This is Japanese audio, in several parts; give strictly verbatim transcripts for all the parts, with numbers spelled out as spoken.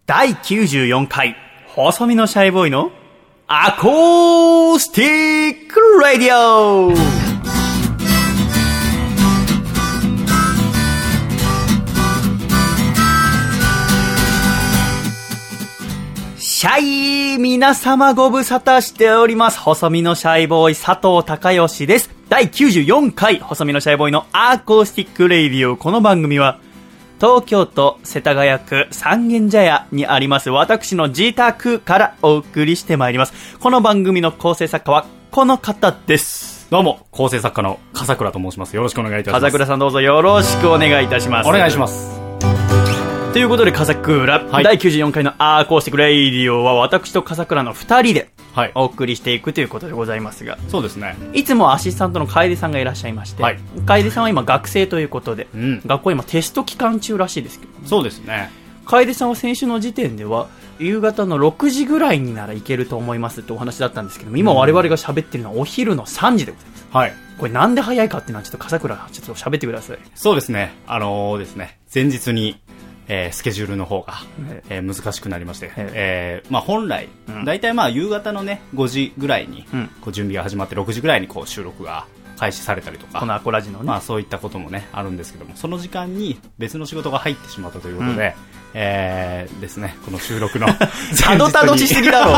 だいきゅうじゅうよんかい細身のシャイボーイのアコースティックラディオ。シャイ皆様ご無沙汰しております。細身のシャイボーイ佐藤孝義です。だいきゅうじゅうよんかい細身のシャイボーイのアコースティックレディオ。この番組は東京都世田谷区三軒茶屋にあります私の自宅からお送りしてまいります。この番組の構成作家はこの方です。 どうも構成作家の笠倉と申します。よろしくお願いいたします。 笠倉さんどうぞよろしくお願いいたします。 お願いします。 ということで笠倉、はい、だいきゅうじゅうよんかいのアコースティックレイディオは私と笠倉のふたりでお送りしていくということでございますが、 そうですね、 いつもアシスタントの楓さんがいらっしゃいまして、はい、楓さんは今学生ということで、うん、学校今テスト期間中らしいですけど、ね、 そうですね。 楓さんは先週の時点では夕方のろくじぐらいになら行けると思いますってお話だったんですけども、今我々が喋ってるのはお昼のさんじでございます。はい。これなんで早いかっていうのはちょっと笠倉ちょっと喋ってください。 そうですね、あのー、ですね前日にえー、スケジュールの方が、えー、難しくなりまして、えーまあ、本来、うん、だいたいまあ夕方の、ね、ごじぐらいに、うん、こう準備が始まってろくじぐらいにこう収録が開始されたりとか、 このアコラジのね、 まあ、そういったことも、ね、あるんですけども、その時間に別の仕事が入ってしまったということで、うんえー、ですね、この収録のたどたどしすぎだろ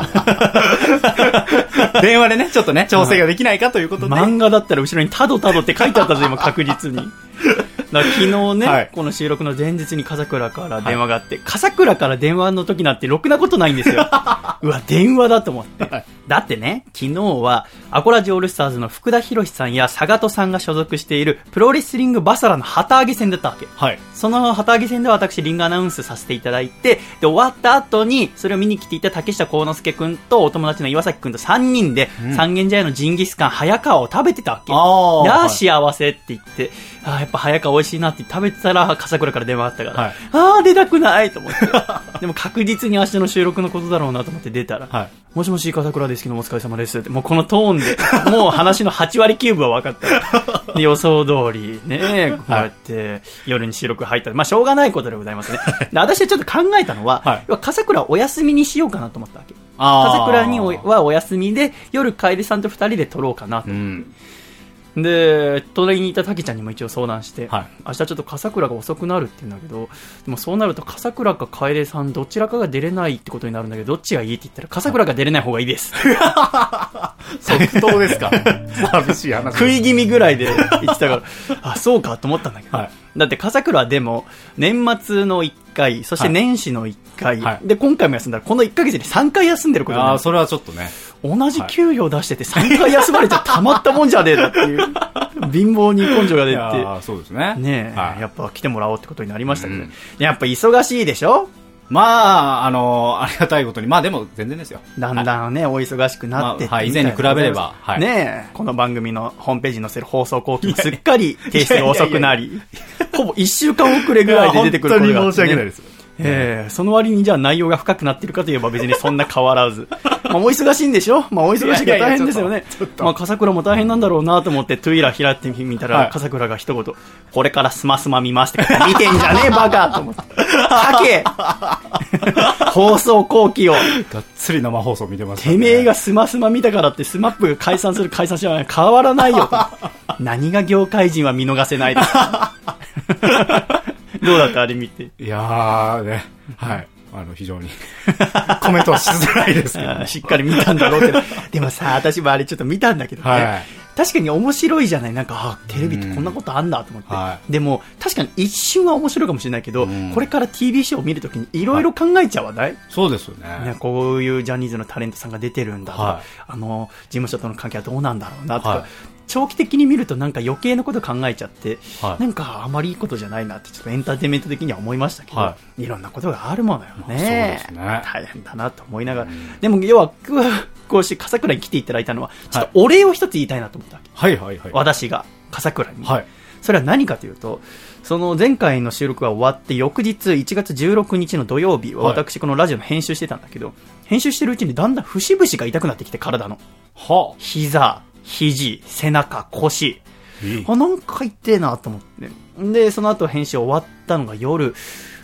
う電話でねちょっとね調整ができないかということで、 漫画だったら後ろにたどたどって書いてあったぞ今確実にだから昨日ね、はい、この収録の前日に笠倉から電話があって、はい、笠倉から電話の時なんてろくなことないんですようわ電話だと思って、はい、だってね昨日はアコラジオールスターズの福田博さんや佐賀戸さんが所属しているプロレスリングバサラの旗揚げ戦だったわけ、はい、その旗揚げ戦では私リングアナウンスさせていただいて、で終わった後にそれを見に来ていた竹下幸之助くんとお友達の岩崎くんとさんにんで、うん、三軒茶屋のジンギスカン早川を食べてたわけ。あやあ幸せって言って、あやっぱ早川美味しいなって食べてたら笠倉から電話あったから、はい、ああ出たくないと思ってでも確実に明日の収録のことだろうなと思って出たら、はい、もしもし笠倉ですけどお疲れ様ですって、もうこのトーンでもう話のはちわりきゅうぶは分かったで予想通りねこうやって夜に収録入ったら、まあしょうがないことでございますねで私はちょっと考えたのは、はい、要は笠倉お休みにしようかなと思ったわけ。笠倉にはお休みで夜楓さんとふたりで撮ろうかなと思って、うんで隣にいたタケちゃんにも一応相談して、はい、明日ちょっと笠倉が遅くなるって言うんだけど、でもそうなると笠倉か楓さんどちらかが出れないってことになるんだけど、どっちがいいって言ったら笠倉が出れない方がいいです即答ですか寂しい話食い気味ぐらいで言ってたからあそうかと思ったんだけど、はい、だって笠倉はでも年末のいっかいそして年始のいっかい、はい、で今回も休んだらこのいっかげつにさんかい休んでることになる。 あそれはちょっとね同じ給料出しててさんかい休まれちゃたまったもんじゃねえだっていう貧乏に根性が出てあそうですねねえ、はい、やっぱ来てもらおうってことになりましたけど、うん、やっぱ忙しいでしょ。 まああのありがたいことにまあでも全然ですよ。 だんだんね、はい、お忙しくなってって、 まあはい、以前に比べれば、はい、 ねえこの番組のホームページに載せる放送後期もすっかり提出が遅くなりほぼいっしゅうかん遅れぐらいで出てくることがあって、ね、 本当に申し訳ないです。 えー、その割にじゃあ内容が深くなってるかといえば別にそんな変わらずまあお忙しいんでしょ。まあお忙しいから大変ですよね。まあ笠倉も大変なんだろうなと思ってトゥイラー開いてみたら、はい、笠倉が一言これからスマスマ見ますって見てんじゃねえバカと思ってかけ放送後期をがっつり生放送見てましたね。 てめえがスマスマ見たからってスマップが解散する解散しない変わらないよ何が業界人は見逃せないですかどうだったあれ見て。 いやーね、はい、あの非常にコメントはしづらいですけどしっかり見たんだろうけどでもさ私もあれちょっと見たんだけどね、はい、確かに面白いじゃない。なんかあテレビってこんなことあんだと思って、はい、でも確かに一瞬は面白いかもしれないけど、これから ティービー ショーを見るときにいろいろ考えちゃわない、はい、 そうですよ ね, ねこういうジャニーズのタレントさんが出てるんだとか、はい、あの事務所との関係はどうなんだろうなとか、はい、長期的に見るとなんか余計なこと考えちゃって、はい、なんかあまりいいことじゃないなってちょっとエンターテインメント的には思いましたけど、はい、いろんなことがあるものよね、まあ、そうですね大変だなと思いながら、うん、でも要はこうして笠倉に来ていただいたのはちょっとお礼を一つ言いたいなと思ったわけ、 はいはいはい、 私が笠倉に、はい、それは何かというとその前回の収録が終わって翌日いちがつじゅうろくにちの土曜日は私このラジオの編集してたんだけど、はい、編集してるうちにだんだん節々が痛くなってきて体の、はあ、膝肘、背中、腰、あなんか痛えなと思ってでその後編集終わったのが夜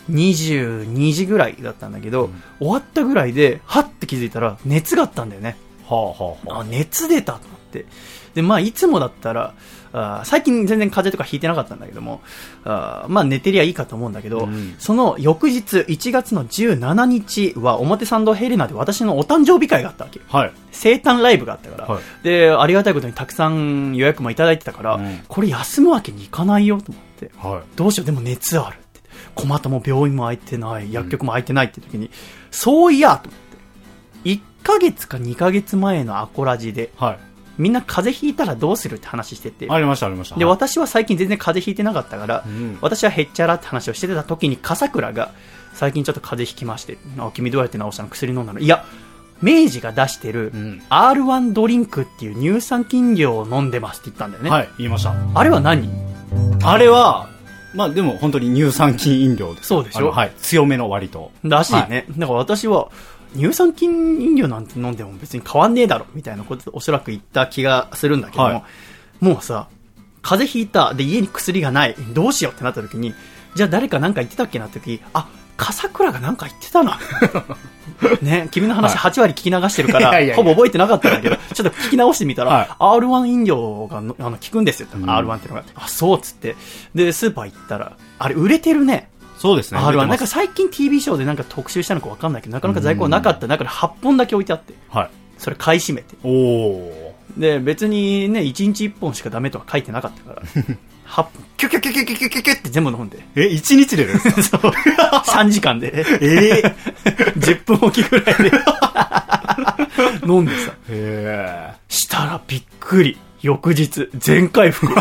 にじゅうにじぐらいだったんだけど、うん、終わったぐらいではって気づいたら熱があったんだよね。 はあはあはあ、 あ、熱出たと思って。で、まあいつもだったらあ最近全然風邪とかひいてなかったんだけども、あまあ寝てりゃいいかと思うんだけど、うん、その翌日いちがつのじゅうしちにちは表参道ヘレナで私のお誕生日会があったわけ、 はい、 生誕ライブがあったから、はい、でありがたいことにたくさん予約もいただいてたから、うん、これ休むわけにいかないよと思って、はい、どうしよう、でも熱あるって、困った、もう病院も空いてない薬局も空いてないって時に、うん、そういやと思っていっかげつかにかげつまえのアコラジで、はい、みんな風邪ひいたらどうするって話してて、 ありましたありました。 で、私は最近全然風邪ひいてなかったから、うん、私はへっちゃらって話をしてた時に笠倉が最近ちょっと風邪ひきまして、あ、君どうやって治したの、薬飲んだの、いや明治が出してる アールワン ドリンクっていう乳酸菌料を飲んでますって言ったんだよね。 はい、言いました。 あれは何？ あれはまあでも本当に乳酸菌飲料です。 そうでしょ。 はい、強めの割とらしいね、はい、だから私は乳酸菌飲料なんて飲んでも別に変わんねえだろみたいなことおそらく言った気がするんだけども、はい、もうさ風邪ひいたで家に薬がないどうしようってなった時に、じゃあ誰か何か言ってたっけなって時、あ、笠倉が何か言ってたなね、君の話はちわり聞き流してるから、はい、いやいやいやほぼ覚えてなかったんだけどちょっと聞き直してみたら、はい、アールワン 飲料があの効くんですよ、うん、アールワン っていうのがあ、そうっつって、でスーパー行ったらあれ売れてるね。 そうですね。 アールワン なんか最近 ティービー ショーでなんか特集したのか分かんないけど、なかなか在庫なかった中ではっぽんだけ置いてあって、はい、それ買い占めて、おで別にねいちにちいっぽんしかダメとは書いてなかったからはっぽんキュキュキュキュキュキュキュキュって全部飲んで、 えいちにちでですか？ そうさんじかんでえー、じゅっぷんおきぐらいで飲んでさ、へーしたらびっくり、翌日全回復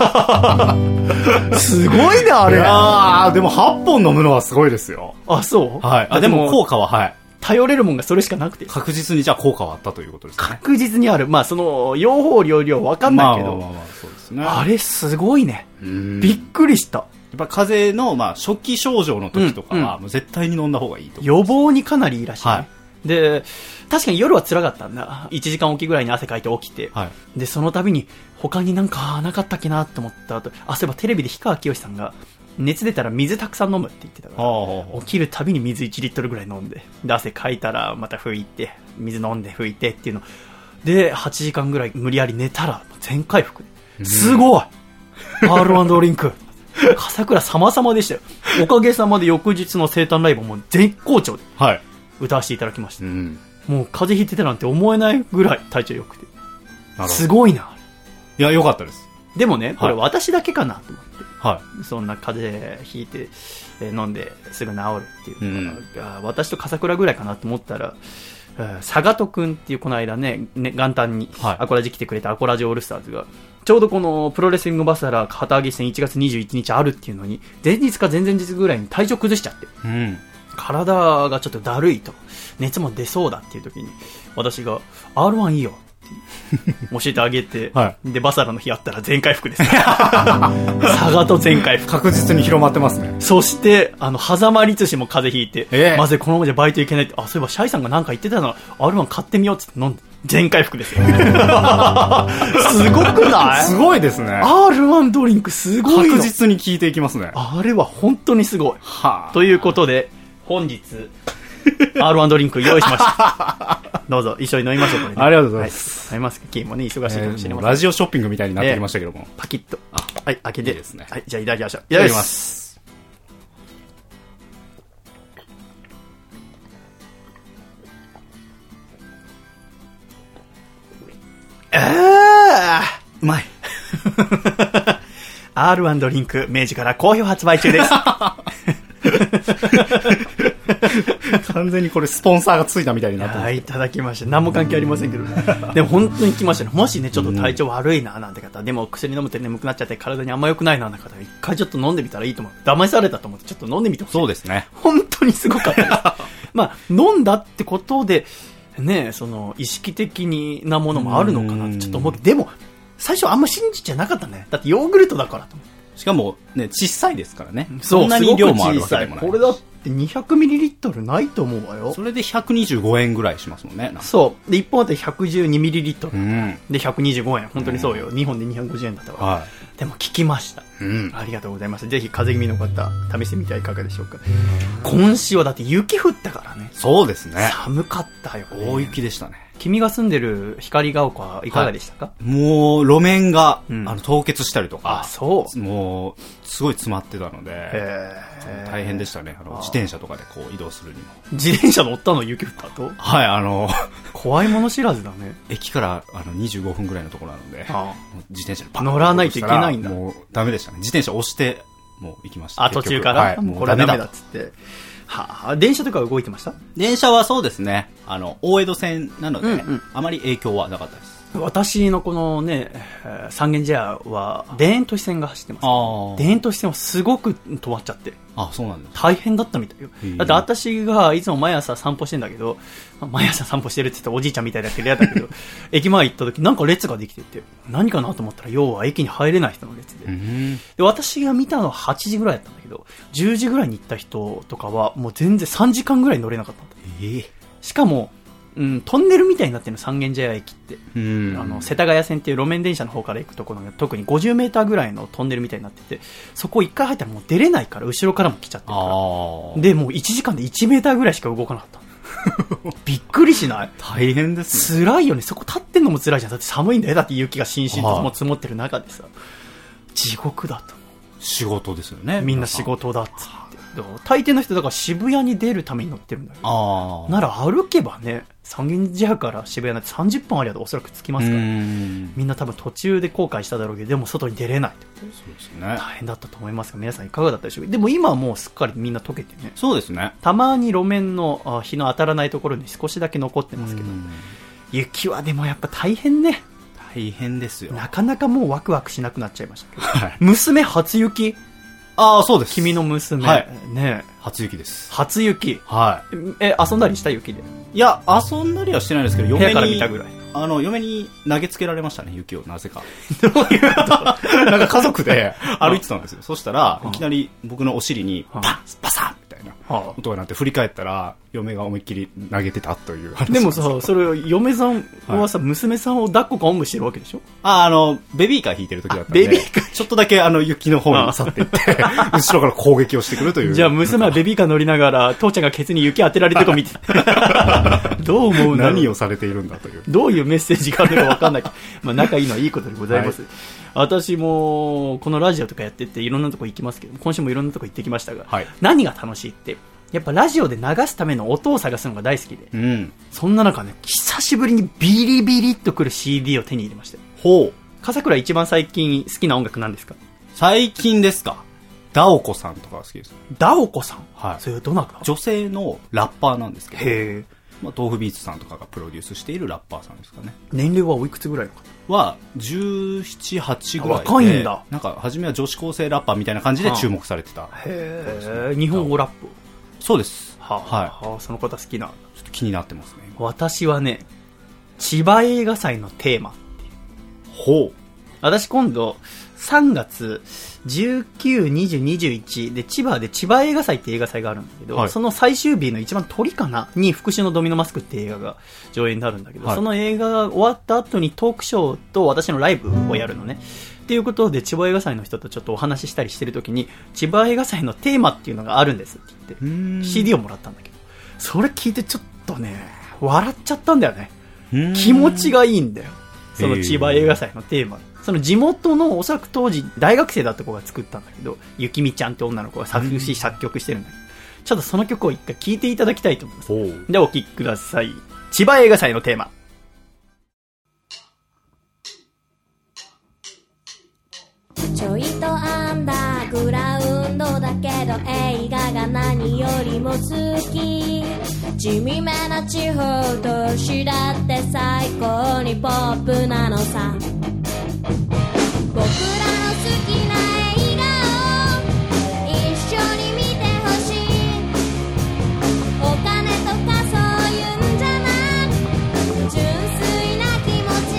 すごいねあれ。 ああでもはっぽん飲むのはすごいですよ。 あ、そう、 はい、あでも効果ははい頼れるもんがそれしかなくて確実にじゃあ効果はあったということですね。 確実にある。まあその用法量量わかんないけど、まあまあまあまあそうですね。あれすごいね。びっくりした。 やっぱ風邪のまあ初期症状の時とかはもう絶対に飲んだ方がいいと思う、 予防にかなりいいらしい、ね、はい、で確かに夜は辛かったんだ。いちじかんおきぐらいに汗かいて起きて、はい、でその度に他になんかなかったっけなと思った後、あ、そういえばテレビで氷川きよしさんが熱出たら水たくさん飲むって言ってたから、起きるたびに水いちリットルぐらい飲んで、で汗かいたらまた拭いて水飲んで拭いてっていうのではちじかんぐらい無理やり寝たら全回復。すごい、うん、アールワン ドリンク笠倉様々でしたよ。おかげさまで翌日の生誕ライブも絶好調で歌わせていただきました、はい、うん、もう風邪ひいてたなんて思えないぐらい体調良くて、すごいな。 いや良かったです。 でもねこれ私だけかなと思って、はい、そんな風邪ひいて、えー、飲んですぐ治るっていうのが、うん、私と笠倉ぐらいかなと思ったら、サガト君っていうこの間 ね, ね元旦にアコラジ来てくれたアコラジオールスターズが、ちょうどこのプロレスリングバサラ旗揚げ戦いちがつにじゅういちにちあるっていうのに前日か前々日ぐらいに体調崩しちゃって、うん、体がちょっとだるいと熱も出そうだっていう時に私が アールワン いいよ教えてあげて、はい、でバサラの日あったら全回復ですサガと全回復確実に広まってますね。 そしてあの狭間律師も風邪ひいて、えー、まずこのままじゃバイト行けないって、あ、そういえばシャイさんが何か言ってたの アールワン 買ってみようって飲んで全回復ですよすごくない？ すごいですね。 アールワン ドリンクすごいの。 確実に効いていきますね。 あれは本当にすごい。はあ、ということで本日アールワン ドリンク用意しましたどうぞ一緒に飲みましょう、これ、ね、 ありがとうございます、 はい、飲みますか。キーもね忙しいかもしれません、えー、 ラジオショッピングみたいになってきましたけども、 えー、パキッとあ、はい、開けていいですね。はい、じゃあいただきましょう。 いただきます。 あーうまいアールワン ドリンク明治から好評発売中です完全にこれスポンサーがついたみたいになってます。 いただきました。何も関係ありませんけどでも本当に来ましたね。もしねちょっと体調悪いななんて方、でも薬飲むと眠くなっちゃって体にあんま良くないななんて方、一回ちょっと飲んでみたらいいと思う。騙されたと思ってちょっと飲んでみてほしい。 そうですね、 本当にすごかったですまあ飲んだってことでね、その意識的になものもあるのかなってちょっと思うけど、でも最初あんま信じちゃなかったね。だってヨーグルトだからと思って。 しかもね小さいですからね。そんなに量もあるわけでもない。 これだってにひゃくミリリットルないと思うわよ。 それでひゃくにじゅうごえんぐらいしますもんね。 そうでいっぽんあたりひゃくじゅうにミリリットル、うん、でひゃくにじゅうごえん。本当にそうよ、うん、にほんでにひゃくごじゅうえんだったから、はでも聞きました、 うん、 ありがとうございます。ぜひ風邪気味の方試してみてはいかがでしょうか。今週はだって雪降ったからね。 そうですね、 寒かったよね。 大雪でしたね。 君が住んでる光が丘はいかがでしたか？はい、 もう路面が、うん、あの凍結したりとか、 あ、そうもうすごい詰まってたので大変でしたね。あの自転車とかでこう移動するにも。 自転車乗ったの？雪降ったと。 はい、あの怖いもの知らずだね。 駅からあのにじゅうごふんぐらいのところなので、ああ自転車でパッと乗らないといけないんだ。 もうダメでしたね。自転車押してもう行きました。 あ、途中から、はい、もうこれはダメだっつって。はあ、電車とか動いてました？ 電車はそうですね、あの大江戸線なので、うんうん、あまり影響はなかったです。 私のこのね、三軒茶屋は田園都市線が走ってます。田園都市線はすごく止まっちゃって。 あ、そうなんです。 大変だったみたいよ。だって私がいつも毎朝散歩してんだけど、毎朝散歩してるって言ったらおじいちゃんみたいだけど嫌だけど、駅前行った時なんか列ができてて、何かなと思ったら要は駅に入れない人の列で。で、私が見たのははちじぐらいだったんだけど、じゅうじぐらいに行った人とかはもう全然さんじかんぐらい乗れなかったんだ。 えー、 しかも、うん、トンネルみたいになってるの、三軒茶屋駅って。 うん、 あの、世田谷線っていう路面電車の方から行くところが特にごじゅうメーターぐらいのトンネルみたいになってて、そこ一回入ったらもう出れないから、後ろからも来ちゃってるから。で、もういちじかんでいちメーターぐらいしか動かなかった。びっくりしない？ 大変ですね。辛いよね。そこ立ってんのも辛いじゃん。だって寒いんだよ。だって雪がしんしんとも積もってる中でさ。地獄だと。 仕事ですよね。 みんな仕事だっつって。大抵の人だから渋谷に出るために乗ってるんだけど、なら歩けばね、三軒茶屋から渋谷なんてさんじゅっぷんありゃおそらく着きますから、みんな多分途中で後悔しただろうけど、でも外に出れないってこと。 そうですね。 大変だったと思いますが、皆さんいかがだったでしょうか。でも今はもうすっかりみんな溶けてね。 そうですね。 たまに路面の日の当たらないところに少しだけ残ってますけど、雪はでもやっぱ大変ね。 大変ですよ。 なかなかもうワクワクしなくなっちゃいましたけど、はい、娘初雪。 ああ、そうです。 君の娘。 はい。 ねえ。 初雪です。 初雪。 はい。え、遊んだりした雪で？ いや、遊んだりはしてないですけど、 嫁に。部屋から見たぐらい。 あの、嫁に投げつけられましたね、雪を、なぜか。 どういうことなんか家族で歩いてたんですよ。そしたら、いきなり僕のお尻に、パンパサンみたいな音が鳴って振り返ったら、嫁が思いっきり投げてたという話。 でもさ、それ、嫁さんはさ、はい、娘さんを抱っこかおんぶしてるわけでしょ？ あ、あの、ベビーカー引いてる時だったんで。 ベビーカーちょっとだけあの、雪の方に去っていって、後ろから攻撃をしてくるという。 じゃあ、娘はベビーカー乗りながら、父ちゃんがケツに雪当てられてるとこ見てどう思うんだろう。 何をされているんだという。 どういうメッセージがあるかわかんないけど、まあ、仲いいのはいいことでございます。はい、私も、このラジオとかやってて、いろんなとこ行きますけど、今週もいろんなとこ行ってきましたが、はい、何が楽しいって、やっぱラジオで流すための音を探すのが大好きで、 うん、 そんな中ね、久しぶりにビリビリっとくる シーディー を手に入れました。 ほう。 笠倉一番最近好きな音楽なんですか？ 最近ですか？ダオコさんとかが好きです。 ダオコさん？ はい。 それはどなた？ 女性のラッパーなんですけど、 へー。 まあ、豆腐ビーツさんとかがプロデュースしているラッパーさんですかね。 年齢はおいくつぐらいの方？ はじゅうなな、はちぐらいで。 若いんだ。 なんか初めは女子高生ラッパーみたいな感じで注目されてた。 へー。日本語ラップ？ そうです。 はあ、はい。はあ、その方好きな。ちょっと気になってますね。 私はね、千葉映画祭のテーマ。 ほう。 私今度さんがつじゅうく、にじゅう、にじゅういちで千葉で千葉映画祭って映画祭があるんだけど、はい、その最終日の一番鳥かなに復讐のドミノマスクって映画が上映になるんだけど、はい、その映画が終わった後にトークショーと私のライブをやるのね。っていうことで千葉映画祭の人とちょっとお話ししたりしてるときに、千葉映画祭のテーマっていうのがあるんですって言って シーディー をもらったんだけど、それ聞いてちょっとね笑っちゃったんだよね。気持ちがいいんだよ、その千葉映画祭のテーマ。その地元のおそらく当時大学生だった子が作ったんだけど、ゆきみちゃんって女の子が作詞作曲してるんだけど、ちょっとその曲を一回聴いていただきたいと思います。ではお聴きください。千葉映画祭のテーマ。 ちょいとアンダーグラウンドだけど映画が何よりも好き。地味めな地方都市だって最高にポップなのさ。僕らの好きな映画を一緒に見てほしい。お金とかそういうんじゃなく純粋な気持ち。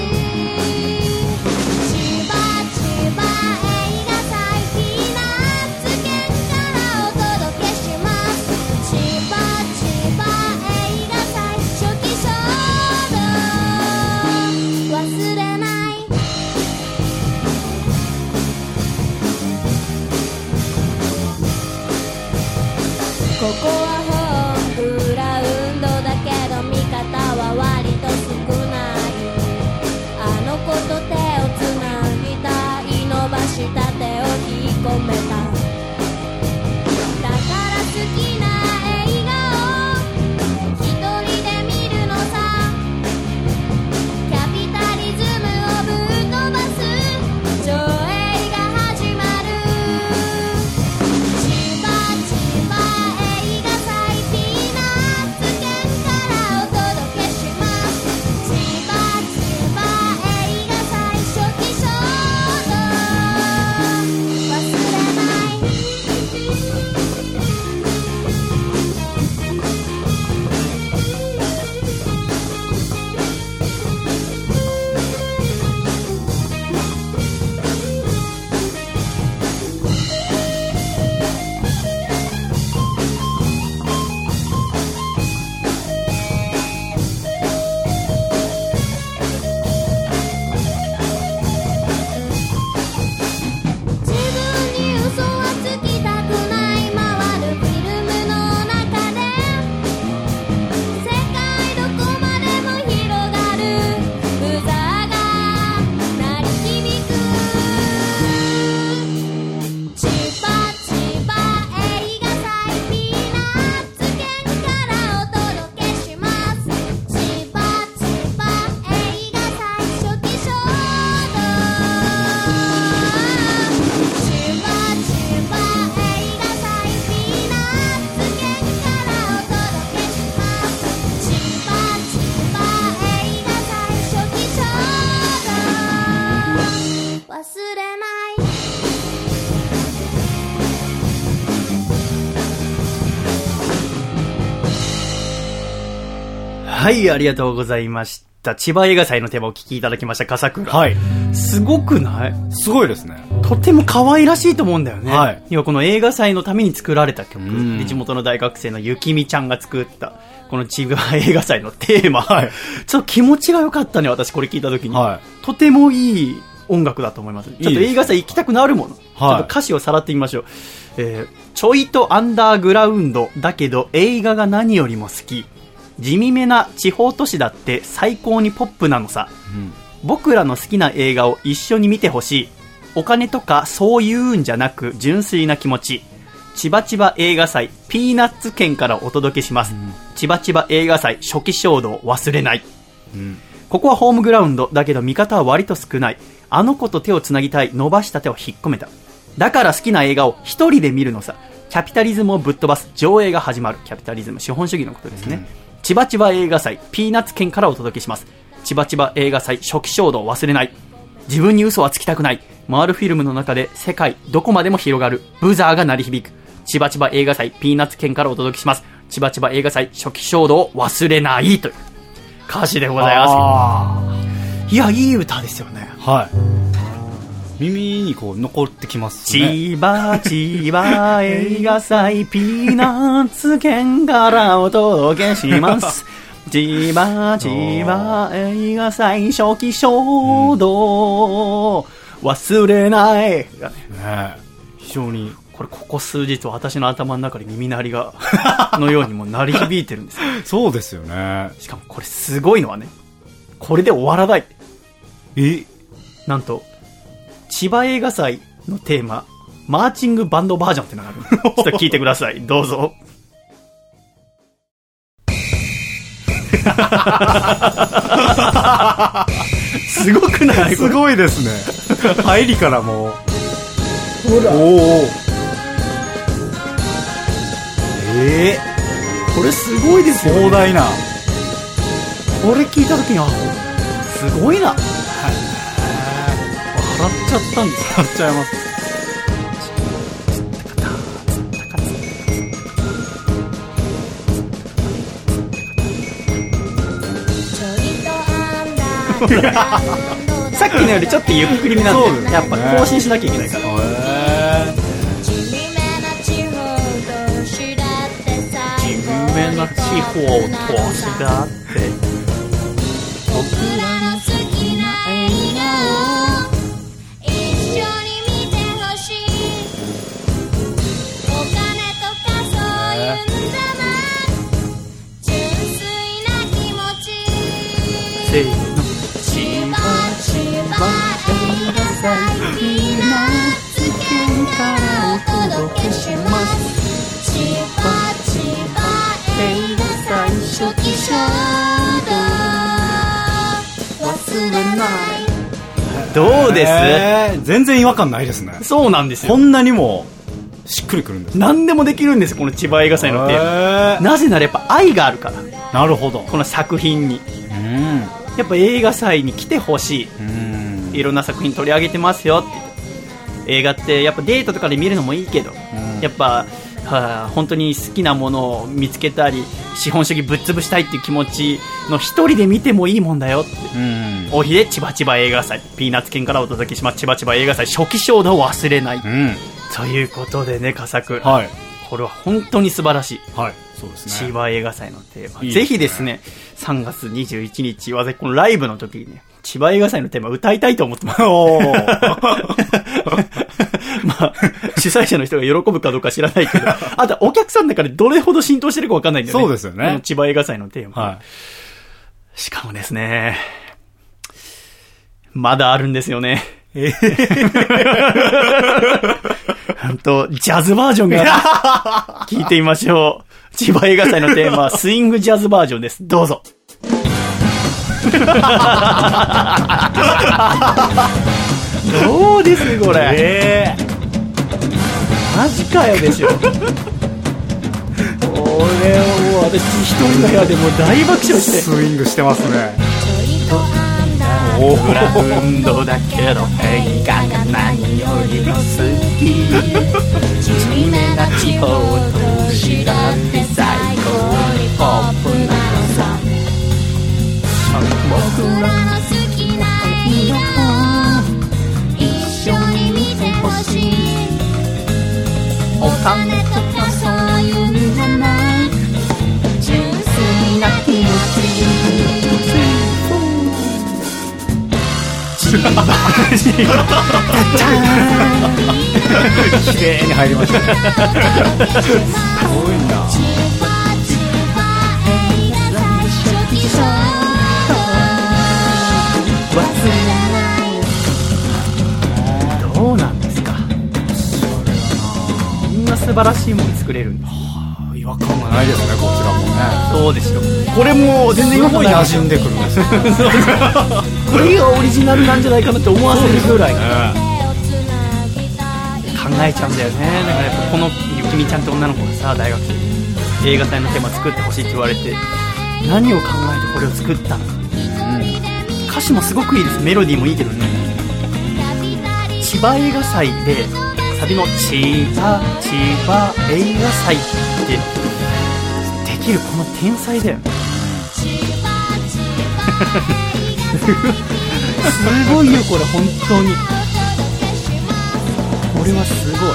千葉千葉映画祭ピーナッツ県からお届けします。千葉千葉映画祭初期衝動忘れない。 ここはホームグラウンドだけど味方は割と少ないあの子と手をつなぎたい伸ばした手を引っ込めただから好きな映画を一人で見るのさキャピタリズムをぶっ飛ばす上映が始まる千葉千葉映画祭ピーナッツ県からお届けします千葉千葉映画祭初期衝動忘れない自分に嘘はつきたくない回るフィルムの中で世界どこまでも広がるブザーが鳴り響く千葉千葉映画祭ピーナッツ県からお届けします千葉千葉映画祭初期衝動千葉千葉映画祭ピーナッツ県からお届けします千葉千葉映画祭初期衝動忘れないはい、ありがとうございました。千葉映画祭のテーマをお聞きいただきました、笠倉。 はい。 すごくない？ すごいですね。 とても可愛らしいと思うんだよね。 はい。 要はこの映画祭のために作られた曲。 うんで地元の大学生のゆきみちゃんが作った、この千葉映画祭のテーマ。 はい。 ちょっと気持ちが良かったね、私これ聞いた時に。 はい。 とてもいい音楽だと思います。ちょっと映画祭行きたくなるもの。 はい。 ちょっと歌詞をさらってみましょう。えー、ちょいとアンダーグラウンドだけど映画が何よりも好き。地味めな地方都市だって最高にポップなのさ、うん、僕らの好きな映画を一緒に見てほしい。お金とかそういうんじゃなく純粋な気持ち。千葉千葉映画祭ピーナッツ県からお届けします、うん、千葉千葉映画祭初期衝動忘れない、うん、ここはホームグラウンドだけど味方は割と少ない。あの子と手をつなぎたい。伸ばした手を引っ込めた。だから好きな映画を一人で見るのさ。キャピタリズムをぶっ飛ばす上映が始まる。キャピタリズム、資本主義のことですね、うん、千葉千葉映画祭ピーナッツ県からお届けします。千葉千葉映画祭初期衝動忘れない。自分に嘘はつきたくない。回るフィルムの中で世界どこまでも広がるブザーが鳴り響く。千葉千葉映画祭ピーナッツ県からお届けします。千葉千葉映画祭初期衝動忘れないという歌詞でございます。いや、いい歌ですよね。 はい。耳にこう残ってきますね。 千葉千葉映画祭ピーナッツ県からお届けします千葉千葉映画祭初期衝動、うん、忘れない、ね、 非常にこれここ数日私の頭の中で耳鳴りがのようにも鳴り響いてるんですよそうですよね。 しかもこれすごいのはね、これで終わらない。 えなんと千葉映画祭のテーママーチングバンドバージョンってのがあるちょっと聞いてください、どうぞすごくない？ すごいですね入りからもうほら、 おお、 えー、これすごいですよ、ね、 壮大な。 これ聞いた時にあすごいな、笑っちゃったんです。 笑っちゃいます。 さっきのよりちょっとゆっくりめなんで、ね、やっぱ更新しなきゃいけないから。地味めな地方都市だって僕らの好きな映画を一緒に見てほしい。お金とかそういうんどうです、 えー、全然違和感ないですね。 そうなんですよ。 こんなにもしっくりくるんです。 何でもできるんです、この千葉映画祭のテーマ。なぜならやっぱ愛があるから。 なるほど。 この作品に、うん、やっぱ映画祭に来てほしい、うん、いろんな作品取り上げてますよって。映画ってやっぱデートとかで見るのもいいけど、うん、やっぱはあ、本当に好きなものを見つけたり資本主義ぶっ潰したいっていう気持ちの一人で見てもいいもんだよって、うん、おひで千葉千葉映画祭ピーナッツ県からお届けします千葉千葉映画祭初期衝動を忘れない、うん、ということでね佳作、はい、これは本当に素晴らしい、はい、そうですね、千葉映画祭のテーマいいですね。ぜひですねさんがつにじゅういちにち私このライブの時にね千葉映画祭のテーマ歌いたいと思ってますおまあ、主催者の人が喜ぶかどうか知らないけど、あとお客さんの中でどれほど浸透してるか分かんないんだよね。 そうですよね。 この千葉映画祭のテーマ、はい、しかもですねまだあるんですよね。え本当ジャズバージョンが聞いてみましょう。千葉映画祭のテーマスイングジャズバージョンです。どうぞ。どうですこれ、えー、マジかよでしょ。これをもう私一人の部屋でもう大爆笑してスイングしてますね。 グラウンドだけど映画が何よりも好き地味めな地方都市だって最高にポップなのさ。僕らの好きな映画一緒に見てほしい。お金とかそういうんじゃない純粋な気持ち。綺麗に入りましたね。すごいな。 どうなんですか。こんな素晴らしいもの作れるんです。 違和感がないですねこちらもね。 そうですよ。 これも全然違和感馴染んでくるんですよ。 これがオリジナルなんじゃないかなって思わせるぐらい、ね、考えちゃうんだよね。だからやっぱこのゆきみちゃんって女の子がさ大学生で映画祭のテーマ作ってほしいって言われて何を考えてこれを作ったの、うん、歌詞もすごくいいです。メロディーもいいけどね。千葉映画祭でサビの千葉千葉映画祭ってできるこの天才だよね。すごいよこれ本当に。これはすごい。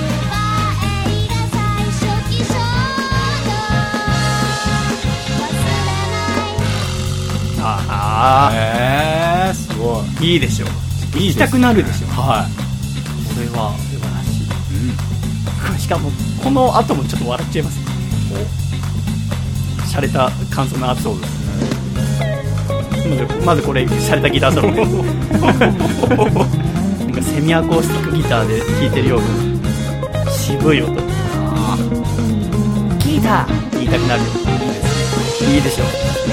ああ、えー、すごいいいでしょ。いいですね。行きたくなるでしょ。はい。これは素晴らしい、うん、しかもこの後もちょっと笑っちゃいます。おしゃれた感想の後。そうですね。まずこれしゃれたギターソロでなんかセミアコースティックギターで弾いてるような渋い音。あギターって言いたくなるよ。いいでしょ。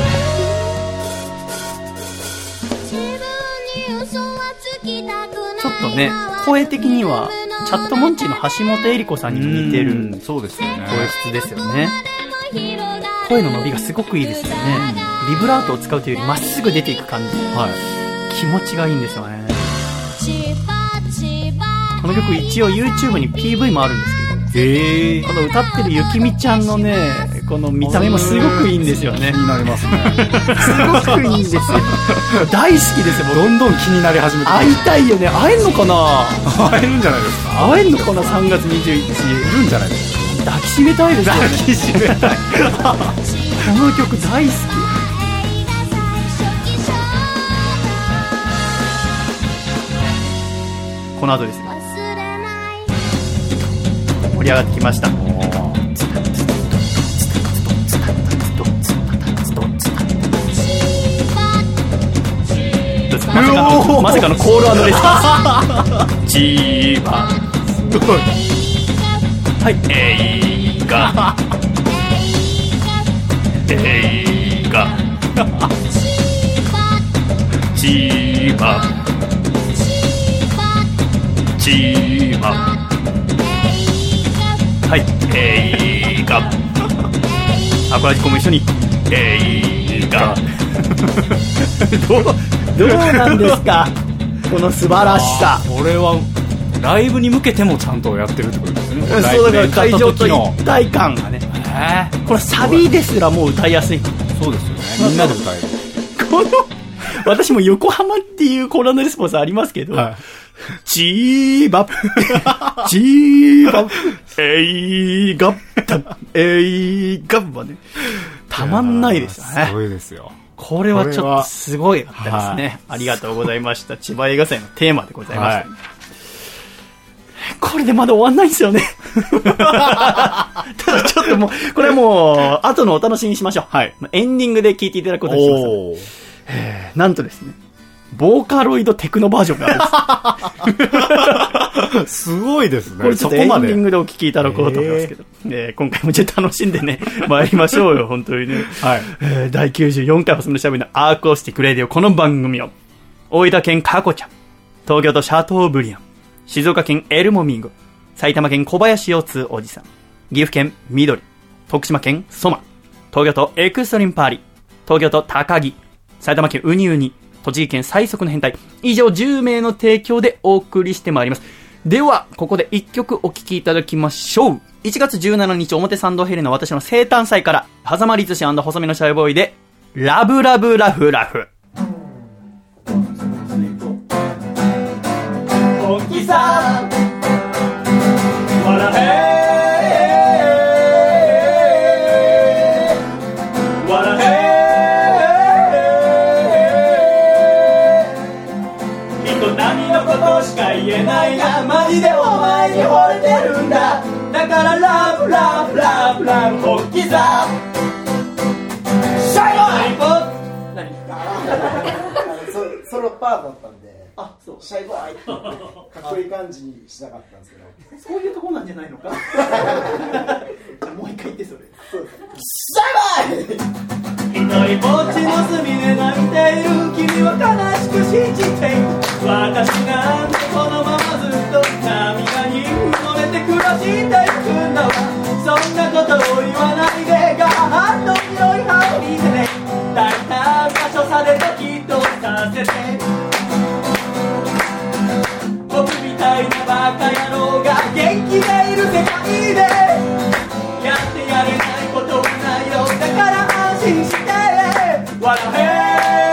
ちょっとね声的にはチャットモンチーの橋本恵里子さんにも似てる。そうですよね。声質ですよね。声の伸びがすごくいいですよね。ビブラートを使うというよりまっすぐ出ていく感じ、はい、気持ちがいいんですよね。この曲一応 YouTube に ピーブイ もあるんですけど、へー、この歌ってるゆきみちゃんのねこの見た目もすごくいいんですよね。気になりますね。すごくいいんですよ。大好きですよ。どんどん気になり始めて。会いたいよね。会えんのかな。会えるんじゃないですか。会えんのかな。さんがつにじゅういちにちいるんじゃないですか。抱きしめたいですよね。抱きしめたい。この曲大好き。この後ですね盛り上がってきました。まさかのまさかのコール&レスポンス。千葉すごい。はい、映画映画千葉千葉。はい、映画。アコラジコも一緒に映画。どうどうなんですかこの素晴らしさ。 これはライブに向けてもちゃんとやってるってことですね。 そうだから会場と一体感がね、えー、これサビですらもう歌いやすい。 そうですよね、みんなで歌える。 この私も横浜っていうコーナーのレスポンスありますけど、はい、千葉千葉映画映画はねたまんないですよね。 すごいですよ。 これはちょっとすごいかったですね、はい、ありがとうございました。千葉映画祭のテーマでございました、はい、これでまだ終わんないんですよねただちょっともうこれはもう後のお楽しみにしましょう、はい、エンディングで聴いていただくことにします。なんとですね、ボーカロイドテクノバージョンがあるんですすごいですね。これちょっとエンディングでお聴きいただこうと思いますけど、えー、今回もちょっと楽しんでね参りましょうよ本当にね、はい、えー、だいきゅうじゅうよんかい細身のしゃべりのアーコースティックレディオ。この番組を大分県かこちゃん、東京都シャトーブリアン、静岡県エルモミンゴ、埼玉県小林洋通おじさん、岐阜県緑、徳島県ソマ、東京都エクストリンパーリ、東京都高木、埼玉県ウニウニ、栃木県最速の変態、以上じゅうめいの提供でお送りしてまいります。ではここでいっきょくお聴きいただきましょう。いちがつじゅうしちにち表参道ヘリの私の生誕祭から、狭間律師&細身のシャイボーイでラブラブラフラフ。本気さ笑えしか言えないな、マジでお前に惚れてるんだ、だからラブラブラブラブ本気さシャイボーイ。何ソロパートだったんで、あ、そう、シャイボーイって言ってかっこいい感じにしなかったんですけど、 そういうとこなんじゃないのかもう一回言って。それそうです。シャイボーイ。一人ぼっちの隅で泣いている君は悲しく信じている、私なんてこのままずっと涙に埋もれて暮らしていくんだわ。そんなことを言わないで、ガーッと広い歯を見せて、大胆な所作でドキッとさせて、僕みたいなバカ野郎が元気でいる世界で、やってやれないことはないよ、だから安心して笑え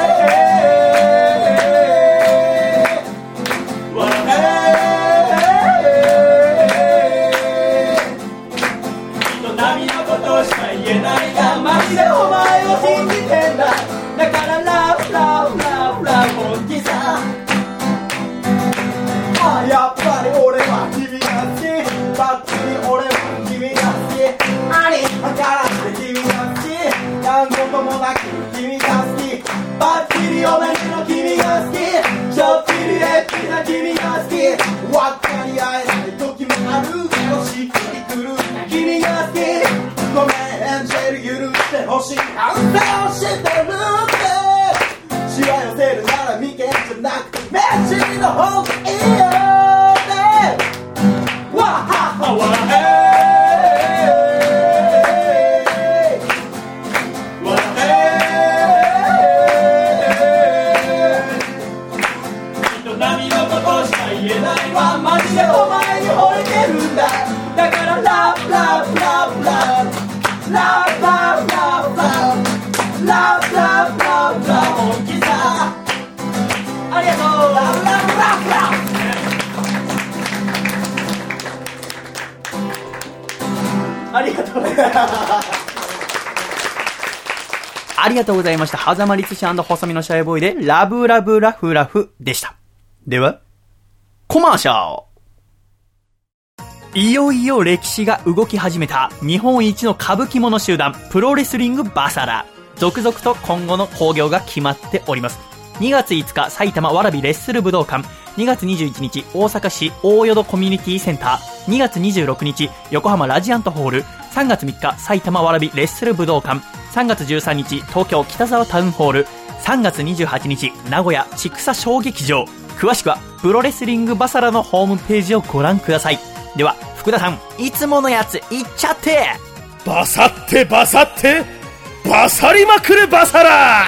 言えないがマジでお前を信じてんだ、だからラブラブラブラブ本気さ。あ、やっぱり俺は君が好き、バッチリ俺は君が好き、兄からして君が好き、何事もなく君が好き、バッチリおめでの君が好き、ちょっぴりエッチな君が好き、分かり合えない時もあるけどしっくりくる君が好き、ごめんエンジェル許してほしい、あんたを知ってるってしわ寄せるなら眉間じゃなくて目尻の方がいいよってわははわへーわへー人並みのことしか言えないわ、マジでお前に惚れてるんだ、だからラブラブラブラブラブラブラブラブラブラブラブラ本気さ。ありがとう。ラブラブラブラありがとうございましたありがとうございました。狭間律師&細身のシャイボーイでラブラブラフラフでした。ではコマーシャル。いよいよ歴史が動き始めた日本一の歌舞伎者集団プロレスリングバサラ。続々と今後の興行が決まっております。にがついつか埼玉わらびレッスル武道館、にがつにじゅういちにち大阪市大淀コミュニティセンター、にがつにじゅうろくにち横浜ラジアントホール、さんがつみっか埼玉わらびレッスル武道館、さんがつじゅうさんにち東京北沢タウンホール、さんがつにじゅうはちにち名古屋千種小劇場。詳しくはプロレスリングバサラのホームページをご覧ください。では福田さん、いつものやついっちゃって。 バサってバサってバサりまくるバサラ。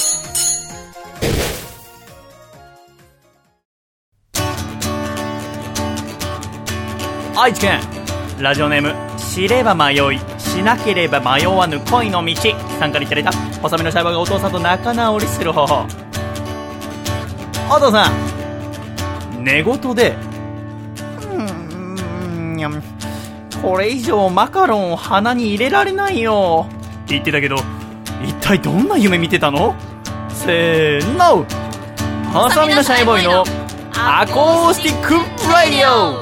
愛知県ラジオネーム知れば迷いしなければ迷わぬ恋の道さんからいただいた細身のシャイボーがお父さんと仲直りする方法。お父さん、寝言でうーんこれ以上マカロンを鼻に入れられないよって言ってたけど、一体どんな夢見てたの？せーの、細身のシャイボーイのアコースティックラディオ。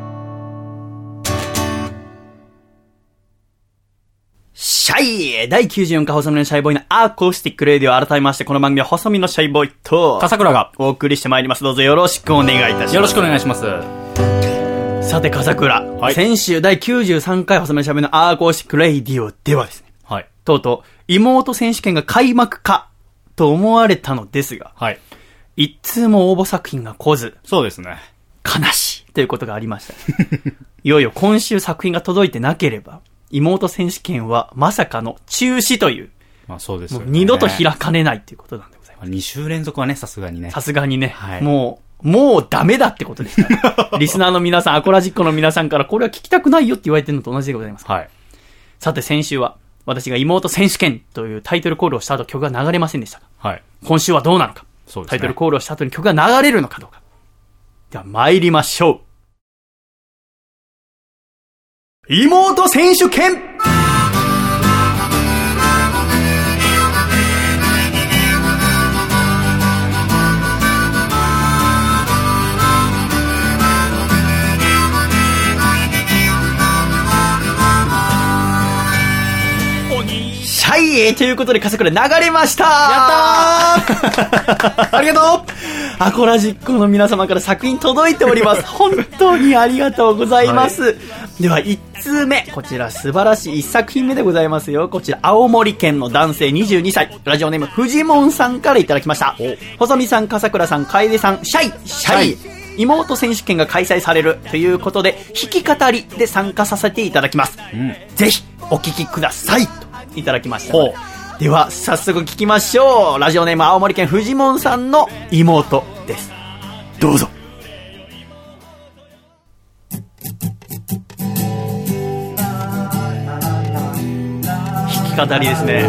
シャイだいきゅうじゅうよんか細身のシャイボーイのアコースティックレディオ。改めましてこの番組は細身のシャイボーイと笠倉がお送りしてまいります。どうぞよろしくお願いいたします。 よろしくお願いします。 さて笠倉、はい、先週だいきゅうじゅうさんかい細身のシャイボーイのアコースティックレディオではですね、 はい、 とうとう妹選手権が開幕かと思われたのですが、 はい、 一通も応募作品が来ず、 そうですね、 悲しいということがありましたいよいよ今週作品が届いてなければ妹選手権はまさかの中止という、 まあそうですよね、 もう二度と開かれないということなんでございます。 に週連続はね、さすがにね。 さすがにね、 はい、 もう、もうダメだってことですからリスナーの皆さん、アコラジックの皆さんからこれは聞きたくないよって言われてるのと同じでございます。 はい。 さて先週は、私が妹選手権というタイトルコールをした後曲が流れませんでしたが、 はい。 今週はどうなのか、 そうですね、 タイトルコールをした後に曲が流れるのかどうか。では参りましょう。妹選手権。はい、ということで笠倉流れました。 やったーありがとう。アコラジックの皆様から作品届いております。本当にありがとうございます、はい、ではいち通目、こちら素晴らしいいっさく品目でございますよ。こちら青森県の男性にじゅうにさい、ラジオネームフジモンさんからいただきました。細見さん、笠倉さん、楓さん、シャイシャイ、妹選手権が開催されるということで弾き語りで参加させていただきます、うん、ぜひお聴きくださいといただきました。では早速聞きましょう。ラジオネーム青森県フジモンさんの妹です。どうぞ。弾き語りですね。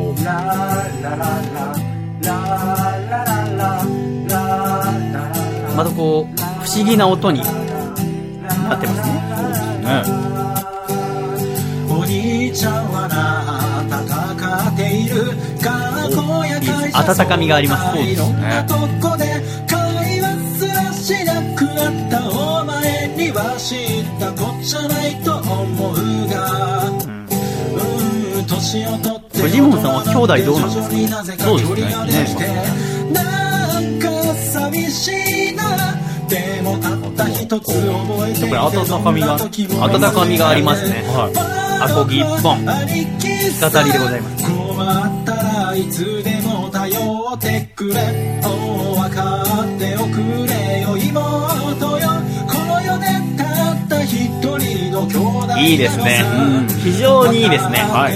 またこう不思議な音になってますね。ね、お兄ちゃんはな戦っている温かみがあります。そうですね。会話すらしなくなったお前には知ったこっちゃないと思うが、うん、年を取ってフジモンさんは兄弟どうなんですか？そうですね。なんか寂しいな。でもたった一つ覚えていて、温かみが温かみがありますね。アコギ一本弾き語りでございます。困ったらいつでも頼ってくれ、お分かっておくれよ妹よ、この世でたった一人の兄弟。いいですね、うん、非常にいいですね。はい。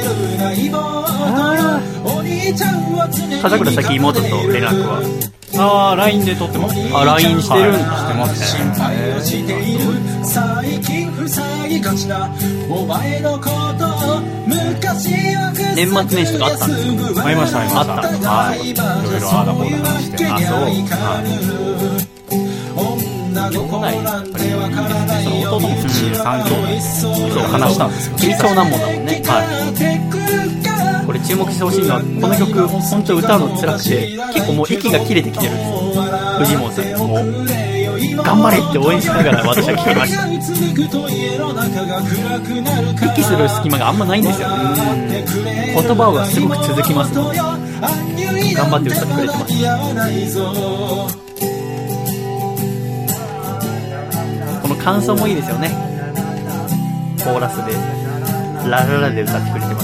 笠倉さっき妹と連絡はあー ライン で撮ってます。 あ ライン してるんだ、 はい、してますね。 最近塞ぎがちなお前のこと昔は年末年始とかあったんですか？ ありましたありました。はい。いろいろあだこうだ話して。あ、そう。はい。兄弟やっぱりいいですね。その弟も普通さん兄弟そう話したんですよ。 君長男もだもんね。はい。これ注目してほしいのはこの曲本当歌うの辛くて結構もう息が切れてきてるんですよ。フジモンさんも頑張れって応援しながら私は聴きました。息する隙間があんまないんですよね。言葉がすごく続きますので頑張って歌ってくれてます。この感想もいいですよね。コーラスでラララで歌ってくれてます。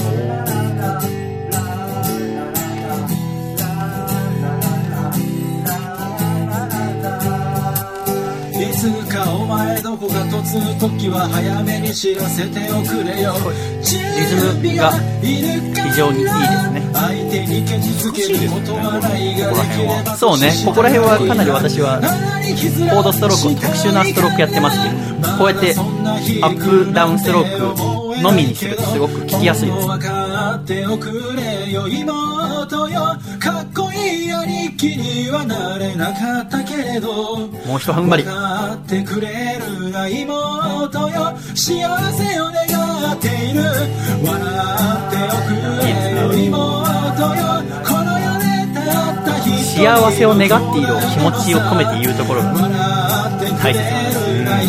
つかお前どこが突む時は早めに知らせておくれよ。 リズムが非常にいいですね。 相手にケチつけることはないができれば、 そうね、ここら辺はかなり私はコードストロークを特殊なストロークやってますけど、こうやってアップダウンストロークのみにするとすごく聞きやすいです。 分かっておくれよ妹よ、かっこいい兄貴にはなれなかったけれど、 もう一踏ん張り。 分かってくれるな妹よ、幸せを願っている。笑っておくれよ妹よ、この世でたった一人幸せを願っているを気持ちを込めて言うところが大切なんです。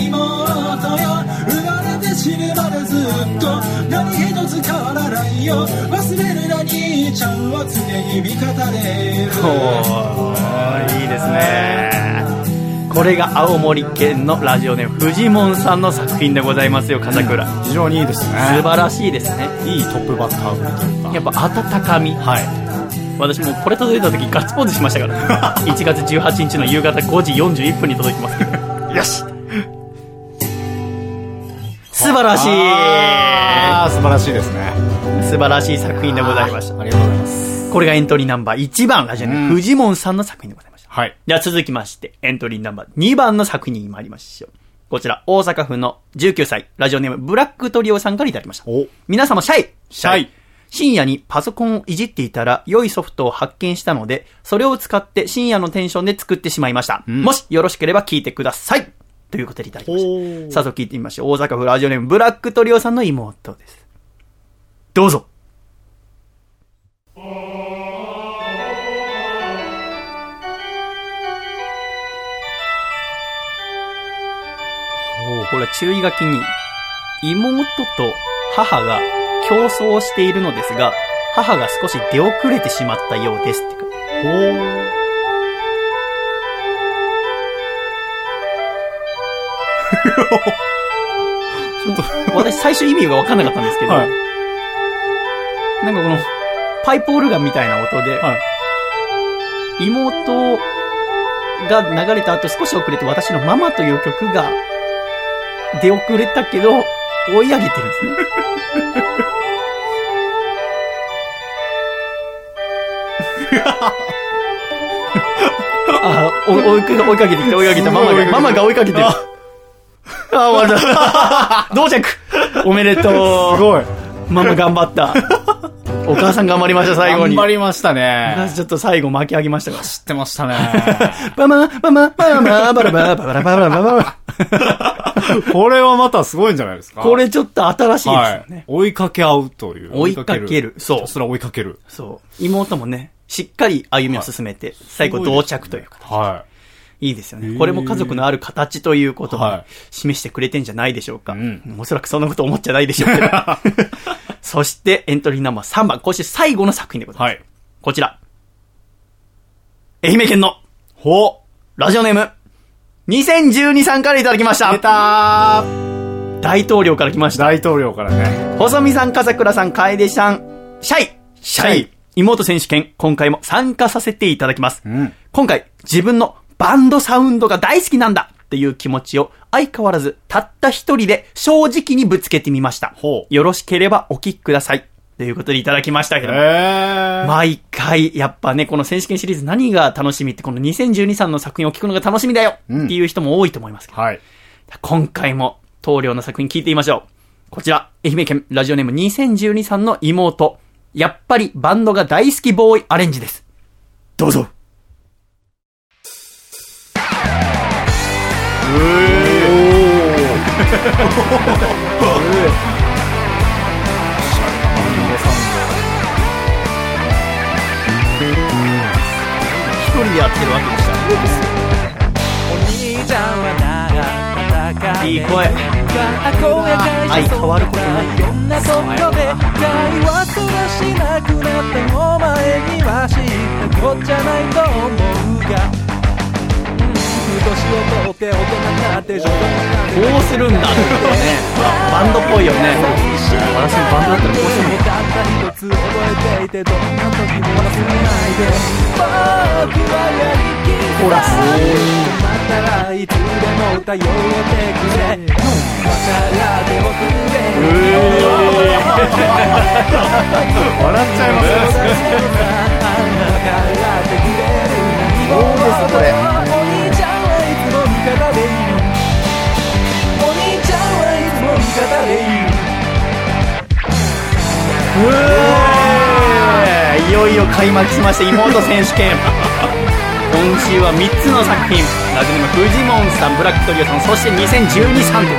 死ぬまでずっと何一つ変わらないよ、忘れるな兄ちゃんは常に味方で。 おー、いいですね。これが青森県のラジオネームフジモンさんの作品でございますよ。風倉、 非常にいいですね。 素晴らしいですね。 いいトップバッター組というか、 やっぱ温かみ、 はい、 私もこれ届いた時ガッツポーズしましたからいちがつじゅうはちにちの夕方ごじよんじゅういっぷんに届きますけどよし、素晴らしい。 あー、素晴らしいですね。 素晴らしい作品でございました。 ありがとうございます。 これがエントリーナンバーいちばん、ラジオネームフジモンさんの作品でございました。 はい。 では続きましてエントリーナンバーにばんの作品に参りましょう。こちら大阪府のじゅうきゅうさい、ラジオネームブラックトリオさんからいただきました。 お、 皆様シャイシャイ。 深夜にパソコンをいじっていたら良いソフトを発見したので、それを使って深夜のテンションで作ってしまいました、うん、もしよろしければ聞いてくださいということでいただきました。さあ、聞いてみましょう。大阪府ラジオネームブラックトリオさんの妹です。どうぞ。これは注意書きに、妹と母が競争しているのですが、母が少し出遅れてしまったようですってか。ほー。ちょっと私最初意味が分かんなかったんですけど、はい、なんかこのパイプオルガンみたいな音で、はい、妹が流れた後少し遅れて私のママという曲が出遅れたけど追い上げてるんですね。あ、追い追いかけてきて追いかけてママがママが追いかけてる。あ、終わった。同着。おめでとう。 すごい。 ママ頑張った。お母さん頑張りました、最後に。 頑張りましたね。 私ちょっと最後巻き上げましたから。 知ってましたね。 ママ、ママ、ママ、バラバラバラバラバラバラ。 これはまたすごいんじゃないですか。 これちょっと新しいですよね。 はい、追いかけ合うという。 追いかける。そう。 ひたすら追いかける。 そう。妹もね、しっかり歩みを進めて、はい、最後同着という形。はい。いいですよね。これも家族のある形ということを示してくれてんじゃないでしょうか。はい、うん、おそらくそんなこと思っちゃないでしょうけど。そしてエントリーナンバーさんばん、今週最後の作品でございます。はい、こちら。愛媛県の、ほう、ラジオネーム、にせんじゅうにさんからいただきました。 出たー。 大統領から来ました。 大統領からね。 細見さん、笠倉さん、楓さん、シャイシャイ妹選手権、今回も参加させていただきます。うん、今回、自分のバンドサウンドが大好きなんだっていう気持ちを相変わらずたった一人で正直にぶつけてみました。ほう。よろしければお聞きください。ということでいただきましたけども。毎回、やっぱね、この選手権シリーズ何が楽しみって、このにせんじゅうにさんの作品を聞くのが楽しみだよっていう人も多いと思いますけど。うん、はい。今回も棟梁の作品聞いてみましょう。こちら、愛媛県ラジオネームにせんじゅうにさんの妹。やっぱりバンドが大好きボーイアレンジです。どうぞ。うー一人でやってるわけでした。いい声。相変わることない。 を取って大人になってこうするんだってね、バンドっぽいよね。私もバンドだったらこうするのたった一つ覚えていてどんな時も忘れないで僕はやりきったコーラスまたらいつでも歌ようてくれまたら手を振れ笑っちゃいますね。 どうですこれ。お兄ちゃんはいつも味方でいる。お兄ちゃんはいつも味方でいる。 いよいよ開幕しました妹選手権。今週はみっつの作品、ラジオネームフジモンさん、ブラックトリオさん、そしてにせんじゅうにさんという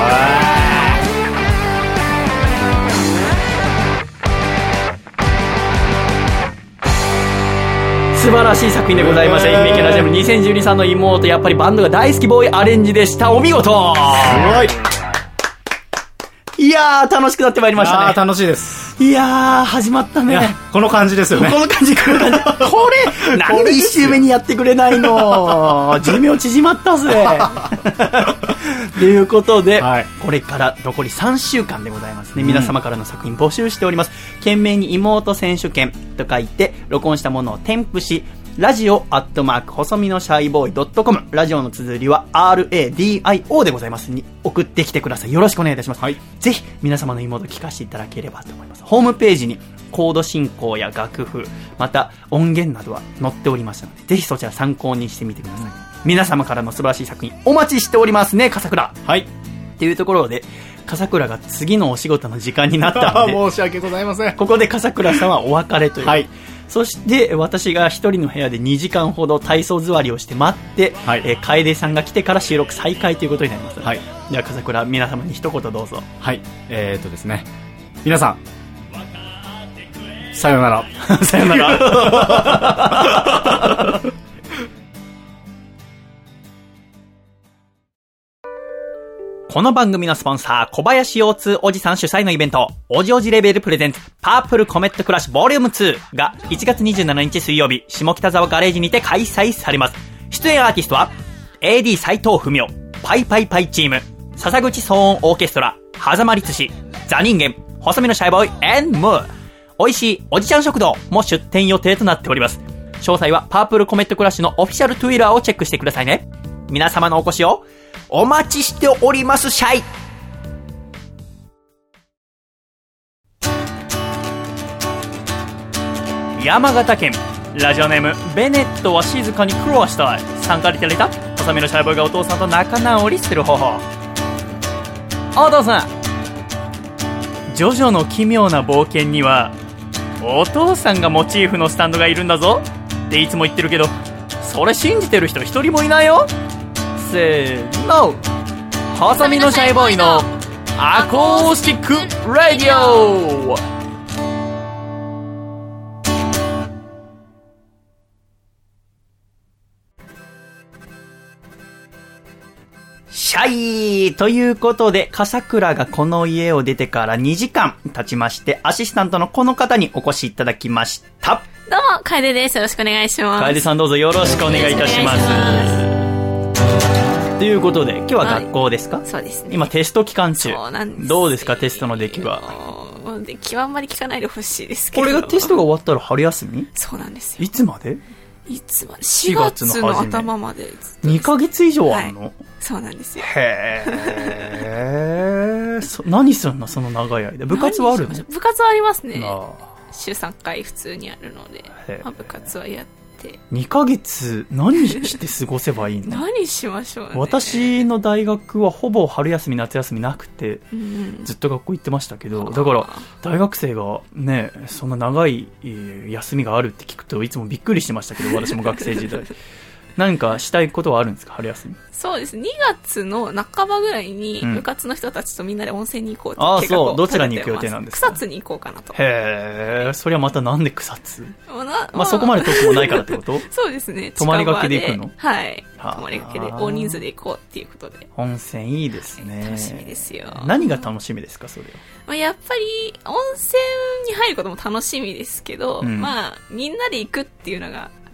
素晴らしい作品でございました。愛媛県ラジオネームにせんじゅうにさんの妹、やっぱりバンドが大好きボーイアレンジでした。お見事。 すごい。 いやー楽しくなってまいりましたね。 あー楽しいです。 いやー始まったね。 この感じですよね。 この感じこの感じ。これなんで一周目にやってくれないの。寿命縮まったぜ。ということで、はい、これから残りさんしゅうかんでございますね、うん、皆様からの作品募集しております。懸命に妹選手権と書いて録音したものを添付し、ラジオアットマーク細身のシャイボーイドットコム、ラジオの綴りは アールエーディーアイオー でございますに送ってきてください。よろしくお願いいたします、はい、ぜひ皆様の妹聞かせていただければと思います。ホームページにコード進行や楽譜、また音源などは載っておりましたので、ぜひそちら参考にしてみてください、うん、皆様からの素晴らしい作品お待ちしておりますね。笠倉、はい、っていうところで笠倉が次のお仕事の時間になったので申し訳ございません。 ここで笠倉さんはお別れという、はい、そして私が一人の部屋でにじかんほど体操座りをして待って、はい、えー、楓さんが来てから収録再開ということになります、はい、では笠倉、皆様に一言どうぞ。 はい、えーとですね、皆さんさよならさよならこの番組のスポンサー、小林腰痛おじさん主催のイベント、おじおじレベルプレゼンツパープルコメットクラッシュボリュームツーがいちがつにじゅうしちにち水曜日、下北沢ガレージにて開催されます。出演アーティストは エーディー 斉藤文夫、パイパイパイチーム、笹口騒音オーケストラ、狭間律師、ザ人間、細身のシャイボーイ and more。 美味しいおじちゃん食堂も出店予定となっております。詳細はパープルコメットクラッシュのオフィシャルトゥイラーをチェックしてくださいね。皆様のお越しをお待ちしております。シャイ。山形県ラジオネームベネットは静かに苦労したいさんからいただいた細身のシャイボーイがお父さんと仲直りする方法。お父さん、ジョジョの奇妙な冒険にはお父さんがモチーフのスタンドがいるんだぞっていつも言ってるけど、それ信じてる人一人もいないよ。せーの、細身のシャイボーイのアコースティックラディオ。シャイということで、笠倉がこの家を出てからにじかん経ちまして、アシスタントのこの方にお越しいただきました。 どうも、楓です。よろしくお願いします。 楓さん、どうぞよろしくお願いいたします。ということで、今日は学校ですか？ そうですね。 今テスト期間中。 そうなんです。 どうですか、テストの出来は？ 出来はあんまり聞かないでほしいですけど。 これがテストが終わったら春休み？ そうなんですよ。 いつまで？ いつまで？しがつの頭まで。 にかげつ以上あるの？はい、 そうなんですよ。 へー。何すんのその長い間。部活はあるの？ 部活はありますね。週さんかい普通にあるので、まあ、部活はやって。 にかげつ何して過ごせばいいの？ 何しましょうね。 私の大学はほぼ春休み夏休みなくて、うん、ずっと学校行ってましたけど、だから大学生がねそんな長い休みがあるって聞くといつもびっくりしてましたけど、私も学生時代何かしたいことはあるんですか、春休み？ そうです。にがつの半ばぐらいに部活の人たちとみんなで温泉に行こうって計画を立ててます。ああ、そう。どちらに行く予定なんですか？ 草津に行こうかなと。 へえ、それはまたなんで草津？まあ、まあ、そこまで遠くもないからってこと？ そうですね。 泊まりがけで行くの？ はい。泊まりがけで大人数で行こうっていうことで。 温泉いいですね。 楽しみですよ。 何が楽しみですか、それは？ まあ、やっぱり温泉に入ることも楽しみですけど、うん、まあみんなで行くっていうのが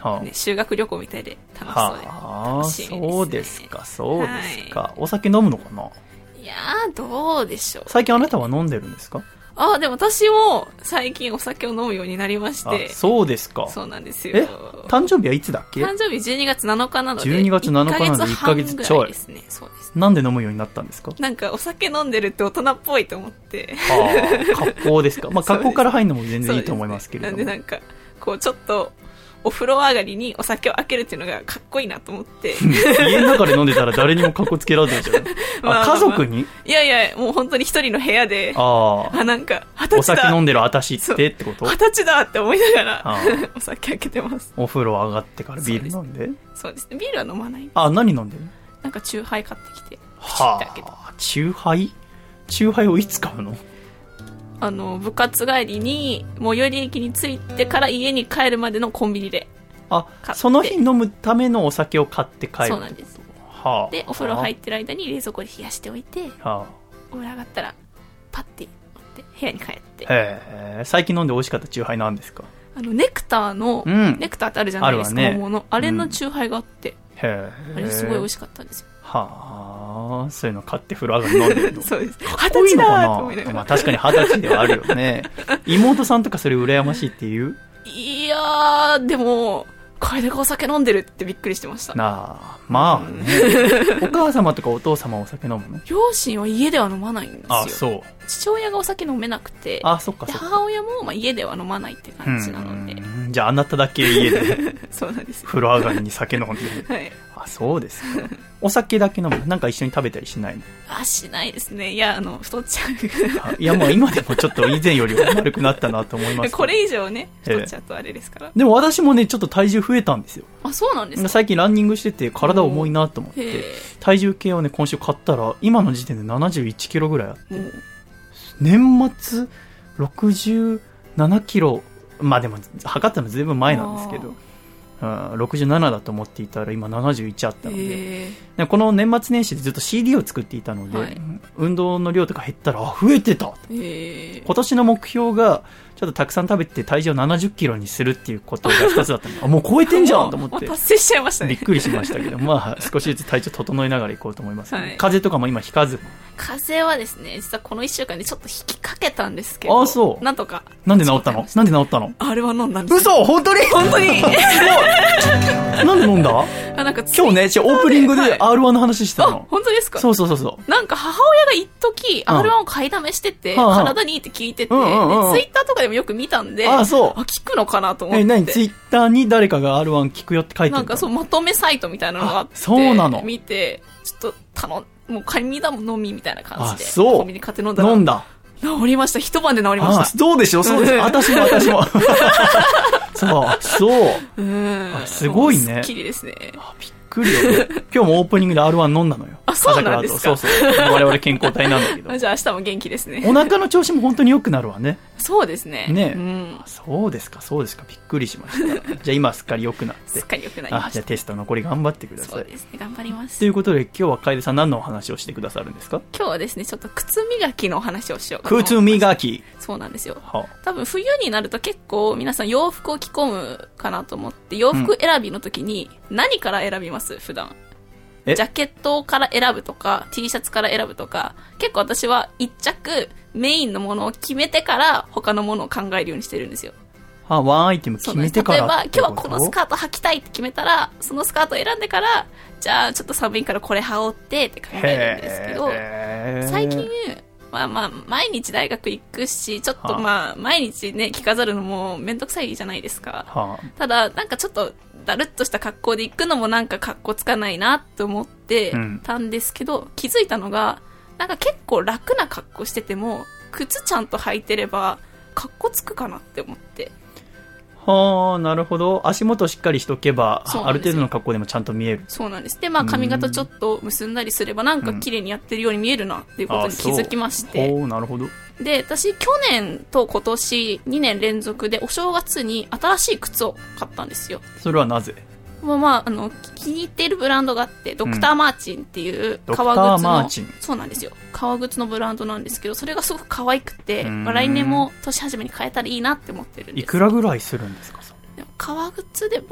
はあね、修学旅行みたいで楽しそうで楽しみですね。 そうですか、そうですか。はい、お酒飲むのかな。 いやー、どうでしょう。 最近あなたは飲んでるんですか。 あ、でも私も最近お酒を飲むようになりまして。 そうですか。 そうなんですよ。 え、誕生日はいつだっけ。 誕生日じゅうにがつなのかなので、 じゅうにがつなのかなのでいっかげつちょいですね。そうです。 なんで飲むようになったんですか。 なんかお酒飲んでるって大人っぽいと思って。 ああ、格好ですか。まあ格好から入るのも全然いいと思いますけれども。 ね、なんでなんかこうちょっとお風呂上がりにお酒を開けるっていうのがかっこいいなと思って家の中で飲んでたら誰にもかっこつけられないじゃん。まあまあまあ、家族にいやいや、もう本当に一人の部屋で、 ああ、なんか二十歳だ、 お酒飲んでる私ってってこと。 二十歳だって思いながらお酒開けてます。 お風呂上がってからビール飲んで。 そうですね、ビールは飲まない。 あ、何飲んでる。 なんかチューハイ買ってきてはあ、チューハイチューハイをいつ買うの。 あの部活帰りに最寄り駅に着いてから家に帰るまでのコンビニで。 あ、その日飲むためのお酒を買って帰る。 そうなんです。はあ、でお風呂入ってる間に冷蔵庫で冷やしておいて、はあ、お風呂上がったらパッて持って部屋に帰って。 へえ。最近飲んで美味しかったチューハイなんですか。 あのネクターの、うん、ネクターってあるじゃないですか、ね、桃のあれのチューハイがあって、うん、へあれすごい美味しかったんですよ。 はあ、そういうの買って風呂上がり飲んでるの。 そうです。 かっこいいのかな。まあ確かに二十歳ではあるよね。妹さんとかそれ羨ましいっていう。 いやー、でも楓がお酒飲んでるってびっくりしてました。 なあ、まあね。お母様とかお父様はお酒飲むの。 両親は家では飲まないんですよ。 あ、そう。 父親がお酒飲めなくて、 あ、そっかそっか。 母親もまあ家では飲まないって感じなので。 じゃああなただけ家で。 そうなんです。 風呂上がりに酒飲んでる。はい。あ、そうですか。お酒だけ飲む。なんか一緒に食べたりしないの。 あ、しないですね。いや、あの太っちゃう。いや、もう今でもちょっと以前よりは丸くなったなと思います。 これ以上ね、太っちゃうとあれですから。 でも私もね、ちょっと体重増えたんですよ。 あ、そうなんですか。 最近ランニングしてて体重いなと思って、体重計をね、今週買ったら、今の時点でななじゅういちキロぐらいあって、年末ろくじゅうななキロ、まあでも測ったのずいぶん前なんですけど、ろくじゅうななだと思っていたら今ななじゅういちあったので、でこの年末年始でずっと シーディー を作っていたので、はい、運動の量とか減ったら、あ、増えてた、今年の目標がちょっとたくさん食べて体重をななじゅっキロにするっていうことが一つだったのであ、もう超えてんじゃんと思って達成しちゃいましたね。 びっくりしましたけど、まあ少しずつ体調整えながらいこうと思います、ね。はい、風邪とかも今引かず。 風邪はですね、実はこのいっしゅうかんでちょっと引きかけたんですけど。 あ、そう。 なんとか。 なんで治ったの？なんで治ったの？ あれは飲んだんです。 嘘？本当に？ 本当に。 なんで飲んだ？ あ、なんか今日ね、オープニングで アールワン の話してたの。 あ、本当ですか？ そうそうそうそう。 なんか母親が一時 アールワン を買いだめしてて、うん、体にいいって聞いてて、うんうんうん、ツイッターとかでもよく見たんで、 あ、そう。 あ、聞くのかなと思って。 え、何？ツイッターに誰かが アールワン 聞くよって書いてるの？ なんかそう、まとめサイトみたいなのがあって、 そうなの。 見て、ちょっと頼ん、もう紙だもん飲みみたいな感じで、 そうコンビニ買って飲んだら。 飲んだ。 治りました。一晩で治りました。あ、 そうでしょ、そうです。私も私も。そう、そう。 うん。 すごいね。 すっきりですね。 あ、びっくりよ、ね。今日もオープニングで アールワン 飲んだのよ。 あ、そうなんですか。 そうそう。我々健康体なんだけど。 じゃあ明日も元気ですね。 お腹の調子も本当に良くなるわね。 そうですね。 ね、うん、そうですか、そうですか。びっくりしました。じゃあ今すっかり良くなって。 すっかり良くなりました。 あ、じゃあテスト残り頑張ってください。 そうですね、頑張ります。 ということで今日は楓さん何のお話をしてくださるんですか？ 今日はですね、ちょっと靴磨きのお話をしようかと。靴磨き。 そうなんですよ。はあ、多分冬になると結構皆さん洋服を着込むかなと思って、洋服選びの時に何から選びます？普段。ジャケットから選ぶとか T シャツから選ぶとか、結構私は一着メインのものを決めてから他のものを考えるようにしてるんですよ。 あ、ワンアイテム決めてから。 例えば今日はこのスカート履きたいって決めたら、そのスカートを選んでから、じゃあちょっと寒いからこれ羽織ってって考えるんですけど、最近まあまあ毎日大学行くし、ちょっとまあ毎日ね着飾るのもめんどくさいじゃないですか。はあ、ただなんかちょっとだるっとした格好で行くのもなんか格好つかないなと思ってたんですけど、うん、気づいたのがなんか結構楽な格好してても靴ちゃんと履いてれば格好つくかなって思って。 はあ、なるほど。足元しっかりしとけばある程度の格好でもちゃんと見える。 そうなんです。で、まあ髪型ちょっと結んだりすればなんか綺麗にやってるように見えるなっていうことに気づきまして、 うん、おー、なるほど。 で、私去年と今年にねん連続でお正月に新しい靴を買ったんですよ。 それはなぜ？ まあまあ、あの気に入っているブランドがあって、ドクターマーチンっていう革靴の、うん、ドクターマーチン、そうなんですよ、革靴のブランドなんですけど、それがすごく可愛くて、まあ、来年も年始めに買えたらいいなって思ってるんです。 いくらぐらいするんですか？ でも革靴でも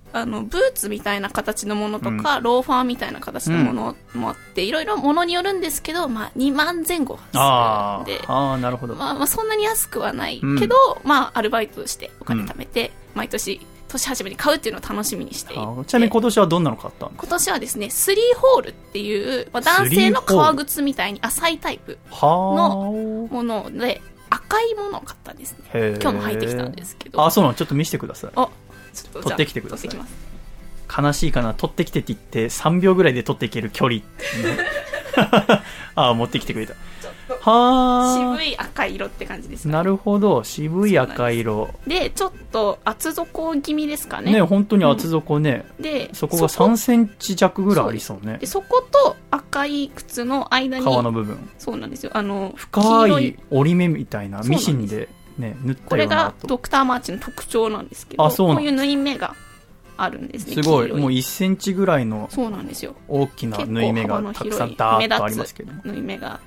あのブーツみたいな形のものとか、うん、ローファーみたいな形のものもあって、うん、いろいろものによるんですけど、まあ、にまんぜん後するんで、 ああ、なるほど。 まあ、まあそんなに安くはないけど、うん、まあアルバイトしてお金貯めて、うん、毎年年始めに買うっていうのを楽しみにしていて。 ちなみに今年はどんなの買ったんですか？ 今年はですね、スリーホールっていう、まあ、男性の革靴みたいに浅いタイプのもので赤いものを買ったんですね。今日も履いてきたんですけど。 あ、そうなの。ちょっと見せてください。 あ、ちょっと取ってきてください。 取ってきます。 悲しいかな、取ってきてって言ってさんびょうぐらいで取っていける距離、ね、ああ、持ってきてくれた。は渋い赤色って感じですかね。 なるほど、渋い赤色で, でちょっと厚底気味ですかね。 ね、本当に厚底ね、 うん、でそこがさんセンチ弱ぐらいありそうね。 でそこと赤い靴の間に革の部分、 そうなんですよ、あの深い折り目みたいなミシンで、ね、縫ったような。 これがドクターマーチの特徴なんですけど、 あ、そうなん、 こういう縫い目があるんですね。 すごい、もういっセンチぐらいの大きな縫い目がたくさんダーッとありますけど、 縫い目があって、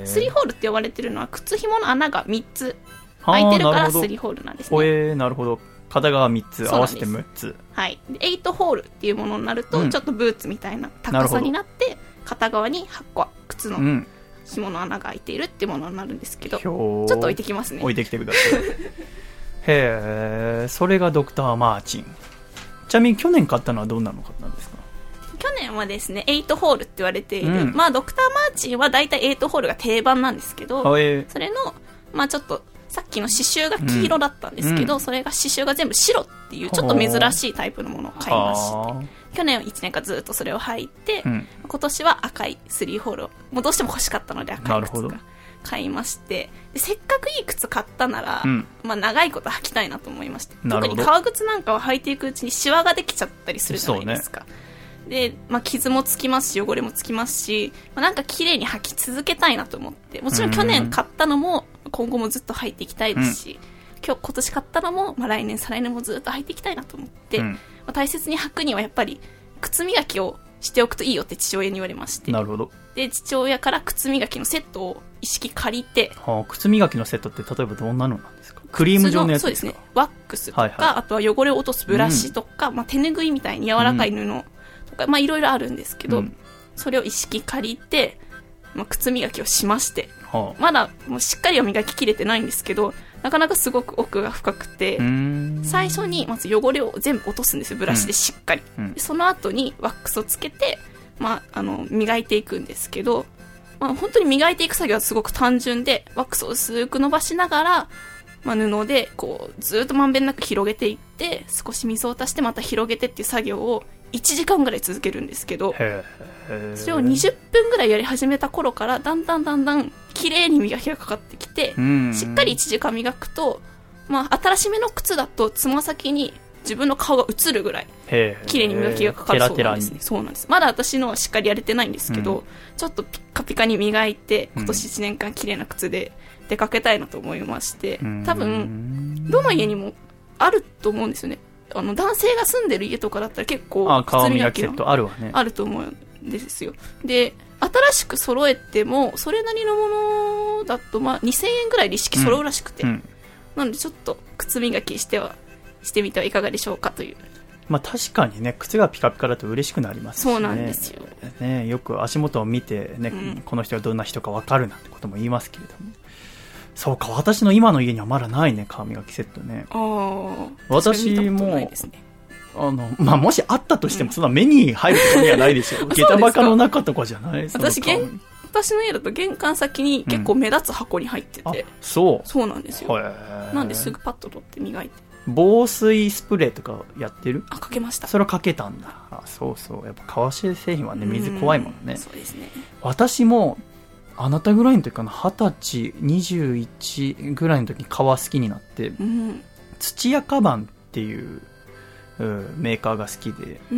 スリーホールって呼ばれてるのは靴紐の穴がみっつ開いてるからスリーホールなんですね。 えー、なるほど。片側みっつ合わせてむっつ。 はい。エイトホールっていうものになると、うん、ちょっとブーツみたいな高さになって片側にはっこ靴の紐の穴が開いているっていうものになるんですけど、うん、ちょっと置いてきますね。 置いてきてください。へー、それがドクターマーチン。ちなみに去年買ったのはどんなの買ったんですか？ 去年はですね、エイトホールって言われている、うん、まあドクターマーチンはだいたいエイトホールが定番なんですけど、 えー、 それのまあちょっとさっきの刺繍が黄色だったんですけど、うん、それが刺繍が全部白っていうちょっと珍しいタイプのものを買いまして、去年はいちねんかんずっとそれを履いて、うん、今年は赤いスリーホールをもうどうしても欲しかったので赤い靴が買いまして、でせっかくいい靴買ったなら、うん、まあ、長いこと履きたいなと思いまして、特に革靴なんかは履いていくうちにシワができちゃったりするじゃないですか。で、まあ、傷もつきますし汚れもつきますし、まあ、なんか綺麗に履き続けたいなと思って、もちろん去年買ったのも今後もずっと履いていきたいですし、うん、今日今年買ったのも、まあ、来年再来年もずっと履いていきたいなと思って、うん、まあ、大切に履くにはやっぱり靴磨きをしておくといいよって父親に言われまして、 なるほど。 で父親から靴磨きのセットを一式借りて、 はあ、靴磨きのセットって例えばどんなのなんですか？クリーム状のやつですか？ そうですね、ワックスとか、はいはい、あとは汚れを落とすブラシとか、うん、まあ、手ぬぐいみたいに柔らかい布とか、うん、まあ、いろいろあるんですけど、うん、それを一式借りて、まあ、靴磨きをしまして、はあ、まだもうしっかりは磨ききれてないんですけど、なかなかすごく奥が深くて、最初にまず汚れを全部落とすんですよ、ブラシでしっかり、うん、でその後にワックスをつけて、まあ、あの磨いていくんですけど、まあ、本当に磨いていく作業はすごく単純で、ワックスを薄く伸ばしながら、まあ、布でこうずっとまんべんなく広げていって、少し水を足してまた広げてっていう作業をいちじかんぐらい続けるんですけど、それをにじゅっぷんぐらいやり始めた頃からだんだんだんだん綺麗に磨きがかかってきて、しっかりいちじかん磨くと、まあ、新しめの靴だとつま先に自分の顔が映るぐらい綺麗に磨きがかかるそうなんですね。そうなんです。まだ私のはしっかりやれてないんですけど、うん、ちょっとピッカピカに磨いて今年いちねんかん綺麗な靴で出かけたいなと思いまして、うん、多分どの家にもあると思うんですよね。あの男性が住んでる家とかだったら結構靴磨きのあるわね、 あると思うんですよ。で新しく揃えてもそれなりのものだと、まあ、にせんえんぐらいで一式揃うらしくて、うんうん、なのでちょっと靴磨きしてはしてみてはいかがでしょうかという。 まあ、確かにね、靴がピカピカだと嬉しくなりますしね。 そうなんですよ、 ね、よく足元を見て、ね、うん、この人がどんな人か分かるなんてことも言いますけれども、そうか、私の今の家にはまだないね、歯磨きセットね。 あ、 私も、あの、まあ、もしあったとしても、そんな目に入るところにはないでしょう。下駄箱の中とかじゃない。 私私の家だと玄関先に結構目立つ箱に入ってて、うん、 そうそうなんですよ。なんですぐパッと取って磨いて。 防水スプレーとかやってる？ あ、かけました。 それをかけたんだ。あ、そうそう、やっぱ革製製品はね、水怖いもんね。 そうですね。 私もあなたぐらいの時かな、はたちにじゅういちぐらいの時に革好きになって、うん、土屋カバンっていうメーカーが好きで、うん、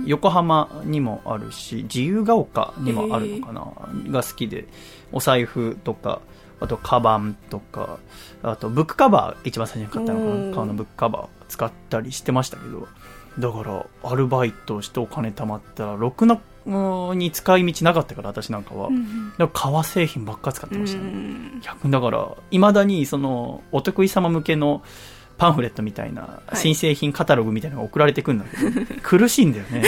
横浜にもあるし自由が丘にもあるのかな、が好きで、お財布とか、あとカバンとか、あとブックカバー一番最初に買ったのかな、革のブックカバーを使ったりしてましたけど、だからアルバイトしてお金貯まったらろくなに使い道なかったから、私なんかは、うん、だから革製品ばっか使ってましたね、うん、逆だから未だにそのお得意様向けのパンフレットみたいな新製品カタログみたいなのが送られてくるんだけど、はい、苦しいんだよね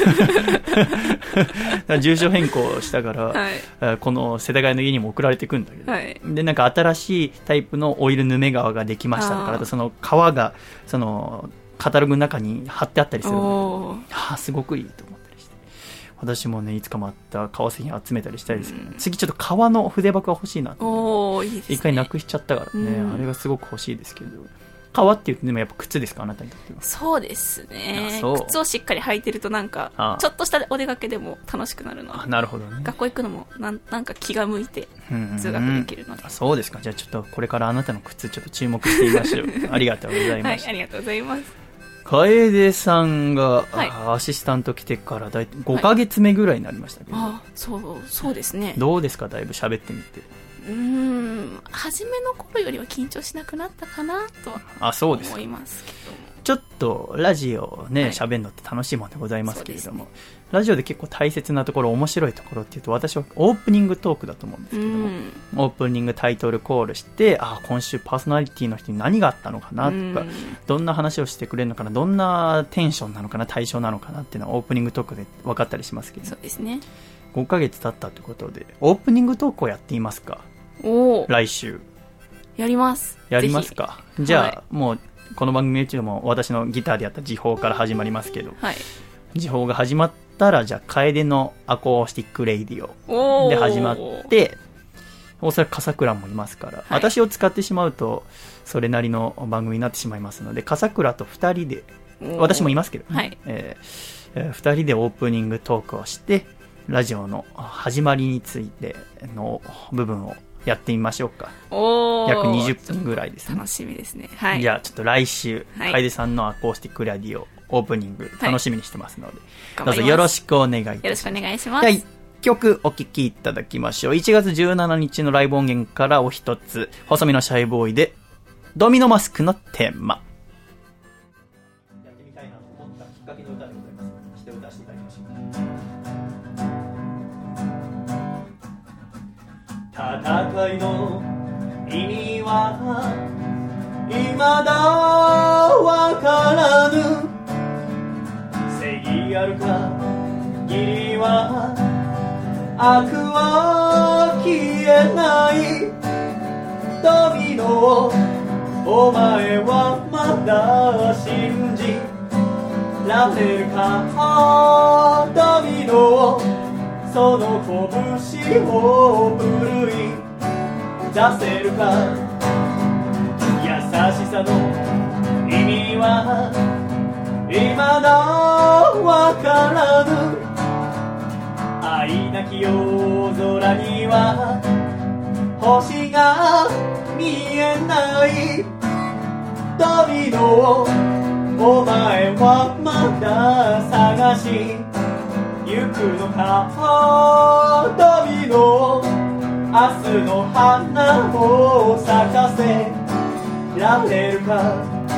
住所変更したから、はい、この世田谷の家にも送られてくるんだけど、はい、でなんか新しいタイプのオイルヌメ革ができましたから、その革がそのカタログの中に貼ってあったりするので、あすごくいいと思ったりして、私もねいつかまた革製品集めたりしたいですけど、うん、次ちょっと革の筆箱が欲しいなと思って、いいですね、一回なくしちゃったからね、うん、あれがすごく欲しいですけど、革って言ってでもやっぱ靴ですか、あなたにとっては。 そうですね、靴をしっかり履いてるとなんかちょっとしたお出かけでも楽しくなるので、 あなるほど、ね、 学校行くのもなん、なんか気が向いて通学できるので、 うんうん、そうですか。じゃあちょっとこれからあなたの靴ちょっと注目してみましょうありがとうございます、 はい、ありがとうございます。 楓さんが、はい、アシスタント来てからだいごかげつめぐらいになりましたけど、はい、 あそうそうですね。 どうですか、だいぶ喋ってみて。 うーん初めの頃よりは緊張しなくなったかなとは思いますけども、 ちょっとラジオね喋、はい、るのって楽しいもんでございますけれども、ね、ラジオで結構大切なところ、面白いところっていうと、私はオープニングトークだと思うんですけども、うん、オープニングタイトルコールして、あ今週パーソナリティの人に何があったのかなとか、うん、どんな話をしてくれるのかな、どんなテンションなのかな、対象なのかなっていうのはオープニングトークで分かったりしますけど、 そうですね。 ごかげつ経ったということでオープニングトークをやっていますか。 お来週やります。 やりますか。じゃあ、はい、もうこの番組中も私のギターでやった時報から始まりますけど、はい、時報が始まったら、じゃあ楓のアコースティックレイディオで始まって、おそらく笠倉もいますから、はい、私を使ってしまうとそれなりの番組になってしまいますので、笠倉とふたりで、私もいますけど、ねはいえーえー、ふたりでオープニングトークをして、ラジオの始まりについての部分をやってみましょうか。 お約にじゅっぷんぐらいですね。 楽しみですね。はい。 じゃあちょっと来週、はい、楓さんのアコースティックラディオオープニング楽しみにしてますので、はい、どうぞよろしくお願いいたします。 よろしくお願いします。じゃあいっきょくお聴きいただきましょう。いちがつじゅうしちにちのライブ音源からお一つ、細身のシャイボーイでドミノマスクのテーマ。やってみたいなと思ったきっかけの歌でございます。して歌していただきましょう。戦いの意味は未だわからぬ。正義あるか義理は悪は消えない。ドミノをお前はまだ信じられるか。ドミノをその拳を奮い出せるか。優しさの意味は未だわからぬ。愛なき夜空には星が見えない。ドミノをお前はまだ探し行くのか。ドミノ明日の花を咲かせられるか。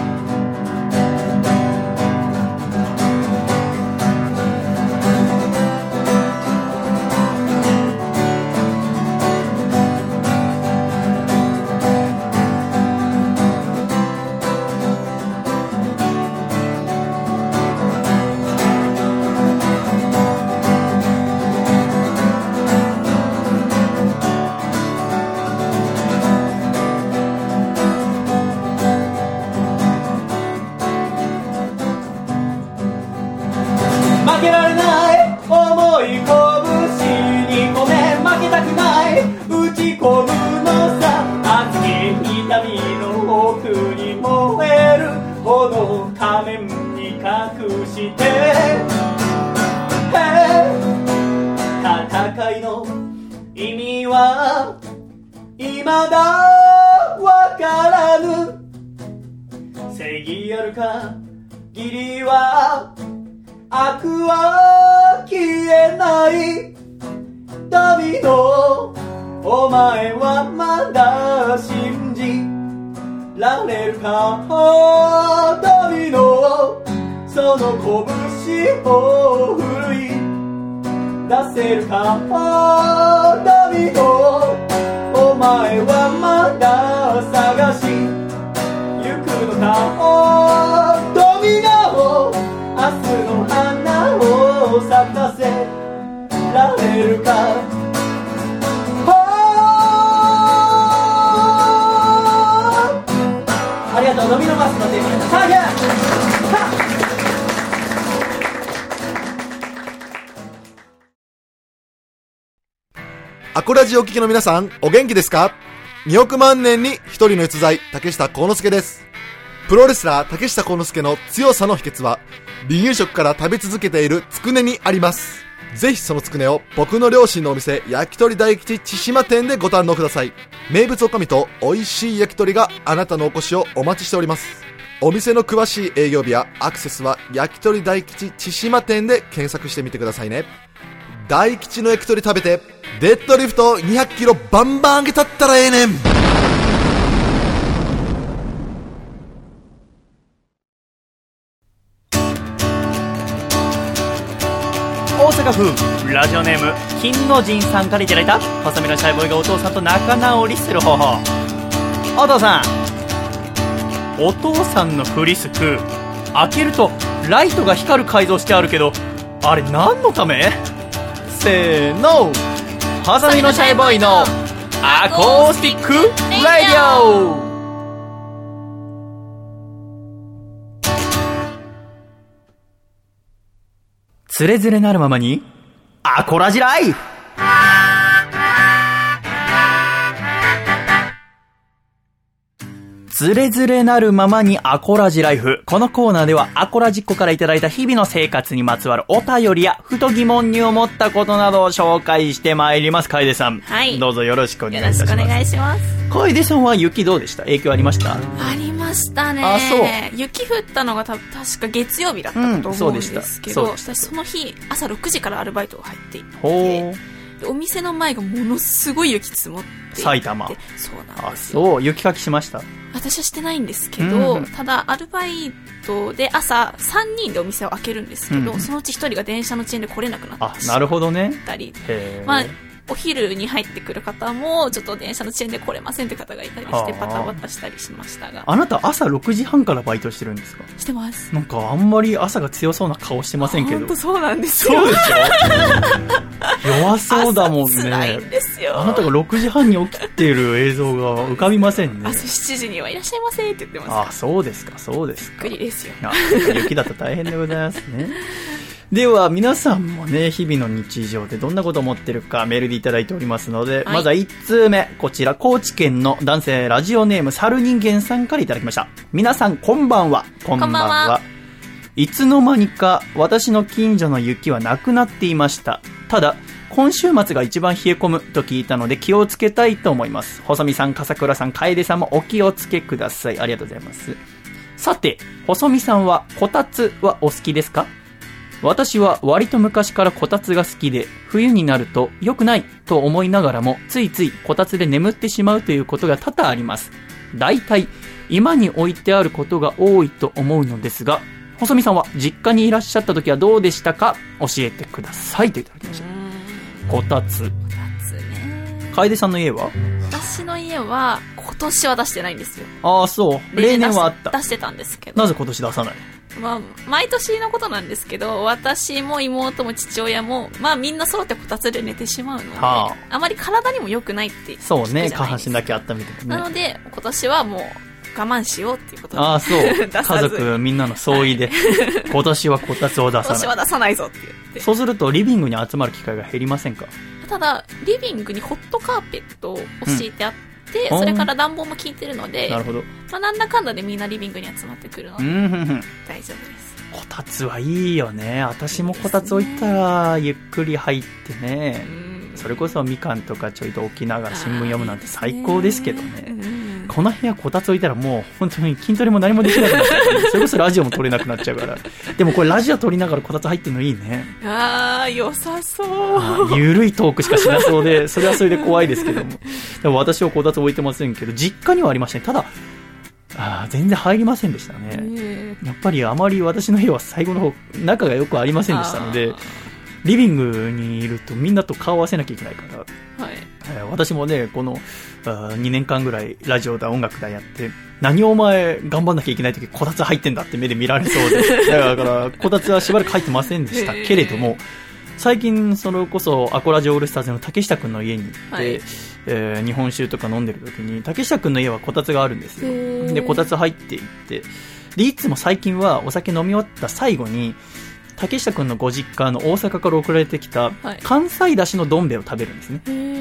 負けられない重い拳に込め、負けたくない打ち込むのさ。熱き痛みの奥に燃える炎仮面に隠して、戦いの意味は未だわからぬ。正義あるか義理は悪は消えない。ドミノお前はまだ信じられるか。ドミノその拳を奮い出せるか。ドミノお前はまだ探し行くのか。 アコラジお聞きの皆さん、お元気ですか？におく万年に一人の逸材、竹下幸之助です。プロレスラー竹下幸之助の強さの秘訣は、離乳食から食べ続けているつくねにあります。ぜひそのつくねを僕の両親のお店、焼き鳥大吉千島店でご堪能ください。名物おかみと美味しい焼き鳥があなたのお越しをお待ちしております。お店の詳しい営業日やアクセスは焼き鳥大吉千島店で検索してみてくださいね。大吉の焼き鳥食べてデッドリフトにひゃくキロバンバン上げたったらええねん。 大阪府ラジオネーム金の神さんからいただいた細身のシャイボーイがお父さんと仲直りする方法。お父さん、お父さんのフリスク開けるとライトが光る改造してあるけど、あれ何のため？せーの、細身のシャイボーイのアコースティックラディオ。つれづれなるままにアコラジライフ。つれづれなるままにアコラジライフ。このコーナーではアコラジっ子からいただいた日々の生活にまつわるお便りやふと疑問に思ったことなどを紹介してまいります。楓さん、はい、どうぞよろしくお願いいたします。 よろしくお願いします。 楓さんは雪どうでした？影響ありました？ ありましたね。 あ、そう。 雪降ったのがた確か月曜日だったと思うんですけど、うん、そ私その日朝ろくじからアルバイトが入っていて、 ほうお店の前がものすごい雪積もっていて、 埼玉。 そうなんですよ。 あ、そう。雪かきしました？ 私はしてないんですけど、うん、ただアルバイトで朝さんにんでお店を開けるんですけど、うん、そのうちひとりが電車の遅延で来れなくなってしまったり、あ、なるほどね。まあお昼に入ってくる方もちょっと電車の遅延で来れませんって方がいたりしてバタバタしたりしましたが。 あなた朝ろくじはんからバイトしてるんですか？ してます。 なんかあんまり朝が強そうな顔してませんけど。 本当そうなんですよ。 そうでしょ弱そうだもんね。 朝辛いんですよ。 あなたがろくじはんに起きている映像が浮かびませんね。 朝しちじにはいらっしゃいませって言ってます。 あ、そうですか、そうですか。 びっくりですよ。 雪だと大変でございますね。では皆さんもね、日々の日常でどんなことを思ってるかメールでいただいておりますので、はい、まずはいち通目、こちら高知県の男性ラジオネーム猿人間さんからいただきました。皆さんこんばんは。 こんばんは。こんばんは。 いつの間にか私の近所の雪はなくなっていました。ただ今週末が一番冷え込むと聞いたので気をつけたいと思います。細見さん、笠倉さん、楓さんもお気をつけください。ありがとうございます。さて、細見さんはこたつはお好きですか？私は割と昔からこたつが好きで、冬になると良くないと思いながらもついついこたつで眠ってしまうということが多々あります。だいたい居間に置いてあることが多いと思うのですが、細見さんは実家にいらっしゃった時はどうでしたか？教えてくださいといただきました。こたつ。こたつね。 楓さんの家は？ 私の家は今年は出してないんですよ。 ああ、そう。例年はあった。 出してたんですけど。 なぜ今年出さない？ まあ、毎年のことなんですけど、私も妹も父親も、まあみんな揃ってこたつで寝てしまうので、はあ、あまり体にも良くないってそうね、下半身だけ温めてね。 なので、今年はもう我慢しようっていうことで。 ああ、そう。家族みんなの総意で、はい、今年はこたつを出さない。 今年は出さないぞって言って。 そうすると、リビングに集まる機会が減りませんか？ ただ、リビングにホットカーペットを敷いてあって、うんでそれから暖房も効いてるので、 なるほど。 まあ、なんだかんだでみんなリビングに集まってくるので、 うんふんふん大丈夫です。 こたつはいいよね。私もこたつ置いたらゆっくり入ってね、それこそみかんとかちょいと置きながら新聞読むなんて最高ですけどね。この部屋こたつ置いたらもう本当に筋トレも何もできなくなっちゃう、ね、それこそラジオも撮れなくなっちゃうから。でもこれラジオ撮りながらこたつ入ってるのいいね。 あー、良さそう。 ゆるいトークしかしなそうで、それはそれで怖いですけども。でも私はこたつ置いてませんけど、実家にはありましたね。ただあ全然入りませんでしたね。やっぱりあまり私の部屋は最後の方仲がよくありませんでしたので、リビングにいるとみんなと顔を合わせなきゃいけないから、はいえー、私もねこのあにねんかんぐらいラジオだ音楽だやって何をお前頑張んなきゃいけないときこたつ入ってんだって目で見られそうでだからこたつはしばらく入ってませんでしたけれども、最近それこそアコラジオールスターズの竹下くんの家に行って、はいえー、日本酒とか飲んでる時に竹下くんの家はこたつがあるんですよ。でこたつ入っていってでいつも最近はお酒飲み終わった最後に竹下くんのご実家の大阪から送られてきた関西だしのどん兵衛を食べるんですね。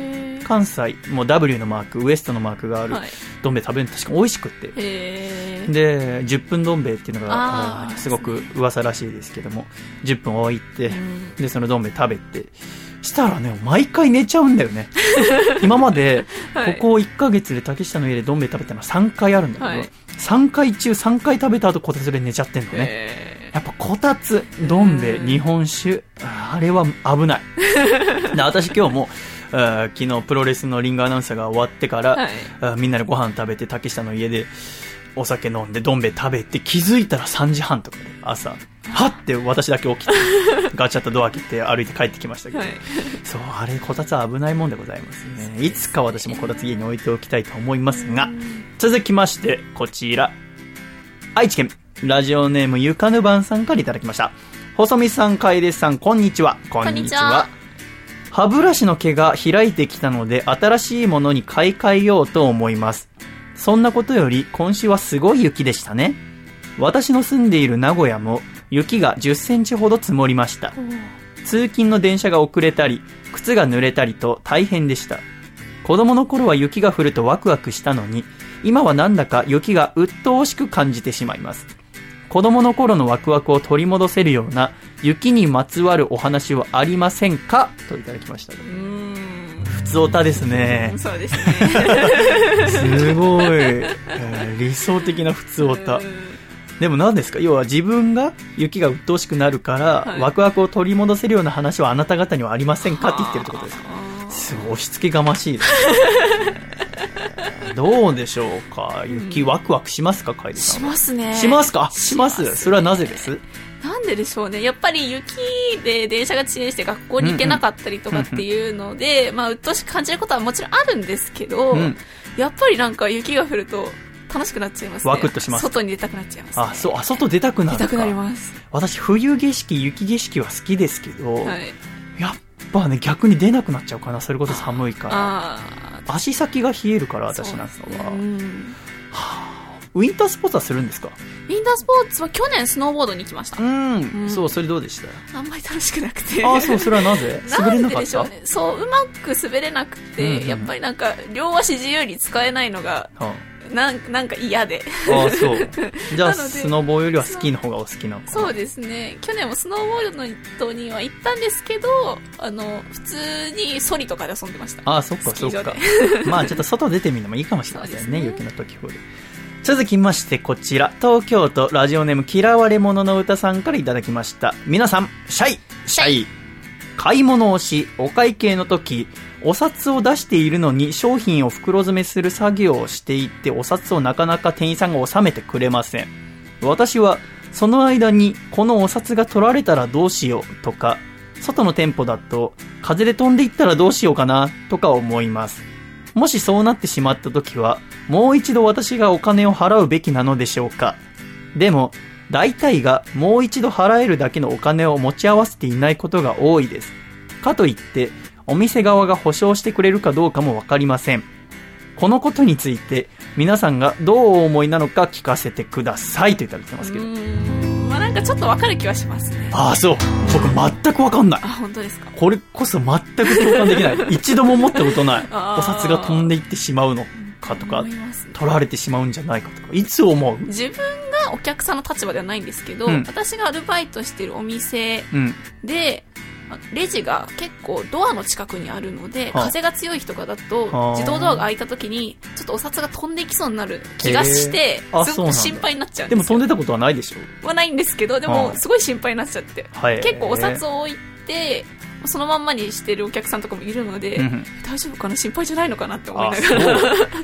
関西もう ダブリュー のマークウエストのマークがあるどん兵衛食べるの確か美味しくって、 へー、 でじゅっぷんどん兵衛っていうのがすごく噂らしいですけども、じゅっぷん置いて、うん、でそのどん兵衛食べてしたらね毎回寝ちゃうんだよね今までここいっかげつで竹下の家でどん兵衛食べたのはさんかいあるんだけど、はい、さんかい中さんかい食べた後こたつで寝ちゃってんのね。やっぱこたつ、どん兵衛、日本酒、あれは危ないで私今日も昨日プロレスのリングアナウンサーが終わってから、はい、みんなでご飯食べて竹下の家でお酒飲んでどん兵衛食べて気づいたらさんじはんとかで朝はって私だけ起きてガチャッとドア開けて歩いて帰ってきましたけど、はい、そうあれこたつは危ないもんでございますね。いつか私もこたつ家に置いておきたいと思いますが、続きましてこちら愛知県ラジオネームゆかぬばんさんからいただきました。細見さん、楓さん、こんにちは。 こんにちは。 歯ブラシの毛が開いてきたので新しいものに買い替えようと思います。そんなことより今週はすごい雪でしたね。私の住んでいる名古屋も雪がじゅっセンチほど積もりました。通勤の電車が遅れたり靴が濡れたりと大変でした。子供の頃は雪が降るとワクワクしたのに今はなんだか雪が鬱陶しく感じてしまいます。子供の頃のワクワクを取り戻せるような雪にまつわるお話はありませんかといただきました。うーん、普通おたですね。 そうですねすごい、えー、理想的な普通おた。でも何ですか、要は自分が雪が鬱陶しくなるから、はい、ワクワクを取り戻せるような話はあなた方にはありませんかって言ってるってことですか。すごい押し付けがましいですねどうでしょうか、雪ワクワクしますか、楓さん。 しますね。 しますか。します。それはなぜです？ なんででしょうね。やっぱり雪で電車が遅延して学校に行けなかったりとかっていうので、うんうん、まあ鬱陶しく感じることはもちろんあるんですけど、うん、やっぱりなんか雪が降ると楽しくなっちゃいますね。 ワクッとします。 外に出たくなっちゃいます、ね。 あ、そう、あ、外出たくなるか。 出たくなります。 私冬景色、雪景色は好きですけど、はい、やっぱね逆に出なくなっちゃうかな。それこそ寒いから。あ、足先が冷えるから私なんかは、ね、はあ、ウィンタースポーツはするんですか？ ウィンタースポーツは去年スノーボードに行きました。 うん、うん、そう、それどうでした？ あんまり楽しくなくて。 あ、そう、それはなぜ？滑れなかった？なんででしょうね。 そう、うまく滑れなくて、うんうん、やっぱりなんか両足自由に使えないのが、はあ、なんなんか嫌で。 ああ、そう。じゃあスノボよりはスキーの方がお好きなのかな？ そうですね。去年もスノーボードには行ったんですけど、あの普通にソリとかで遊んでました。 ああ、そっかそっか。まあちょっと外出てみるのもいいかもしれません ね, ね雪の時ほど。続きましてこちら、東京都ラジオネーム嫌われ者の歌さんからいただきました。皆さんシャイシャイ。買い物をしお会計の時お札を出しているのに商品を袋詰めする作業をしていて、お札をなかなか店員さんが納めてくれません。私はその間にこのお札が取られたらどうしようとか、外の店舗だと風で飛んでいったらどうしようかなとか思います。もしそうなってしまった時はもう一度私がお金を払うべきなのでしょうか。でも大体がもう一度払えるだけのお金を持ち合わせていないことが多いです。かといってお店側が保証してくれるかどうかもわかりません。このことについて皆さんがどうお思いなのか聞かせてくださいといただいてますけど。うーん、まあ、なんかちょっとわかる気はしますね。 ああ、そう、僕全くわかんない。 あ、本当ですか。 これこそ全く共感できない一度も思ったことないお札が飛んでいってしまうのかとか、取られてしまうんじゃないかとか、いつ思う？ 自分がお客さんの立場ではないんですけど、うん、私がアルバイトしてるお店で、うん、レジが結構ドアの近くにあるので、はあ、風が強い日とかだと自動ドアが開いた時にちょっとお札が飛んでいきそうになる気がして、すごく心配になっちゃうんですよ。 でも飛んでたことはないでしょ？ はないんですけど、でもすごい心配になっちゃって、はあ、結構お札を置いてそのまんまにしてるお客さんとかもいるので、うん、大丈夫かな、心配じゃないのかなって思いながら。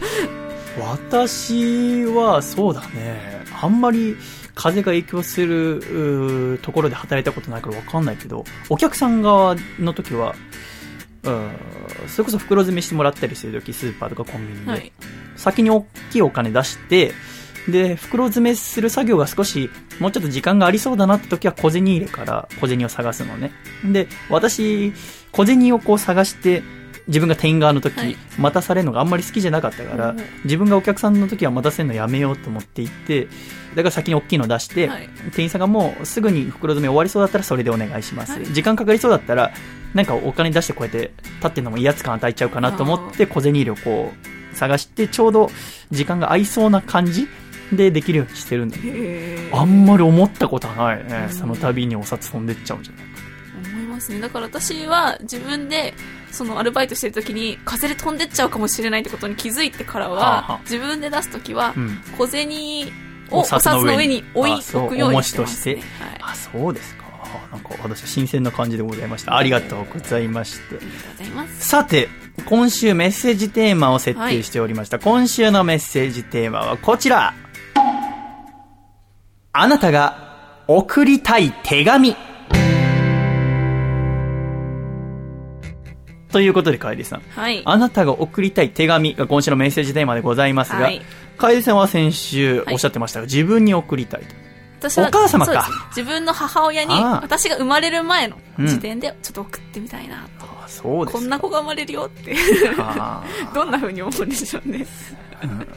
私はそうだね、あんまり風が影響するところで働いたことないから分かんないけど、お客さん側の時は、うん、それこそ袋詰めしてもらったりする時、スーパーとかコンビニで、はい、先に大きいお金出して、で袋詰めする作業が少しもうちょっと時間がありそうだなって時は小銭入れから小銭を探すのね。で私小銭をこう探して自分が店員側の時、 はい、 待たされるのがあんまり好きじゃなかったから、うん、自分がお客さんの時は待たせるのやめようと思っていて、だから先に大きいの出して、はい、店員さんがもうすぐに袋詰め終わりそうだったらそれでお願いします、はい、時間かかりそうだったらなんかお金出してこうやって立ってるのも威圧感与えちゃうかなと思って小銭入れをこう探してちょうど時間が合いそうな感じでできるようにしてるんだけど、あんまり思ったことはないね、うん、その度にお札飛んでっちゃうんじゃないか思いますね。だから私は自分でそのアルバイトしてる時に風で飛んでっちゃうかもしれないってことに気づいてからは、はあ、自分で出す時は小銭をお札の上に置い置くようにしてますね。 重しとして、はい、あ、そうですか。なんか私は新鮮な感じでございました。ありがとうございました。 ありがとうございます。 さて、今週メッセージテーマを設定しておりました、はい、今週のメッセージテーマはこちら。あなたが送りたい手紙ということで、楓さん、 はい、 あなたが送りたい手紙が今週のメッセージテーマでございますが、はい、楓さんは先週おっしゃってましたが、はい、自分に送りたいと。 私はお母様か。 自分の母親に私が生まれる前の時点でちょっと送ってみたいなと、うん、あ、そうですか。こんな子が生まれるよってどんな風に思うんでしょうね、うん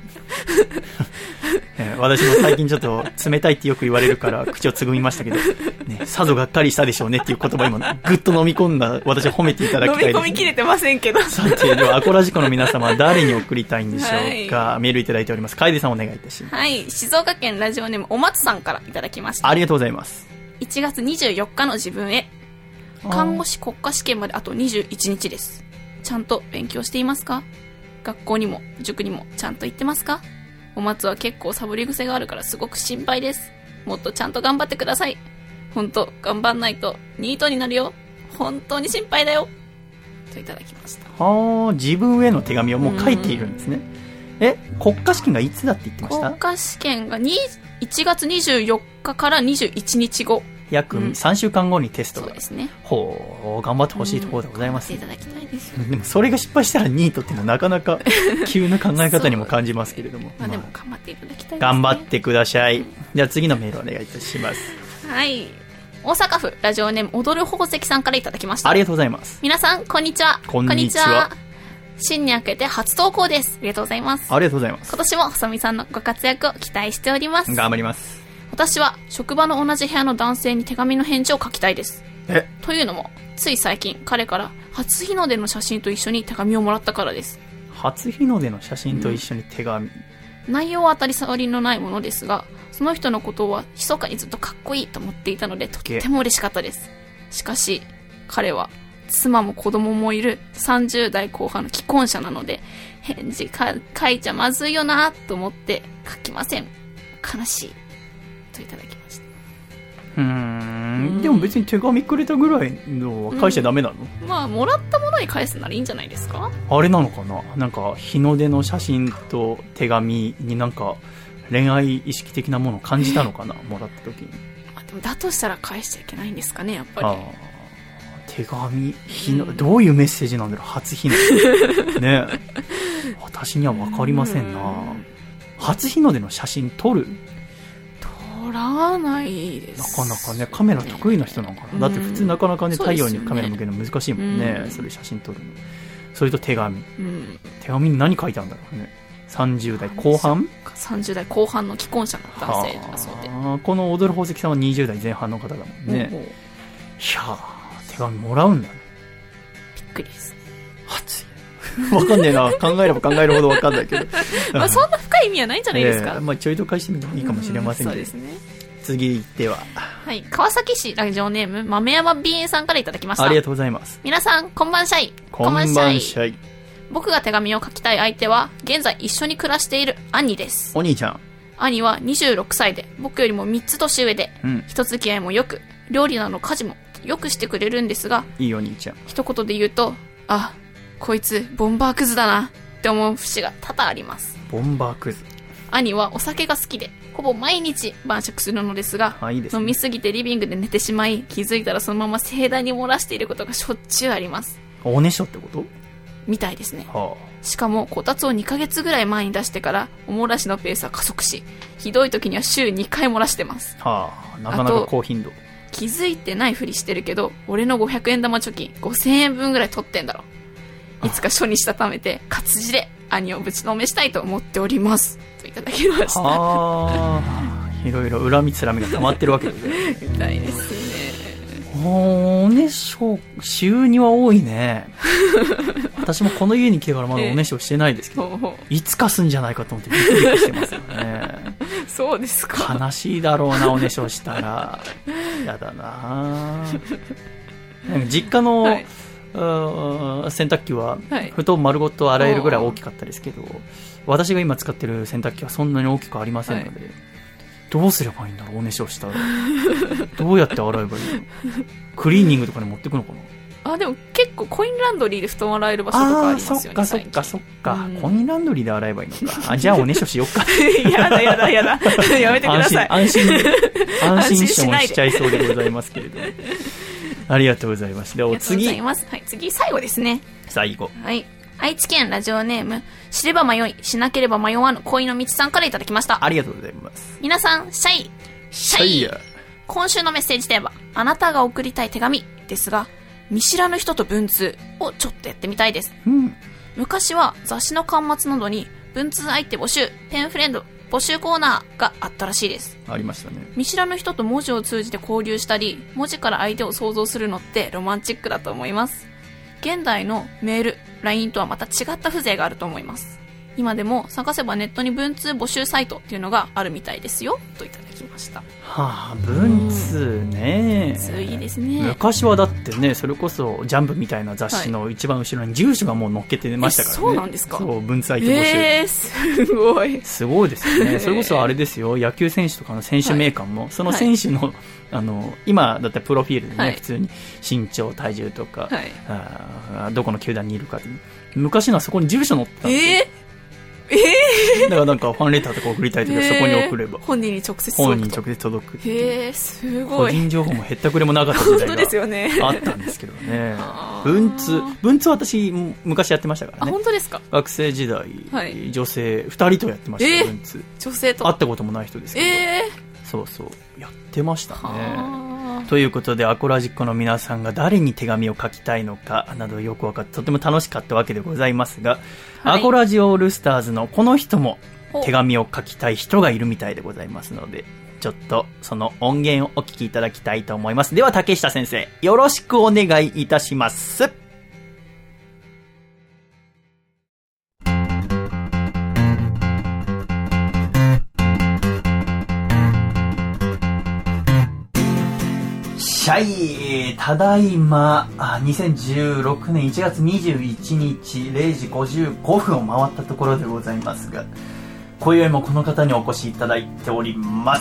えー、私も最近ちょっと冷たいってよく言われるから口をつぐみましたけど、ね、さぞがっかりしたでしょうねっていう言葉今ぐっと飲み込んだ私は褒めていただきたいです、ね、 飲み込みきれてませんけど。 さて、ではアコラジコの皆様は誰に送りたいんでしょうか、はい、メールいただいております。楓さんお願いいたします。 はい、静岡県ラジオネームお松さんからいただきました。 ありがとうございます。 いちがつにじゅうよっかの自分へ。看護師国家試験まであとにじゅういちにちです。ちゃんと勉強していますか？学校にも塾にもちゃんと行ってますか？お松は結構サボり癖があるからすごく心配です。もっとちゃんと頑張ってください。本当頑張んないとニートになるよ。本当に心配だよ。といただきました。 はあ、自分への手紙をもう書いているんですね。え、国家試験がいつだって言ってました？ 国家試験がいちがつにじゅうよっかからにじゅういちにちご。 約さんしゅうかんごにテストが、 そうですね。 ほう、頑張ってほしいところでございます、 うん、頑張っていただきたいです。 でもそれが失敗したらニートっていうのはなかなか急な考え方にも感じますけれどもまあでも頑張っていただきたいですね。 頑張ってください。では次のメールお願いいたします。 はい、大阪府ラジオネーム踊る宝石さんからいただきました。 ありがとうございます。 皆さんこんにちは。 こんにちは。 新年明けて初投稿です。ありがとうございます。 ありがとうございます。 今年も細見さんのご活躍を期待しております。 頑張ります。 私は職場の同じ部屋の男性に手紙の返事を書きたいです。 えというのもつい最近彼から初日の出の写真と一緒に手紙をもらったからです。 初日の出の写真と一緒に手紙、うん、 内容は当たり障りのないものですが、その人のことは密かにずっとかっこいいと思っていたのでとっても嬉しかったです。しかし彼は妻も子供もいるさんじゅうだいこう半の既婚者なので返事か書いちゃまずいよなと思って書きません。悲しいといただきました。 うーん、でも別に手紙くれたぐらいのは返しちゃダメなの？ うん、まあもらったものに返すならいいんじゃないですか。 あれなのかな、なんか日の出の写真と手紙になんか恋愛意識的なものを感じたのかなもらった時に。 まあ、でもだとしたら返しちゃいけないんですかね、やっぱり。あ、 手紙日の、うん、どういうメッセージなんだろう、初日の出ね。私には分かりませんな。初日の出の写真撮る？ 撮らないですね。なかなかね、カメラ得意な人なのかな。だって普通なかなかね、太陽にカメラ向けるの難しいもんね、うん、それ写真撮るの。それと手紙、うん、手紙に何書いてあるんだろうね。さんじゅうだいこう半さんじゅうだいこう半の既婚者の男性だそうで、 この踊る宝石さんはにじゅうだいぜん半の方だもんね。いやー、手紙もらうんだね。 びっくりですね。 初わかんねえな。考えれば考えるほどわかんないけどまあそんな深い意味はないんじゃないですか、 えーまあ、ちょいと返してみてもいいかもしれませんけど、うん、そうですね。次行っては、 はい、川崎市ラジオネーム豆山 ビーエー さんからいただきました。 ありがとうございます。 皆さんこんばんしゃい。 こんばんしゃい。 僕が手紙を書きたい相手は現在一緒に暮らしている兄です。 お兄ちゃん。 兄はにじゅうろくさいで僕よりもみっつ年上で、うん、人付き合いもよく料理など家事もよくしてくれるんですが、 いいお兄ちゃん。 一言で言うと、あ、こいつボンバークズだなって思う節が多々あります。 ボンバークズ。 兄はお酒が好きでほぼ毎日晩酌するのですが、 いいですね、 飲みすぎてリビングで寝てしまい気づいたらそのまま盛大に漏らしていることがしょっちゅうあります。 おねしょってことみたいですね、 はあ、しかもこたつをにかげつぐらい前に出してからお漏らしのペースは加速し、ひどい時には週にかい漏らしてます。 はあ、なかなか高頻度。 気づいてないふりしてるけど俺のごひゃくえん玉貯金ごせんえんぶんぐらい取ってんだろ。 いつか書にしたためて活字で兄をぶちのめしたいと思っておりますといただきました。 あいろいろ恨みつらみが溜まってるわけですね。 みたいですね。 おねしょ収入は多いね。私もこの家に来てからまだおねしょしてないですけど、えー、いつかすんじゃないかと思ってびっくりしてますよね。 そうですか。 悲しいだろうな、おねしょしたら。やだな。実家の、はい、洗濯機は布団丸ごと洗えるぐらい大きかったですけど、はい、私が今使ってる洗濯機はそんなに大きくありませんので、はい、どうすればいいんだろう、おねしょしたら。どうやって洗えばいいの？クリーニングとかに持ってくのかな。 あ、でも結構コインランドリーで布団洗える場所とかありますよね。 あ、そっかそっかそっか、うん、コインランドリーで洗えばいいのか。あ、じゃあおねしょしよっか。 やだやだやだ。やめてください。 安心、安心、安心しちゃいそうでございますけれど。ありがとうございます。で、お次。 ありがとうございます。はい、次、最後ですね。 最後。 はい。愛知県ラジオネーム、知れば迷い、しなければ迷わぬ恋の道さんからいただきました。 ありがとうございます。 皆さん、シャイ。 シャイや。 今週のメッセージテーマ、あなたが送りたい手紙ですが、見知らぬ人と文通をちょっとやってみたいです。 うん、 昔は雑誌の巻末などに文通相手募集、ペンフレンド募集コーナーがあったらしいです。 ありましたね。 見知らぬ人と文字を通じて交流したり、文字から相手を想像するのってロマンチックだと思います。現代のメール、ライン とはまた違った風情があると思います。今でも探せばネットに文通募集サイトっていうのがあるみたいですよといただきました。 はあ、文通ね。 文通いいですね。 昔はだってね、それこそジャンプみたいな雑誌の一番後ろに住所がもう載っけてましたからね。 そうなんですか。 そう、文通相手募集。 えー、すごい。 すごいですよね。それこそあれですよ、野球選手とかの選手名鑑も、はい、その選手の、はい、あの今だったらプロフィールでね、はい、普通に身長、体重とか、はい、あどこの球団にいるかって、昔のはそこに住所載ってたんですよ。えーえー、だからなんかファンレターとか送りたいときはそこに送れば、 えー、本人に直接届くと。 本人に直接届くっていう。 へー、すごい。 個人情報もへったくれもなかった時代があったんですけどね。文通、文通私昔やってましたからね。 あ、本当ですか。 学生時代、はい、女性ふたりとやってました、えー、文通。 女性と会ったこともない人ですけど、 えー、そうそうやってましたね。ということで、アコラジックの皆さんが誰に手紙を書きたいのかなどよく分かってとても楽しかったわけでございますが、はい、アコラジオールスターズのこの人も手紙を書きたい人がいるみたいでございますので、ちょっとその音源をお聞きいただきたいと思います。では竹下先生、よろしくお願いいたします。はい、ただいまにせんじゅうろくねんいちがつにじゅういちにちれいじごじゅうごふんを回ったところでございますが、今宵もこの方にお越しいただいております。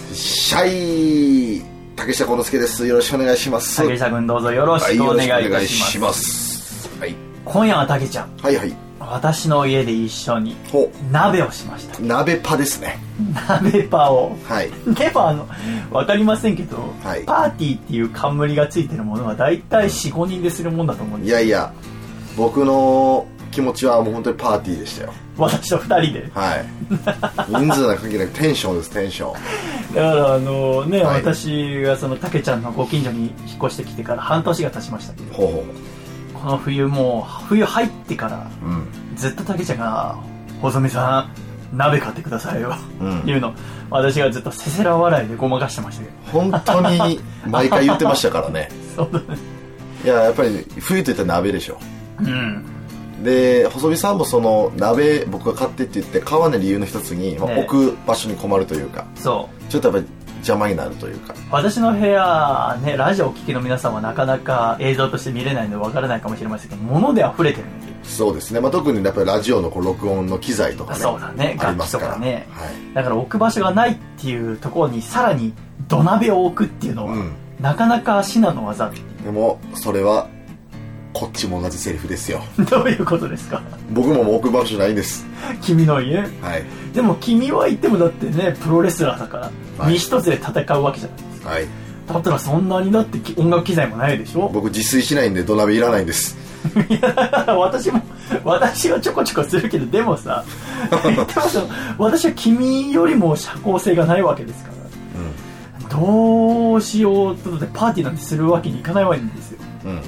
シャイ竹下幸之助です。よろしくお願いします。 竹下君、どうぞよろしくお願いいたします。はい、よろしくお願いします。 はい、 今夜は竹ちゃん、 はいはい、 私の家で一緒に鍋をしました。 鍋パですね。 鍋パを、 はい、 でもあの分かりませんけど、 はい、 パーティーっていう冠がついてるものはだいたい よん,ご 人でするもんだと思うんです。 いやいや、僕の気持ちはもう本当にパーティーでしたよ。 私とふたりで、 はい、人数なんか関係なくテンションです。テンションだからあのね、はい、私がそのたけちゃんのご近所に引っ越してきてから半年が経ちましたけど、 ほうほう、この冬もう冬入ってから、うん、ずっとたけちゃんが細見さん鍋買ってくださいよ、うん、いうの私がずっとせせら笑いでごまかしてましたけど、 本当に毎回言ってましたからね。 そうだね。 いや、やっぱり冬といったら鍋でしょ。 うん。 で、細見さんもその鍋僕が買ってって言って買わない理由の一つに、まあ、置く場所に困るというか、 そうちょっとやっぱり邪魔になるというか。 私の部屋ね、ラジオをお聞きの皆さんはなかなか映像として見れないのでわからないかもしれませんけど、物で溢れてるんですよ。 そうですね、まあ、特にやっぱりラジオのこう録音の機材とかね、 そうだね、楽器とかね、はい、だから置く場所がないっていうところにさらに土鍋を置くっていうのは、うん、なかなか至難の技。 でもそれはこっちも同じセリフですよ。 どういうことですか。僕ももう置く場所ないんです。 君の家、 はい、 でも君は言ってもだってね、プロレスラーだから、はい、身一つで戦うわけじゃないですか、 はい、 だったらそんなにだって音楽機材もないでしょ。 僕自炊しないんで土鍋いらないんです。 いや、私も私はちょこちょこするけど、でもさでもさ、私は君よりも社交性がないわけですから、うん、どうしようとパーティーなんてするわけにいかないわけですよ、 うん、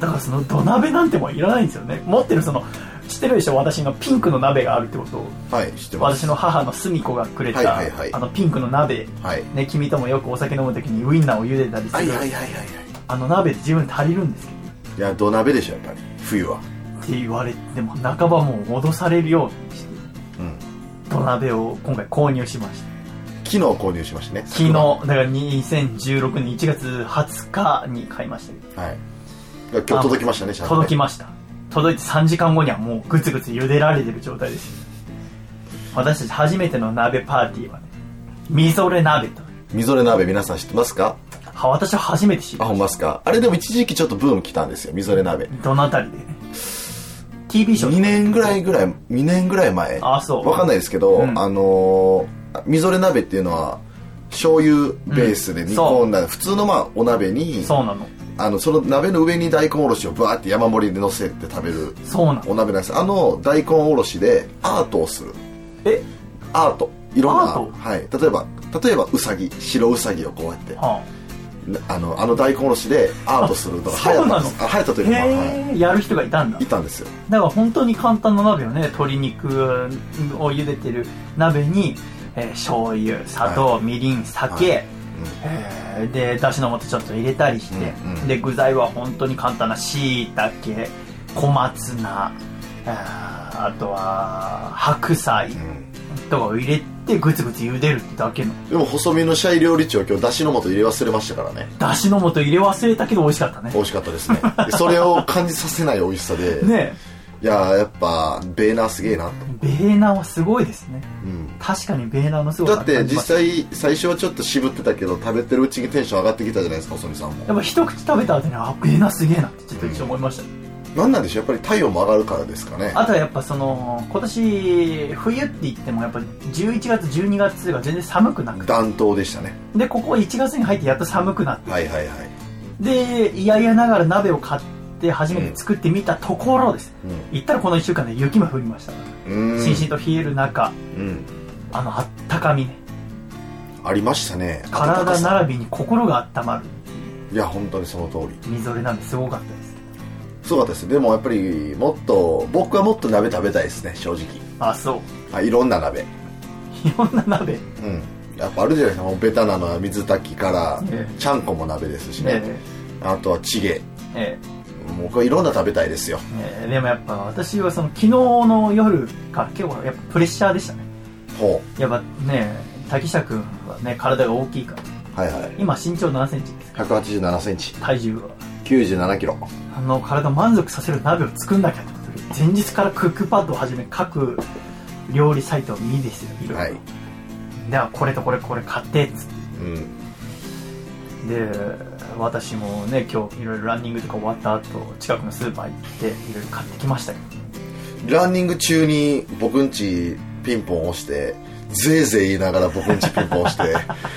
だからその土鍋なんてもいらないんですよね。持ってるその知ってるでしょ、私のピンクの鍋があるってことを。 はい知ってます。 私の母のすみ子がくれた、 はいはいはい、 あのピンクの鍋、はい、ね、君ともよくお酒飲むときにウインナーを茹でたりする、はいはいはいはい、あの鍋で十分足りるんですけど、いや土鍋でしょやっぱり冬はって言われても半ばもう脅されるようにして、うん、土鍋を今回購入しました。 昨日購入しましたね。 昨日だからにせんじゅうろくねんいちがつはつかに買いましたけど、はい、 今日届きましたね。ちゃんとね届きました。届いてさんじかんごにはもうグツグツ茹でられてる状態です。私たち初めての鍋パーティーはね、みぞれ鍋と。 みぞれ鍋皆さん知ってますか？ は、私は初めて知りました。 あ、ほんますか。あれでも一時期ちょっとブーム来たんですよ、みぞれ鍋。 どのあたりで？ ティーブイ ショーにねんぐらいぐらいにねんぐらい前。 あ、そうわかんないですけど、うん、あのー、みぞれ鍋っていうのは醤油ベースで煮込んだ、うん、普通のまあお鍋に、 そうなの、 あのその鍋の上に大根おろしをバーって山盛りで乗せて食べるお鍋なんです。あの大根おろしでアートをする。 え？ アート、いろんな、はい、例えば例えばうさぎ、白うさぎをこうやって、はあ、あのあの大根おろしでアートするのが流行ったんです。あ、流行ったというか、 はい、やる人がいたんだ。 いたんですよ。 だから本当に簡単な鍋よね。鶏肉を茹でてる鍋に、えー、醤油、砂糖、はい、みりん、酒、はい、えー、でだしの素ちょっと入れたりして、うんうん、で具材は本当に簡単なしいたけ、小松菜、あ, あとは白菜とかを入れてグツグツ茹でるってだけの。 でも細身のシャイ料理長今日だしの素入れ忘れましたからね。 だしの素入れ忘れたけど美味しかったね。 美味しかったですね。それを感じさせない美味しさでね。いややっぱベーナーすげえなと。 ベーナーはすごいですね、うん、確かにベーナーのすごさだって実際最初はちょっと渋ってたけど食べてるうちにテンション上がってきたじゃないですか、細見さんも。 やっぱ一口食べた後にあベーナーすげえなってちょっと一緒思いました、ね、 うん、なんなんでしょう、やっぱり体温も上がるからですかね。 あとはやっぱその今年冬って言ってもやっぱじゅういちがつじゅうにがつが全然寒くなくて暖冬でしたね。でここいちがつに入ってやっと寒くなって、 はいはいはい、 でいやいやながら鍋を買ってで初めて作ってみたところです、うん、行ったらこのいっしゅうかんで雪も降りました。しんしんと冷える中、うん、あのあったかみねありましたね。 体並びに心が温まる。 いや本当にその通り。 みぞれ鍋すごかったです。 すごかったです。でもやっぱりもっと僕はもっと鍋食べたいですね、正直。 あ、そう。 あ、いろんな鍋いろんな鍋、 うん、やっぱあるじゃないですか。もうベタなのは水炊きから、ええ、ちゃんこも鍋ですしね、ええ、あとはチゲ、ええ、もうこれいろんな食べたいですよ、 えー、でもやっぱ私はその昨日の夜から結構やっぱプレッシャーでしたね。ほう。やっぱね滝下君はね体が大きいから、はいはい、今身長何センチですか？ ひゃくはちじゅうななセンチ、 体重はきゅうじゅうななキロ。 あの体満足させる鍋を作んなきゃってことで前日からクックパッドをはじめ各料理サイトを見ですよ、いろいろ、はい、ではこれとこれこれ買ってっつって、うん、で私もね今日いろいろランニングとか終わった後近くのスーパー行っていろいろ買ってきましたけど、ランニング中に僕んちピンポン押してぜいぜい言いながら僕んちピンポン押して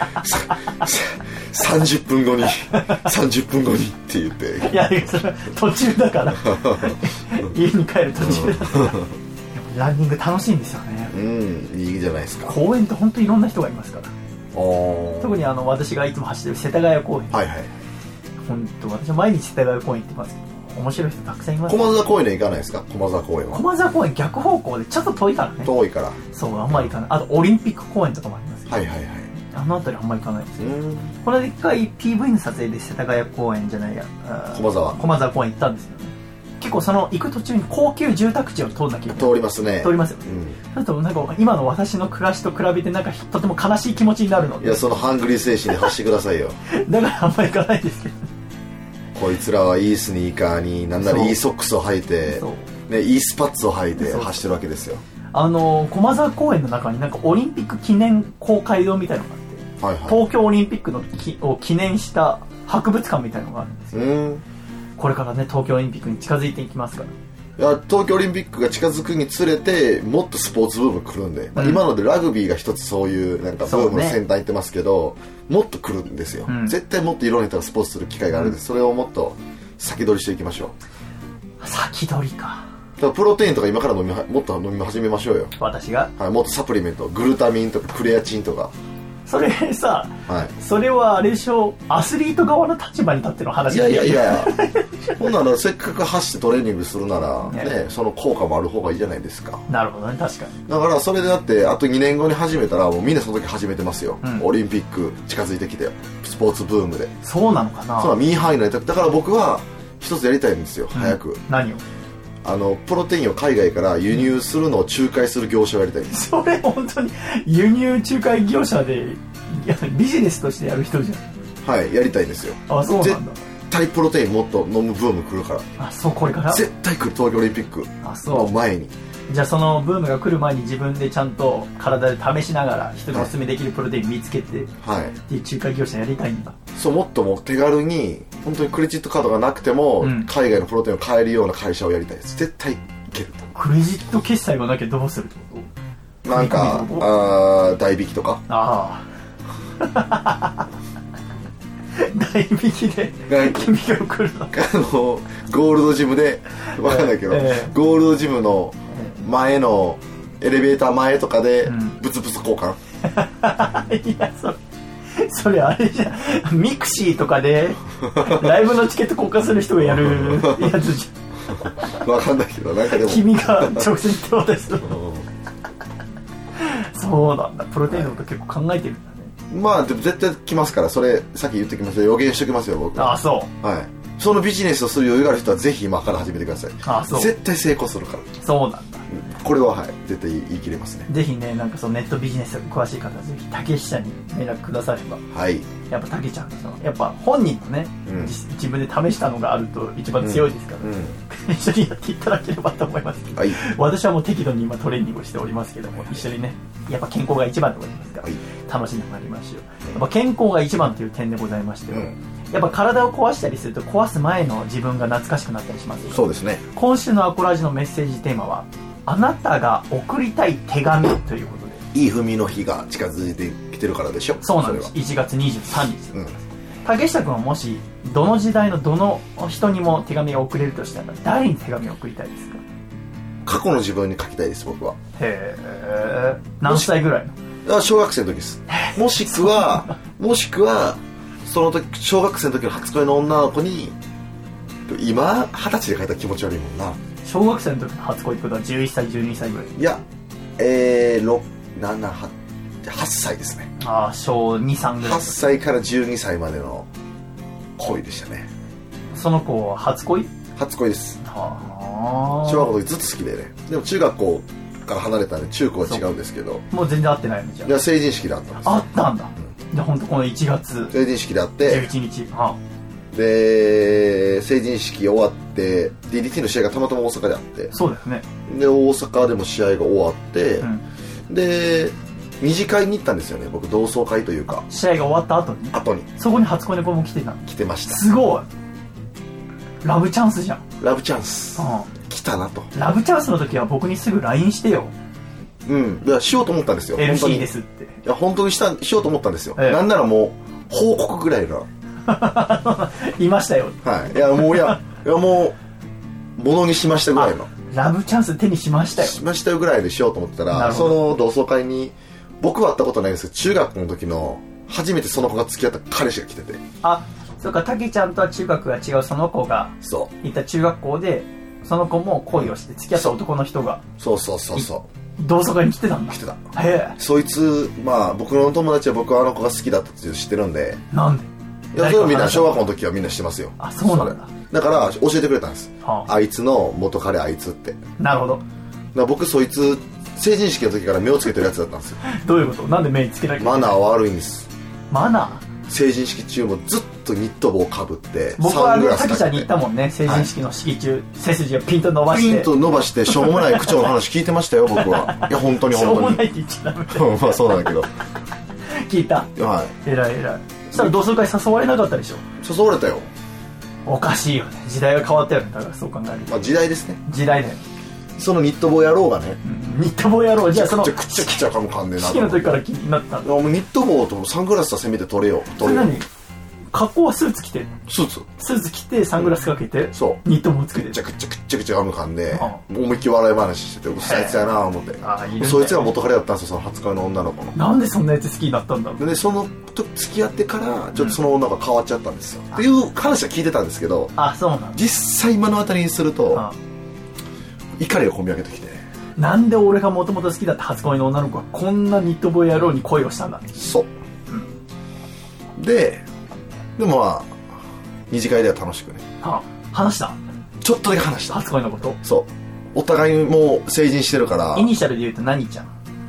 さんじゅっぷんごにさんじゅっぷんごにって言って、 いやそれ途中だから家に帰る途中だからランニング楽しいんですよね。 うん、いいじゃないですか。 公園って本当にいろんな人がいますから、特にあの私がいつも走ってる世田谷公園、はいはい、本当私は毎日世田谷公園行ってますけど面白い人たくさんいます、ね、 駒沢公園には行かないですか？駒沢公園は駒沢公園逆方向でちょっと遠いからね。 遠いからそうあんまり行かない。あとオリンピック公園とかもありますけど、はいはいはい、あの辺りあんまり行かないですよ。これで一回 ピーブイ の撮影で世田谷公園じゃないや駒沢駒沢公園行ったんですよね。結構その行く途中に高級住宅地を通んなきゃいけない。 通りますね。 通りますよね、うん、だとなんか今の私の暮らしと比べてなんかとても悲しい気持ちになるので、 いやそのハングリー精神で走ってくださいよだからあんまり行かないですけどこいつらはいいスニーカーになんならいいソックスを履いて、ね、いいスパッツを履いて走ってるわけですよ。 あの駒沢公園の中になんかオリンピック記念公会堂みたいなのがあって、はいはい、東京オリンピックのきを記念した博物館みたいなのがあるんですよ。うん、これからね東京オリンピックに近づいていきますから。 いや東京オリンピックが近づくにつれてもっとスポーツブーム来るんで、うん、今のでラグビーが一つそういうなんかブームの先端行ってますけど、ね、もっと来るんですよ、うん、絶対もっといろんな人がスポーツする機会があるんで、うん、それをもっと先取りしていきましょう。先取りか。 だからプロテインとか今から飲みもっと飲み始めましょうよ。 私が、 はい、もっとサプリメントグルタミンとかクレアチンとかそれさ、はい、それはあれでしょ、アスリート側の立場に立っての話。 いやいやいやほんならせっかく走ってトレーニングするなら、ね、その効果もある方がいいじゃないですか。 なるほどね、確かに。 だからそれでだってあとにねんごに始めたらもうみんなその時始めてますよ、うん、オリンピック近づいてきてスポーツブームで。 そうなのかな。 そうミーハイになりたく、だから僕は一つやりたいんですよ、うん、早く。 何を？ あのプロテインを海外から輸入するのを仲介する業者をやりたいんです。 それ本当に輸入仲介業者でいやビジネスとしてやる人じゃん。はい、やりたいんですよ。 あ、そうなんだ。 絶対プロテインもっと飲むブーム来るから。 あ、そう、これから絶対来る、東京オリンピックの前に。 じゃあそのブームが来る前に自分でちゃんと体で試しながら人におすすめできるプロテイン見つけて、はい、っていう仲介業者やりたいんだ。 そう、もっともう手軽に本当にクレジットカードがなくても、うん、海外のプロテインを買えるような会社をやりたいです。絶対いけると。 クレジット決済がなきゃどうするってこと？なんかあ代引きとか。 ああ代引きで君が送るの。あのゴールドジムで分かんないけど、えー、ゴールドジムの前のエレベーター前とかでブツブツ交換、 うん、いやそれそれあれじゃん、ミクシーとかでライブのチケット交換する人がやるやつじゃん。分かんないけど、なんかでも君が直接手渡すのそうなんだ。プロテインのこと結構考えてるんだね。 まあでも絶対来ますから、それさっき言ってきますよ、予言しておきますよ僕。 ああ、そう。 はい。そのビジネスをする余裕がある人はぜひ今から始めてください。 ああ、そう。 絶対成功するから。 そうなんだ。 これははい絶対言い切れますね。 ぜひね、なんかそのネットビジネス詳しい方はぜひ竹下に連絡くだされば。 はい。 やっぱ竹ちゃんそのやっぱ本人のね、うん、自分で試したのがあると一番強いですから、ね、うん、一緒にやっていただければと思いますけど、はい、私はもう適度に今トレーニングをしておりますけども、一緒にね、やっぱ健康が一番でございますから、はい、楽しんでまいりましょう。やっぱ健康が一番という点でございまして、うん、やっぱ体を壊したりすると壊す前の自分が懐かしくなったりしますよ。 そうですね。 今週のアコラジのメッセージテーマはあなたが送りたい手紙ということで、 いい文の日が近づいてきてるからでしょ。 そうなんです。いちがつにじゅうさんにち、うん、竹下君はもしどの時代のどの人にも手紙が送れるとしたら誰に手紙を送りたいですか？ 過去の自分に書きたいです、僕は。 へえ。何歳ぐらいの？小学生の時です。もしくはもしくはその時小学生の時の初恋の女の子に、今二十歳で書いた気持ち悪いもんな。 小学生の時の初恋ってことはじゅういっさいじゅうにさいぐらい？ いや、えー、ろく、なな、はち、はっさいですね。 ああ、小に、さんぐらい。 はっさいからじゅうにさいまでの恋でしたね。 その子は初恋？ 初恋です。はあ。小学校の時ずっと好きでね。でも中学校から離れたんで中高は違うんですけど、 もう全然会ってないのじゃん。 いや、成人式で会ったんです。 会ったんだ、うん、で本当このいちがつ成人式で会ってじゅういちにち、はあ、 で成人式終わって ディーディーティー の試合がたまたま大阪であって、 そうですね。 で大阪でも試合が終わって、うん、で二次会に行ったんですよね、僕。同窓会というか試合が終わった後に後にそこに初恋の子も来てた。 来てました。 すごいラブチャンスじゃん。 ラブチャンス、うん、来たなと。 ラブチャンスの時は僕にすぐ ライン してよ。 うん、いやしようと思ったんですよ。 エルシー ですって。いや本当にしたしようと思ったんですよ、ええ、なんならもう報告ぐらいのいましたよ。 はい。いやもういやいやもうものにしましたぐらいの。 ラブチャンス手にしましたよ。 しましたよぐらいでしようと思ってたら、その同窓会に僕は会ったことないんですけど、中学の時の初めてその子が付き合った彼氏が来てて。 あ、そうか、タケちゃんとは中学が違うその子がいた中学校で、その子も恋をして付き合った男の人がそうそうそうそう同窓会に来てたんだ。 来てた。 へえ。 そいつ、まあ僕の友達は僕はあの子が好きだったって知ってるんで。 なんで？ いや、それをみんな小学校の時はみんな知ってますよ。 あ、そうなんだ。 だから教えてくれたんです、はあ、あいつの元彼あいつって。 なるほど。だから僕そいつ成人式の時から目をつけてるやつだったんですよ。 どういうこと？なんで目つけなきゃいけない？ マナー悪いんです。 マナー？ 成人式中もずっとニット帽をかぶって、 僕はあのタケちゃんに言ったもんね、成人式の式中、はい、背筋をピンと伸ばしてピンと伸ばしてしょうもない口調の話聞いてましたよ僕は。いや本当に本当にしょうもないって言っちゃダメだよ。 まあそうなんだけど聞いた。 はい。 偉い偉い。そしたら同窓会誘われなかったでしょ？ 誘われたよ。 おかしいよね、時代が変わったよね。だからそう考えると、 まあ、時代ですね。 時代だよ。 そのニット帽野郎がね、 うん、ニット帽野郎じゃあそのくっちゃくちゃかもかんねえな。 式の時から気になったんだ。 もうニット帽とサングラスはせめて取れよ取れよ。 格好はスーツ着てスーツスーツ着てサングラスかけて、 そうニットもつけてくっちゃくちゃくっちゃくちゃガム噛んで、もう思いっきり笑い話してて、うっさいやつやな思って、 あいい、ね、 そいつが元彼だったんですよ、その初恋の女の子の。 なんでそんなやつ好きになったんだろう。 でそのと付き合ってからちょっとその女が変わっちゃったんですよ、うん、っていう話は聞いてたんですけど、 あそうなんだ。 実際目の当たりにすると、ああ怒りがこみ上げてきて、 なんで俺がもともと好きだった初恋の女の子がこんなニットボーイ野郎に恋をしたんだ。 そう、うん、ででもまあ二次会では楽しくね、 はあ、話したちょっとだけ話した初恋のこと。 そうお互いもう成人してるから。 イニシャルで言うと何ちゃん？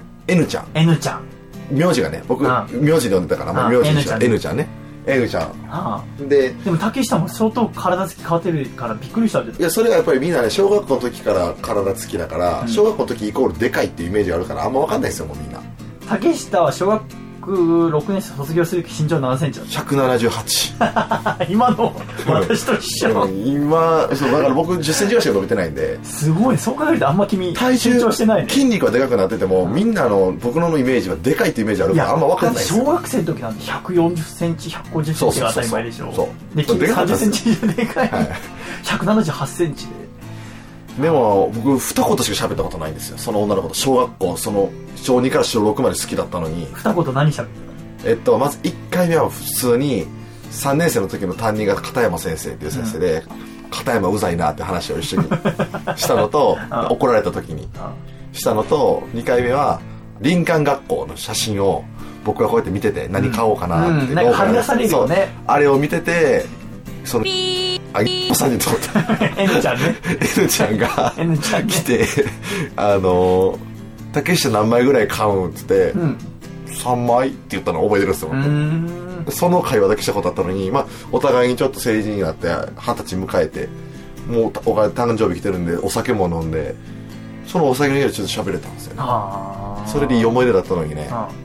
N ちゃん。 N ちゃん名字がね、僕ああ名字で呼んでたから、まあ、名字にした N ちゃんね。N ちゃん、 はあ、 ででも竹下も相当体つき変わってるからびっくりしたんです。 いやそれはやっぱりみんなね小学校の時から体つきだから、うん、小学校の時イコールでかいっていうイメージがあるからあんま分かんないですよもうみんな。竹下は小学ろくねん生卒業する時身長何センチだった？ ひゃくななじゅうはち今の私と一緒今そうだから僕じゅっセンチぐらいしか伸びてないんで。 すごい、そう考えるとあんま君体重成長してないね。 筋肉はでかくなってても、うん、みんなの僕のイメージはでかいっていうイメージあるからあんま分かんないですよ。 小学生の時なんてひゃくよんじゅっセンチひゃくごじゅっセンチが当たり前でしょ。 そうで君さんじゅっセンチ以上でかい、はい、ひゃくななじゅうはちセンチで。 でも僕二言しか喋ったことないんですよその女の子と。小学校その小にから小ろくまで好きだったのに。 二言何喋った？ えっとまずいっかいめは普通にさんねん生の時の担任が片山先生っていう先生で、うん、片山うざいなって話を一緒にしたのと怒られた時にしたのと、にかいめは林間学校の写真を僕がこうやって見てて何買おうかなって、うんうん、 なんか張り出されるよね。 あれを見ててそのあいっさんにと思った N ちゃんね N ちゃんが N ちゃん来てあの竹下何枚ぐらい買うんっつって、うんさんまいって言ったのを覚えてるんですよ。うんその会話だけしたことあったのに、まあ、お互いにちょっと成人になって二十歳迎えてもうお互い誕生日来てるんでお酒も飲んでそのお酒の家でちょっと喋れたんですよね。あそれでいい思い出だったのにね。あ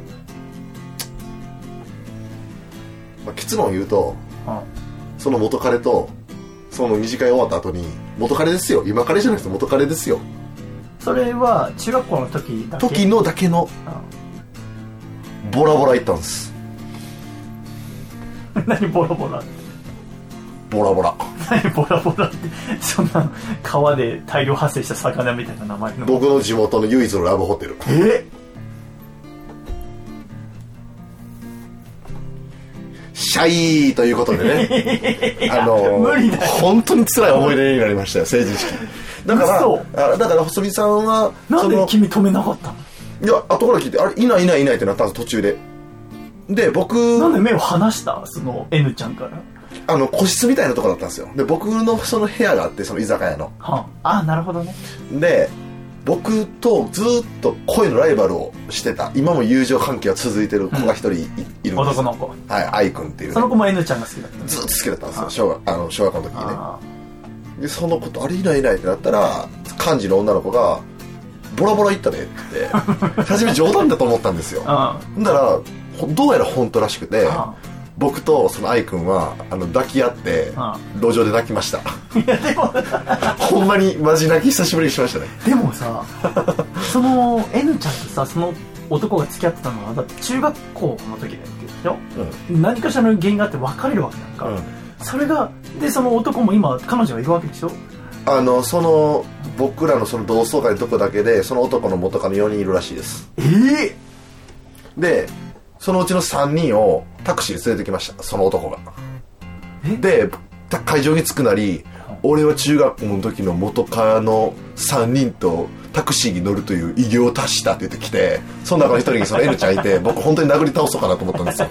まあ、結論言うとあその元彼とその二次会終わった後に元彼ですよ今彼じゃなくて元彼ですよ。 それは中学校の時だけ時のだけのあボラボラ行ったんです何ボラボラってボラボラ何ボラボラってそんな川で大量発生した魚みたいな名前の。 僕の地元の唯一のラブホテル。 えシャイということでねあの無理だよ本当に辛い思い出になりましたよ成人式だからだから細見さんはなんで君止めなかったの？ いや後から聞いてあれいないいないいないってなったんです途中で。で僕なんで目を離したその N ちゃんから。 あの個室みたいなとこだったんですよ。で僕のその部屋があってその居酒屋の、 はあ、あなるほどね。 で僕とずっと恋のライバルをしてた今も友情関係が続いてる子が一人 い,、うん、いるんです。 男の子はい愛くんっていう、ね、 その子も N ちゃんが好きだったずっと好きだったんですよ小学あの小学校の時にね。でその子とあれいないいないってなったら幹事の女の子がボラボラ行ったねって初め冗談だと思ったんですよ。だからどうやら本当らしくて僕とその愛くんはあの抱き合って路上で泣きました。いやでもほんまにマジ泣き久しぶりにしましたね。 でもさその N ちゃんとさその男が付き合ってたのはだって中学校の時だよでしょ、うん、何かしらの原因があって別れるわけなんか、うん、それがでその男も今彼女がいるわけでしょ。 あのその僕らのその同窓会のとこだけでその男の元カノよにんいるらしいです。 えー、 でそのうちのさんにんをタクシーで連れてきましたその男が。で会場に着くなり俺は中学校の時の元カノさんにんとタクシーに乗るという偉業を達したって言ってきてその中の一人にその N ちゃんいて僕本当に殴り倒そうかなと思ったんですよ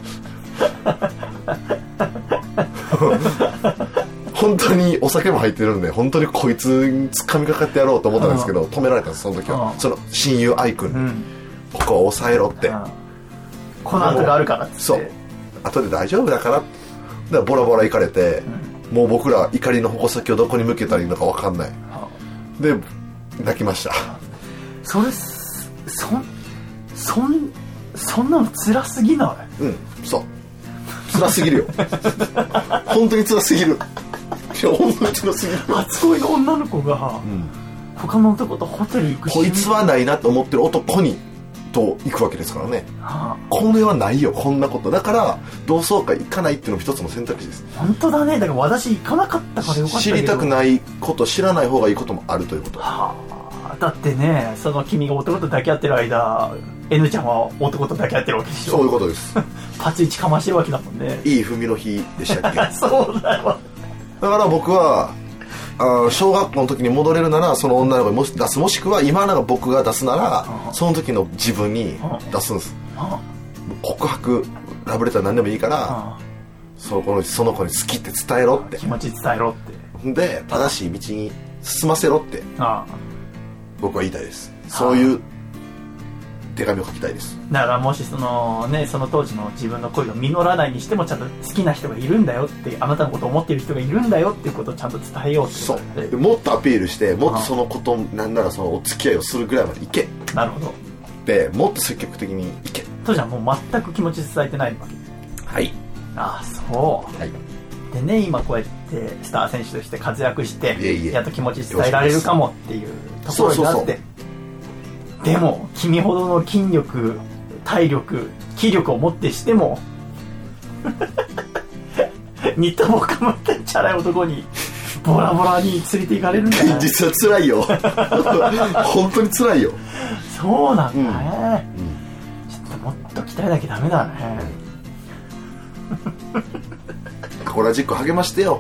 本当にお酒も入ってるんで本当にこいつに掴みかかってやろうと思ったんですけど止められたんですその時は。その親友愛くんに、うん、ここは抑えろってこの後があるからってそう後で大丈夫だからだからボラボラ行かれて、うん、もう僕ら怒りの矛先をどこに向けたらいいのか分かんない、はあ、で泣きました。 それそんそんそんなの辛すぎない？ うんそう辛すぎるよ本当に辛すぎる。いや本当に辛すぎる。 初恋の女の子が、うん、他の男とホテル行くこいつはないなと思ってる男にと行くわけですからね、はあ、この世はないよこんなこと。だから同窓会行かないっていうのも一つの選択肢です。 本当だね。だから私行かなかったからよかったけど、 知りたくないこと知らない方がいいこともあるということ、 はあ、だってね、その君が男と抱き合ってる間 N ちゃんは男と抱き合ってるわけでしょ。 そういうことです。 パツイチかましてるわけだもんね。 いい文の日でしたっけそうだよ。 だから僕はあ小学校の時に戻れるならその女の子にもし出す、もしくは今なんか僕が出すならその時の自分に出すんです。告白ラブレター何でもいいからその子のその子に好きって伝えろって、 気持ち伝えろってで正しい道に進ませろって僕は言いたいです。そういう手紙を書きたいです。 だからもしそのね、その当時の自分の恋が実らないにしてもちゃんと好きな人がいるんだよって、あなたのことを思っている人がいるんだよっていうことをちゃんと伝えようってことで、 そうもっとアピールして、もっとそのことなんならそのお付き合いをするぐらいまでいけ。 なるほど。 でもっと積極的にいけ。 そうじゃん、もう全く気持ち伝えてないわけ。 はい。 ああそう、はい、でね、今こうやってスター選手として活躍していえいえやっと気持ち伝えられるかもっていうところになって、そうそうそう、でも君ほどの筋力体力気力をもってしてもニット帽かぶってチャラい男にボラボラに連れて行かれるんだね。 実は辛いよ本当に辛いよ。 そうなんだね、うんうん、ちょっともっと鍛えなきゃダメだね。 コラジック励ましてよ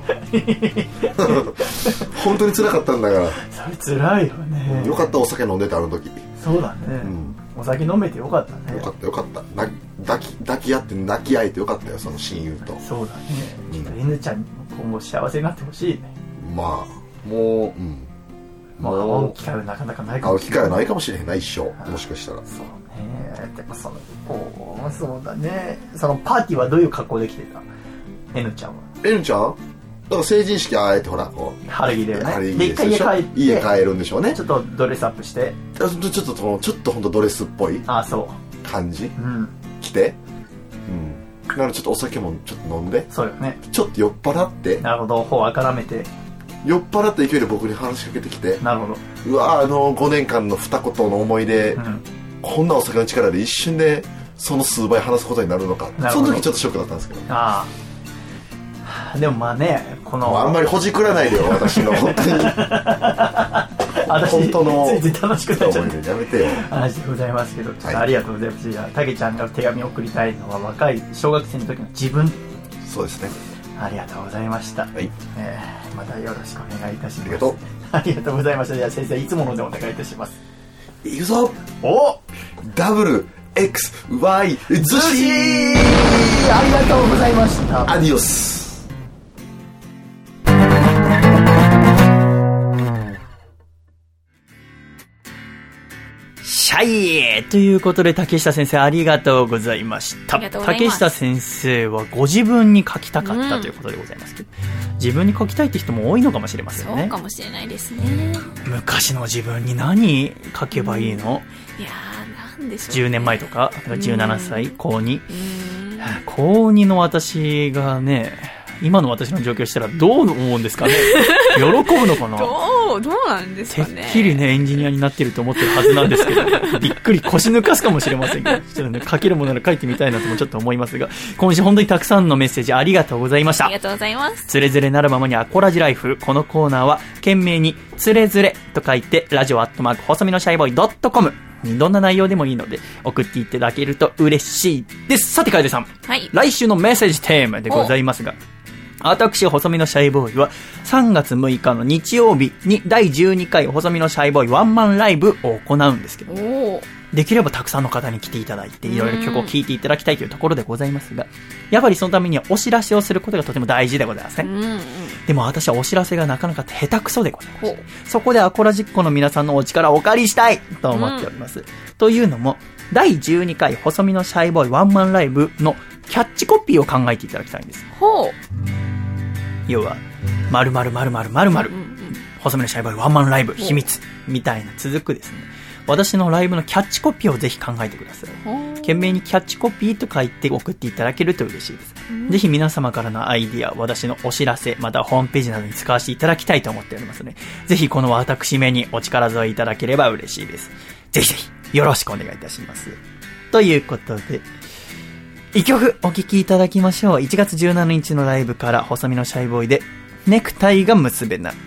本当に辛かったんだから。 それ辛いよね。 よかった、お酒飲んでたあの時。 そうだね、うん、お酒飲めてよかったね。 よかったよかった。な抱き抱き合って泣き合えてよかったよ、その親友と。 そうだね、ちょっと N ちゃんに今後幸せになってほしいね。 まあもううんまあ会う機会はなかなかないかもしれない。会う機会はないかもしれない一生、もしかしたら。 そうね。でもそのおそうだね、そのパーティーはどういう格好で来てた N ちゃんは。 N ちゃんだから成人式あえてほらこう晴れ着だよね。 晴れ着で一回家帰って家帰るんでしょうね。 ちょっとドレスアップしてちょっとちょっとちょっと本当ドレスっぽいあそう感じ、 うん、 着て、うん、だからちょっとお酒もちょっと飲んで、 そうよね、 ちょっと酔っ払って、 なるほど、頬あからめて酔っ払った勢いで僕に話しかけてきて、 なるほど、 うわあのごねんかんの二言の思い出、うん、こんなお酒の力で一瞬でその数倍話すことになるのか。その時ちょっとショックだったんですけど、 ああでもまあね、このあんまりほじくらないでよ私の本当に私本当のついつい楽しくなっちゃってやめてよ話でございますけど、ちょっとありがとうございます。じゃあたけちゃんが手紙を送りたいのは若い小学生の時の自分。 そうですね、 ありがとうございました、はい、えー、またよろしくお願いいたします。 ありがとうありがとうございました。じゃあ先生いつものでお願いいたします。 いくぞ、 おダブル エックスワイ 寿司。 ありがとうございました。 アディオス。 はい、ということで竹下先生ありがとうございました。竹下先生はご自分に書きたかったということでございますけど、うん、自分に書きたいって人も多いのかもしれませんね。 そうかもしれないですね。 昔の自分に何書けばいいの、 うん、いやーなんでしょう、ね、 じゅうねんまえとかじゅうななさい、うん、高に、うん、高にの私がね今の私の状況したらどう思うんですかね。喜ぶのかな。 どうどうなんですかね。 てっきりねエンジニアになってると思ってるはずなんですけどびっくり腰抜かすかもしれませんけど、ちょっとね書けるものなら書いてみたいなともちょっと思いますが、今週本当にたくさんのメッセージありがとうございました。 ありがとうございます。 つれづれなるままにアコラジライフ、このコーナーは懸命につれづれと書いてラジオアットマーク細身のシャイボーイドットコム、どんな内容でもいいので送っていただけると嬉しいです。さて楓さん、 はい、 来週のメッセージテーマでございますが、私細身のシャイボーイはさんがつむいかの日曜日にだいじゅうにかい細身のシャイボーイワンマンライブを行うんですけど、できればたくさんの方に来ていただいていろいろ曲を聴いていただきたいというところでございますが、やはりそのためにはお知らせをすることがとても大事でございますね。でも私はお知らせがなかなか下手くそでございます。そこでアコラジッコの皆さんのお力をお借りしたいと思っております、うん、というのもだいじゅうにかい細身のシャイボーイワンマンライブのキャッチコピーを考えていただきたいんです。 ほう、 要は〇〇〇〇〇〇細身のシャイボーイワンマンライブ秘密みたいな続くですね、私のライブのキャッチコピーをぜひ考えてください。懸命にキャッチコピーと書いて送っていただけると嬉しいです。ぜひ皆様からのアイディア、私のお知らせ、またホームページなどに使わせていただきたいと思っておりますので、ぜひこの私めにお力添えいただければ嬉しいです。ぜひぜひよろしくお願いいたします。ということで、一曲お聴きいただきましょう。いちがつじゅうしちにちのライブから細身のシャイボーイでネクタイが結べない。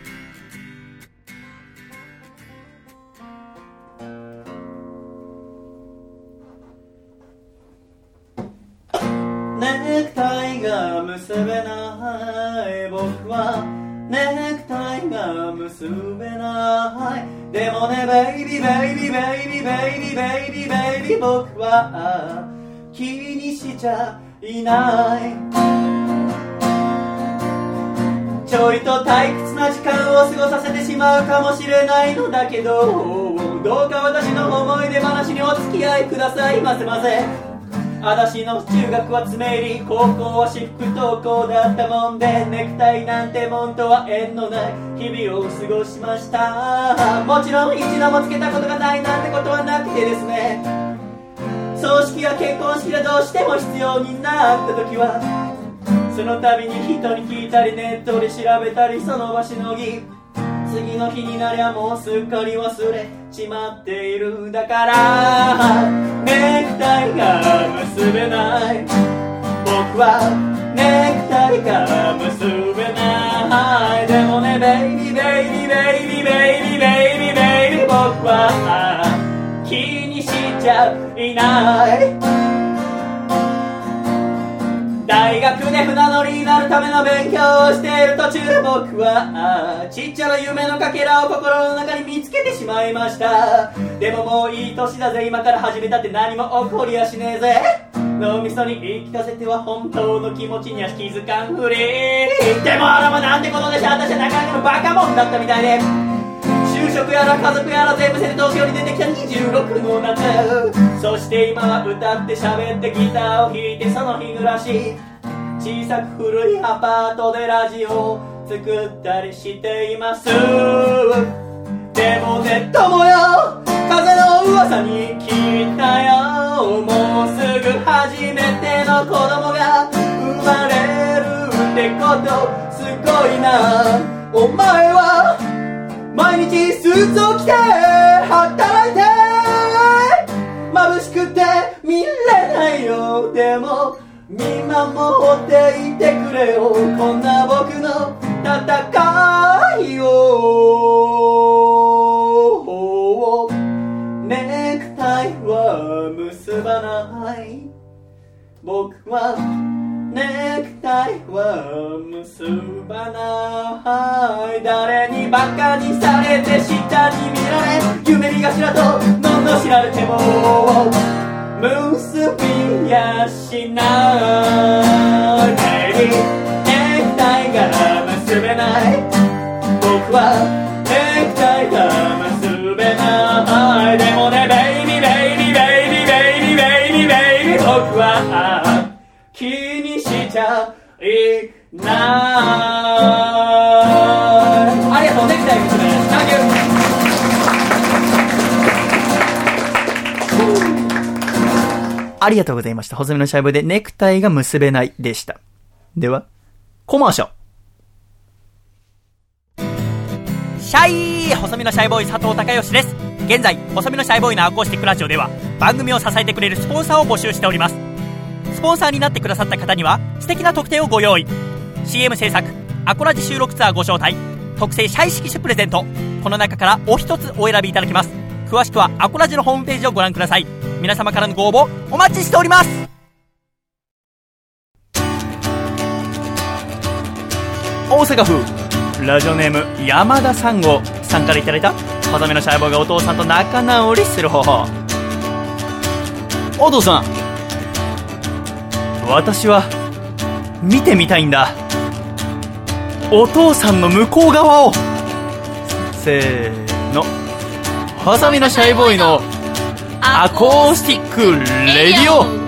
ネクタイが結べない僕はネクタイが結べないでもねベイビーベイビーベイビーベイビーベイビーベイビー僕は気にしちゃいないちょいと退屈な時間を過ごさせてしまうかもしれないのだけどどうか私の思い出話にお付き合いくださいませませ私の中学は詰め入り高校は私服登校だったもんでネクタイなんてもんとは縁のない日々を過ごしましたもちろん一度もつけたことがないなんてことはなくてですね葬式や結婚式がどうしても必要になった時はその度に人に聞いたりネットで調べたりその場しのぎ次の日になりゃもうすっかり忘れちまっているだからネクタイが結べない僕はネクタイが結べないでもねベイビーベイビーベイビーベイビーベイビーベイビー僕は気にしちゃいない大学で船乗りになるための勉強をしている途中僕はちっちゃな夢のかけらを心の中に見つけてしまいましたでももういい年だぜ今から始めたって何も起こりやしねえぜ脳みそに言い聞かせては本当の気持ちには気づかんふりでもあらまなんてことでしょ私はなかなかのバカモンだったみたいで就職やら家族やら全部せて東京に出てきたにじゅうろくの夏そして今は歌って喋ってギターを弾いてその日暮らし小さく古いアパートでラジオを作ったりしていますでもネットもよ風の噂に聞いたよもうすぐ初めての子供が生まれるってことすごいなお前は毎日スーツを着て働いて眩しくて見れないよでも見守っていてくれよこんな僕の戦いをネクタイは結ばない僕はネクタイは結ばない誰にバカにされて下に見られ夢見がしらと罵られても結びやしないネクタイが結べない僕はネクタイが結べないでもねベイビーベイビーベイビーベイビーベイビーベイビー僕は気にしちゃいないありがとうネクタイ結べないサンキューありがとうございました。細身のシャイボーイでネクタイが結べないでした。では、コマーシャル。シャイ細身のシャイボーイ佐藤孝義です。現在、細身のシャイボーイのアコースティックラジオでは番組を支えてくれるスポンサーを募集しております。スポンサーになってくださった方には素敵な特典をご用意。シーエム 制作、アコラジ収録ツアーご招待、特製シャイ色紙プレゼント。この中からお一つお選びいただきます。詳しくはアコラジのホームページをご覧ください。皆様からのご応募お待ちしております。大阪府ラジオネーム山田さん号さんからいただいた細身のシャイボーイがお父さんと仲直りする方法。お父さん、私は見てみたいんだ、お父さんの向こう側を。せーの、細身のシャイボーイのアコースティックレディオ。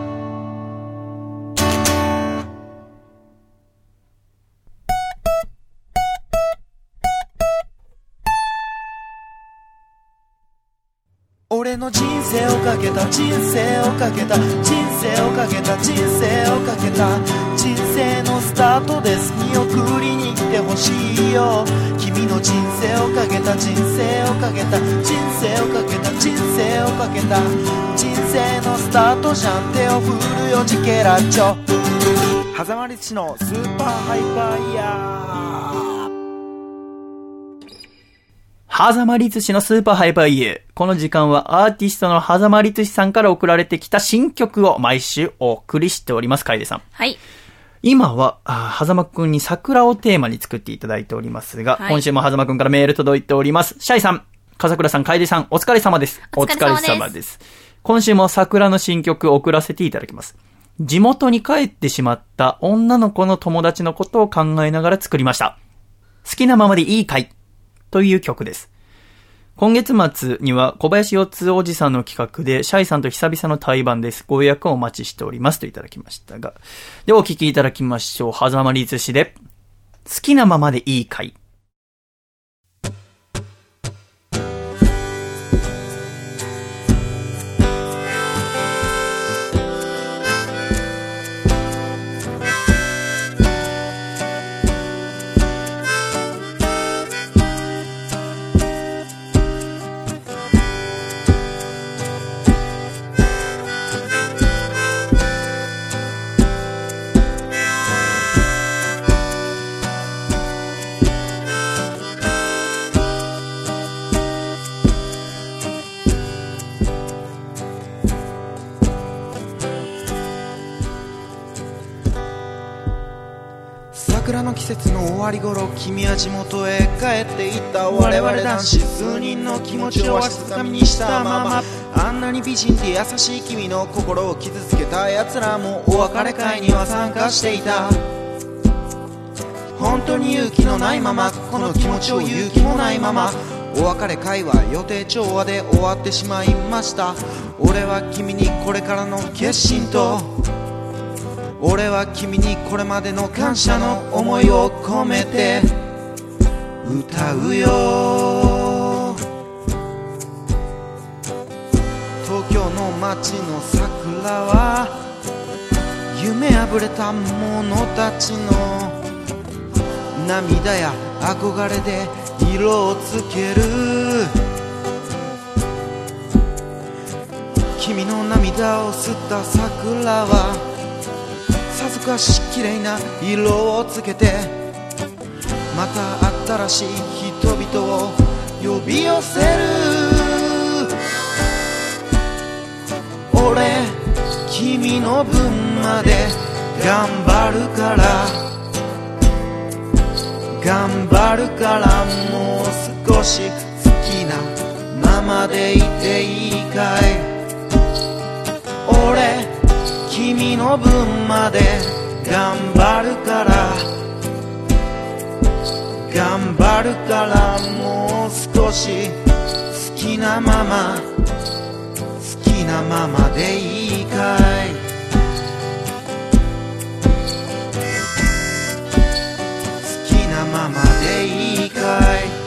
俺の人生をかけた人生をかけた人生をかけた人生をかけた人生のスタートです見送りに来てほしいよ君の人生をかけた人生をかけた人生をかけた人生わけだ。人生のスタートじゃん、手を振るよジケラッチョ。狭間律師のスーパーハイパーイヤー。狭間律師のスーパーハイパーイヤー。この時間はアーティストの狭間律師さんから送られてきた新曲を毎週お送りしております。楓さん。 はい。 今は、狭間くんに桜をテーマに作っていただいておりますが、はい、今週も狭間くんからメール届いております。シャイさん、笠倉さん、楓さん、お疲れ様です。 お疲れ様です。お疲れ様です。 今週も桜の新曲を送らせていただきます。地元に帰ってしまった女の子の友達のことを考えながら作りました。好きなままでいいかいという曲です。今月末には小林四つおじさんの企画でシャイさんと久々の対バンです。ご予約をお待ちしておりますといただきましたが。ではお聞きいただきましょう。狭間律師で好きなままでいいかい。 桜の季節の終わり頃、君は地元へ帰っていった。我々男子数人の気持ちをわしづかみにしたまま、あんなに美人で優しい君の心を傷つけた奴らもお別れ会には参加していた。本当に勇気のないまま、この気持ちを勇気もないまま、お別れ会は予定調和で終わってしまいました。俺は君にこれからの決心と、俺は君にこれまでの感謝の思いを込めて歌うよ。東京の街の桜は夢あぶれた者たちの涙や憧れで色をつける。君の涙を吸った桜はさぞかし綺麗な色をつけて、また新しい人々を呼び寄せる。俺、君の分まで頑張るから、頑張るからもう少し好きなままでいていいかい。俺、君の分まで頑張るから、頑張るからもう少し好きなまま、好きなままでいいかい。好きなままでいいかい。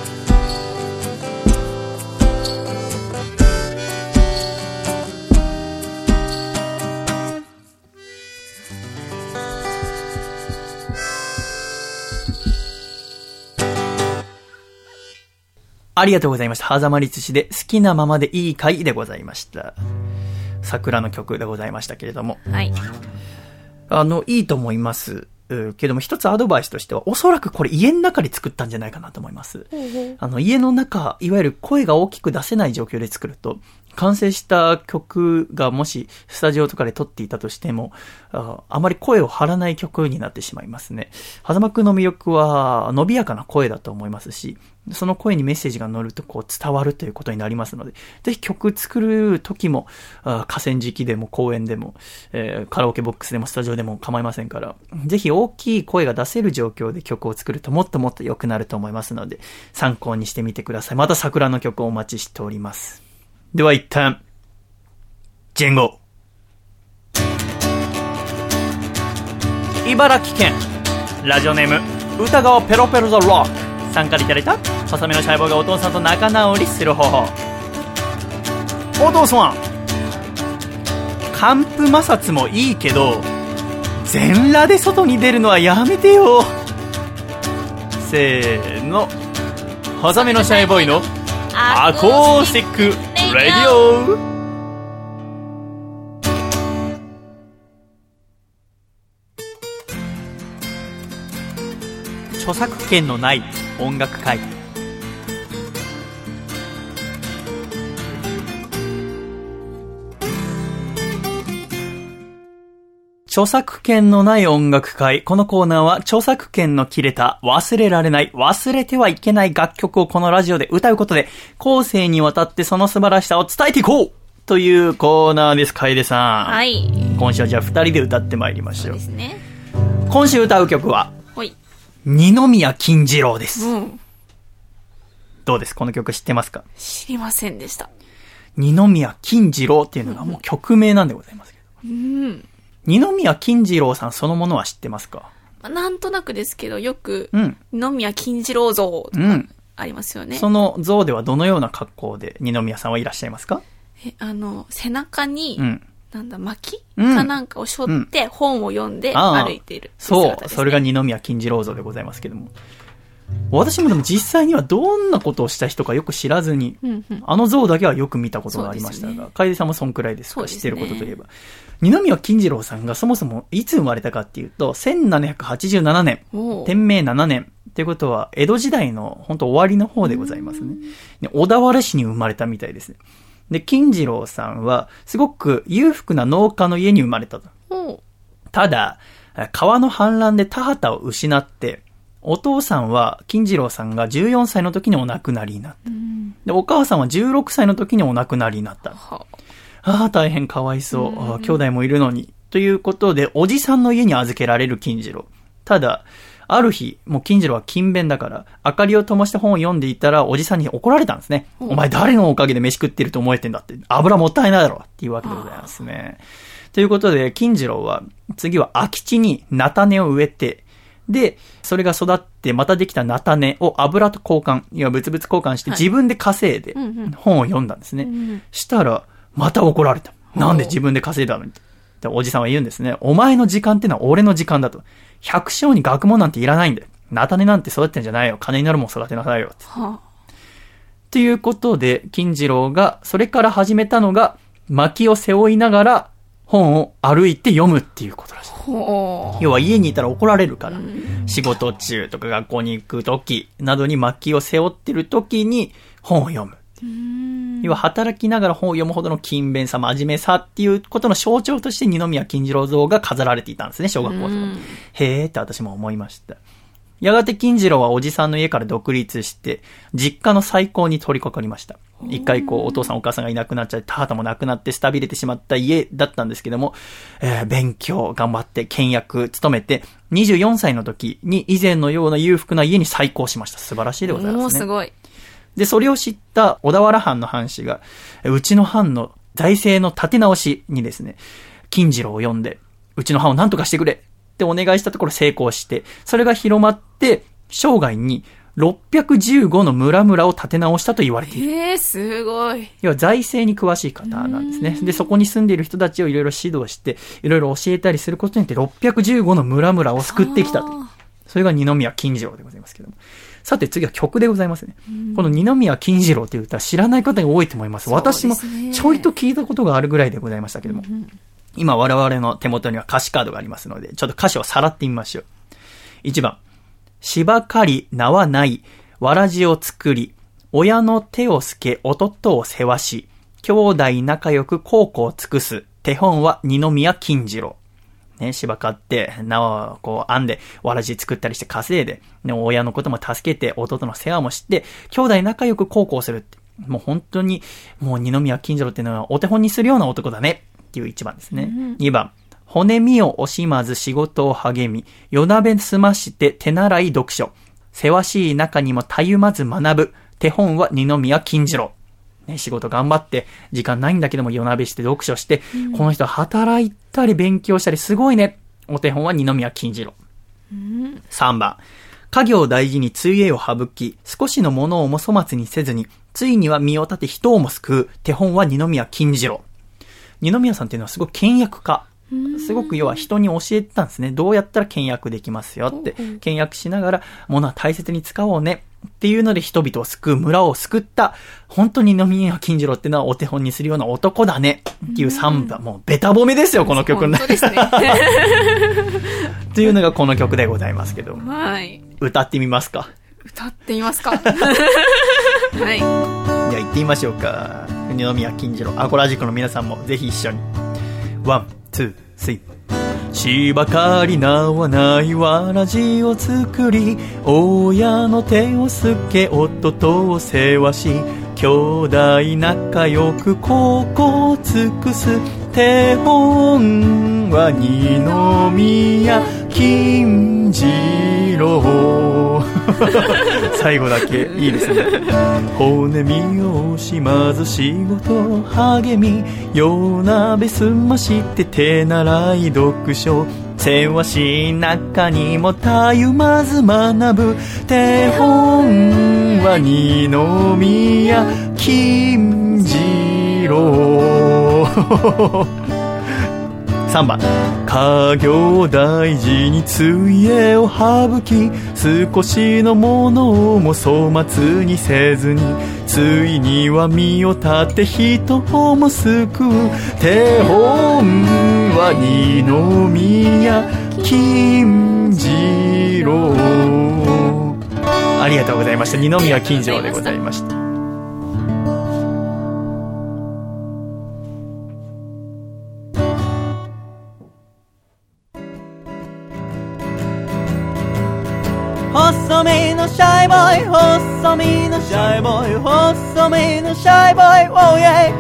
ありがとうございました。狭間律師で好きなままでいいかいでございました。桜の曲でございましたけれども。 はい。 あの、いいと思います。けども一つアドバイスとしては、おそらくこれ家の中で作ったんじゃないかなと思います。あの、家の中、いわゆる声が大きく出せない状況で作ると、完成した曲がもしスタジオとかで撮っていたとしても、あ, あまり声を張らない曲になってしまいますね。狭間くんの魅力は伸びやかな声だと思いますし、その声にメッセージが乗るとこう伝わるということになりますので、ぜひ曲作る時も、あ河川敷でも公園でも、えー、カラオケボックスでもスタジオでも構いませんから、ぜひ大きい声が出せる状況で曲を作るともっともっと良くなると思いますので、参考にしてみてください。また桜の曲をお待ちしております。では一旦、ジェンゴ。茨城県、ラジオネーム、歌川ペロペロザロックさんからいただいた、細めのシャイボーがお父さんと仲直りする方法。お父さん、寒風摩擦もいいけど、全裸で外に出るのはやめてよ。せーの、細めのシャイボーイのアコースティックラディオ。 著作権のない音楽会。著作権のない音楽会。このコーナーは著作権の切れた、忘れられない、忘れてはいけない楽曲をこのラジオで歌うことで、後世にわたってその素晴らしさを伝えていこうというコーナーです。楓さん。 はい。 今週はじゃあ二人で歌ってまいりましょう。 そうですね。 今週歌う曲は、 はい。 二宮金次郎です。 うん。 どうです？この曲知ってますか？ 知りませんでした。 二宮金次郎っていうのがもう曲名なんでございますけど。うん。二宮金次郎さんそのものは知ってますか？ まあ、なんとなくですけど、よく、うん、二宮金次郎像とかありますよね、うん。その像ではどのような格好で二宮さんはいらっしゃいますか？ え、あの、背中に、うん、なんだ、巻き、うん、かなんかを背負って本を読んで歩いている、ね、 そう、それが二宮金次郎像でございますけども。私もでも実際にはどんなことをした人かよく知らずに、うんうん、あの像だけはよく見たことがありましたが、楓、ね、さんもそんくらいですか？知ってることといえば。二宮金次郎さんがそもそもいつ生まれたかっていうと、せんななひゃくはちじゅうななねん、天明ななねんっていうことは江戸時代の本当終わりの方でございますね。で小田原市に生まれたみたいですね。で、金次郎さんはすごく裕福な農家の家に生まれたと。ただ、川の氾濫で田畑を失って、お父さんは金次郎さんがじゅうよんさいの時にお亡くなりになった。で、お母さんはじゅうろくさいの時にお亡くなりになった。ああ、大変かわいそう。ああ、兄弟もいるのに。ということで、おじさんの家に預けられる金次郎。ただ、ある日、もう金次郎は勤勉だから、明かりを灯して本を読んでいたら、おじさんに怒られたんですね。お前誰のおかげで飯食ってると思えてんだって。油もったいないだろっていうわけでございますね。ということで、金次郎は、次は空き地に菜種を植えて、で、それが育ってまたできた菜種を油と交換、いや物々交換して自分で稼いで本を読んだんですね。はいうんうん、したら、また怒られた。なんで自分で稼いだのにっておじさんは言うんですね。お前の時間ってのは俺の時間だと。百姓に学問なんていらないんだよ。菜種なんて育ってんじゃないよ。金になるもん育てなさいよ。はあ、ということで、金次郎がそれから始めたのが、薪を背負いながら本を歩いて読むっていうことらしい。要は家にいたら怒られるから、うん、仕事中とか学校に行く時などに薪を背負ってる時に本を読む。うん要は働きながら本を読むほどの勤勉さ、真面目さっていうことの象徴として二宮金次郎像が飾られていたんですね、小学校で。へーって私も思いました。やがて金次郎はおじさんの家から独立して、実家の再興に取り掛かりました。一回こう、お父さんお母さんがいなくなっちゃって、田畑もなくなってスタビれてしまった家だったんですけども、えー、勉強頑張って倹約務めて、にじゅうよんさいの時に以前のような裕福な家に再興しました。素晴らしいでございますね。 もうすごい。 で、それを知った小田原藩の藩士が、うちの藩の財政の立て直しにですね、金次郎を呼んで、うちの藩を何とかしてくれってお願いしたところ成功して、それが広まって、生涯にろっぴゃくじゅうごの村々を建て直したと言われている。 えー、すごい。 要は財政に詳しい方なんですね。で、そこに住んでいる人たちをいろいろ指導して、いろいろ教えたりすることによってろっぴゃくじゅうごの村々を救ってきたと。それが二宮金次郎でございますけども。さて次は曲でございますね。この二宮金次郎という歌知らない方が多いと思います。私もちょいと聞いたことがあるぐらいでございましたけども。今我々の手元には歌詞カードがありますので、ちょっと歌詞をさらってみましょう。いちばん。芝刈り縄ないわらじを作り親の手をすけ弟を世話し兄弟仲良く孝行を尽くす手本は二宮金次郎ね、芝刈って縄をこう編んでわらじ作ったりして稼いで、ね、親のことも助けて弟の世話もして兄弟仲良く孝行するってもう本当にもう二宮金次郎っていうのはお手本にするような男だねっていういちばんですね、うん、にばん骨身を惜しまず仕事を励み、夜鍋済まして手習い読書。せわしい中にもたゆまず学ぶ。手本は二宮金次郎。ね、仕事頑張って、時間ないんだけども夜鍋して読書して、うん、この人働いたり勉強したりすごいね。お手本は二宮金次郎。うん、さんばん。家業を大事についえを省き、少しのものをも粗末にせずに、ついには身を立て人をも救う。手本は二宮金次郎。二宮さんっていうのはすごく倹約家。すごく要は人に教えてたんですね。どうやったら倹約できますよって。倹約しながら物は大切に使おうね。 っていうので人々を救う、村を救った、本当に二宮金次郎ってのはお手本にするような男だねっていうサンバ、もうベタ褒めですよ、この曲の。 本当ですね。 っていうのがこの曲でございますけど。 はい。 歌ってみますか。 歌ってみますか。はい。 じゃあ行ってみましょうか。二宮金次郎、アコラジックの皆さんもぜひ一緒に。ワン、ツー、スリー。芝刈り縄ないわらじを作り、親の手をすけ夫を世話し、兄弟仲良く孝行尽くす手本は二宮金次郎。最後だけいいですね。骨身をしまず仕事励み、夜鍋済まして手習い読書、せわし中にもたゆまず学ぶ手本は二宮金次郎。さんばん、家業大事に杖を省き、少しのものも粗末にせずに、ついには身を立て人も救う手本は二宮金次郎。ありがとうございました。二宮金次郎でございました。細身のシャイボーイ、細身のシャイボーイ、細身のシャイボーイ、oh yeah。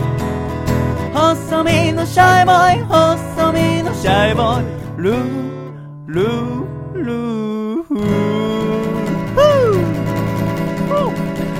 細身のシャイボーイ、細身のシャイボーイ、ルールールーフー。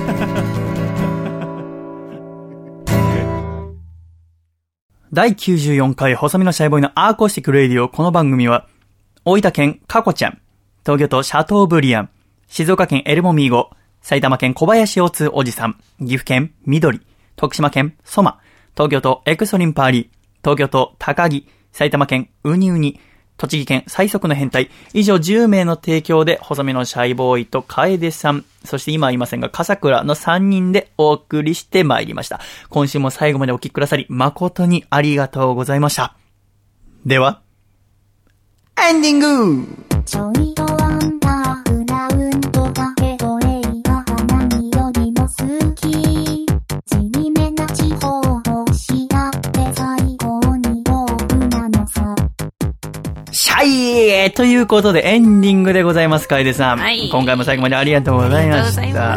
だいきゅうじゅうよんかい細身のシャイボーイのアーコースティックレディオ。この番組は大分県かこちゃん、東京都シャトーブリアン、静岡県エルモミーゴ、埼玉県小林大津おじさん、岐阜県緑、徳島県ソマ、東京都エクソリンパーリー、東京都高木、埼玉県ウニウニ、栃木県最速の変態、以上じゅうめいの提供で細身のシャイボーイと楓さん、そして今はいませんが笠倉のさんにんでお送りしてまいりました。今週も最後までお聞きくださり誠にありがとうございました。ではエンディング。ちょいとアンダーグラウンドだけど映画が何よりも好き。地味めな地方をし合って最高に僕なのさ。シャイーということでエンディングでございます。楓さん、はい、今回も最後までありがとうございました。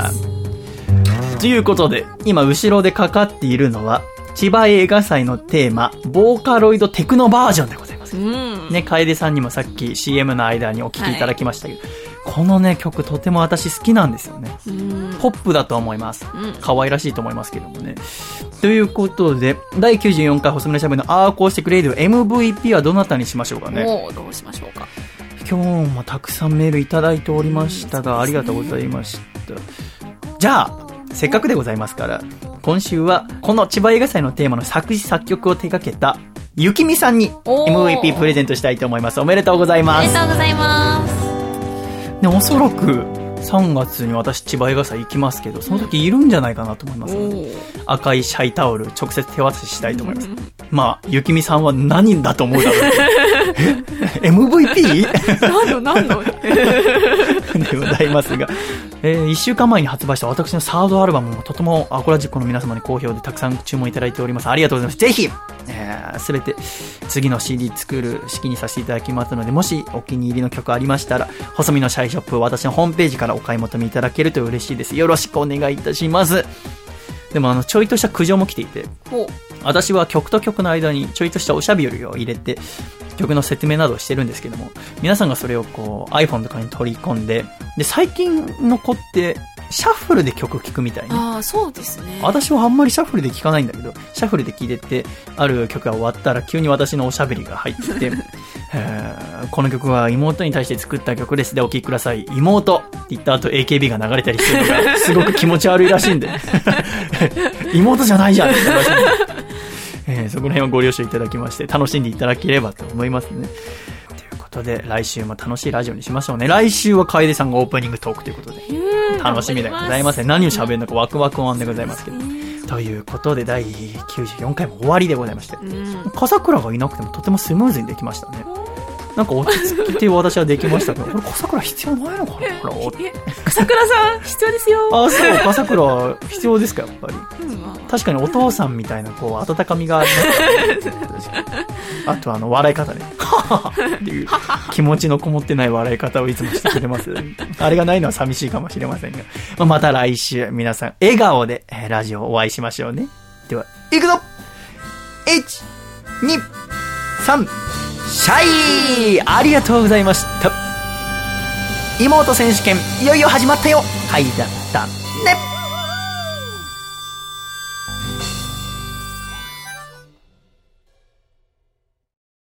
ということで今後ろでかかっているのは千葉映画祭のテーマボーカロイドテクノバージョンでございます。うんね、楓さんにもさっき シーエム の間にお聴きいただきましたけど、はい、このね曲とても私好きなんですよね。ポップだと思います、うん、可愛らしいと思いますけどもね。ということでだいきゅうじゅうよんかい細身のシャイボーイのアーコースティックレディオ エムブイピー はどなたにしましょうかね。 おどうしましょうか。 今日もたくさんメールいただいておりましたが、うん、ありがとうございました。じゃあせっかくでございますから今週はこの千葉映画祭のテーマの作詞作曲を手掛けたゆきみさんに エムブイピー プレゼントしたいと思います。おめでとうございます。 おめでとうございます。 ね、おそらくさんがつに私千葉映画祭行きますけど、その時いるんじゃないかなと思いますので、赤いシャイタオル直接手渡ししたいと思います。まあゆきみさんは何だと思うだろうえ エムブイピー？ 何の何のでございますが、えー、いっしゅうかんまえに発売した私のサードアルバムもとてもアコラジックの皆様に好評でたくさん注文いただいております。ありがとうございます。ぜひすべ、えー、て次の シーディー 作る式にさせていただきますので、もしお気に入りの曲ありましたら細身のシャイショップ私のホームページからお買い求めいただけると嬉しいです。よろしくお願いいたします。でもあのちょいとした苦情も来ていて、私は曲と曲の間にちょいとしたおしゃべりを入れて曲の説明などをしてるんですけども、皆さんがそれをこう iPhone とかに取り込んで、で最近の子ってシャッフルで曲聴くみたいな。 ああ、そうですね。 私はあんまりシャッフルで聴かないんだけど、シャッフルで聴いててある曲が終わったら急に私のおしゃべりが入っててこの曲は妹に対して作った曲ですでお聴きください妹って言った後 エーケービー が流れたりするのがすごく気持ち悪いらしいんで妹じゃないじゃんって言ったらしいんで、えー、そこら辺をご了承いただきまして楽しんでいただければと思いますね。ということで来週も楽しいラジオにしましょうね。来週は楓さんがオープニングトークということで楽しみでございますね。何を喋るのかワクワクワンでございますけど。ということで、だいきゅうじゅうよんかいも終わりでございまして。笠倉がいなくてもとてもスムーズにできましたね。なんか落ち着きて私はできましたけど、これ笠倉必要ないのかな。 笠倉さん必要ですよ。 あ、そう、笠倉必要ですか、やっぱり。うん、確かにお父さんみたいなこう温かみがありますね。あとあの笑い方ね。っていう気持ちのこもってない笑い方をいつもしてくれます。あれがないのは寂しいかもしれませんが、まあ、また来週皆さん笑顔でラジオお会いしましょうね。では、いくぞ !いち、に、さん、シャイありがとうございました。妹選手権いよいよ始まったよ。はいだったね。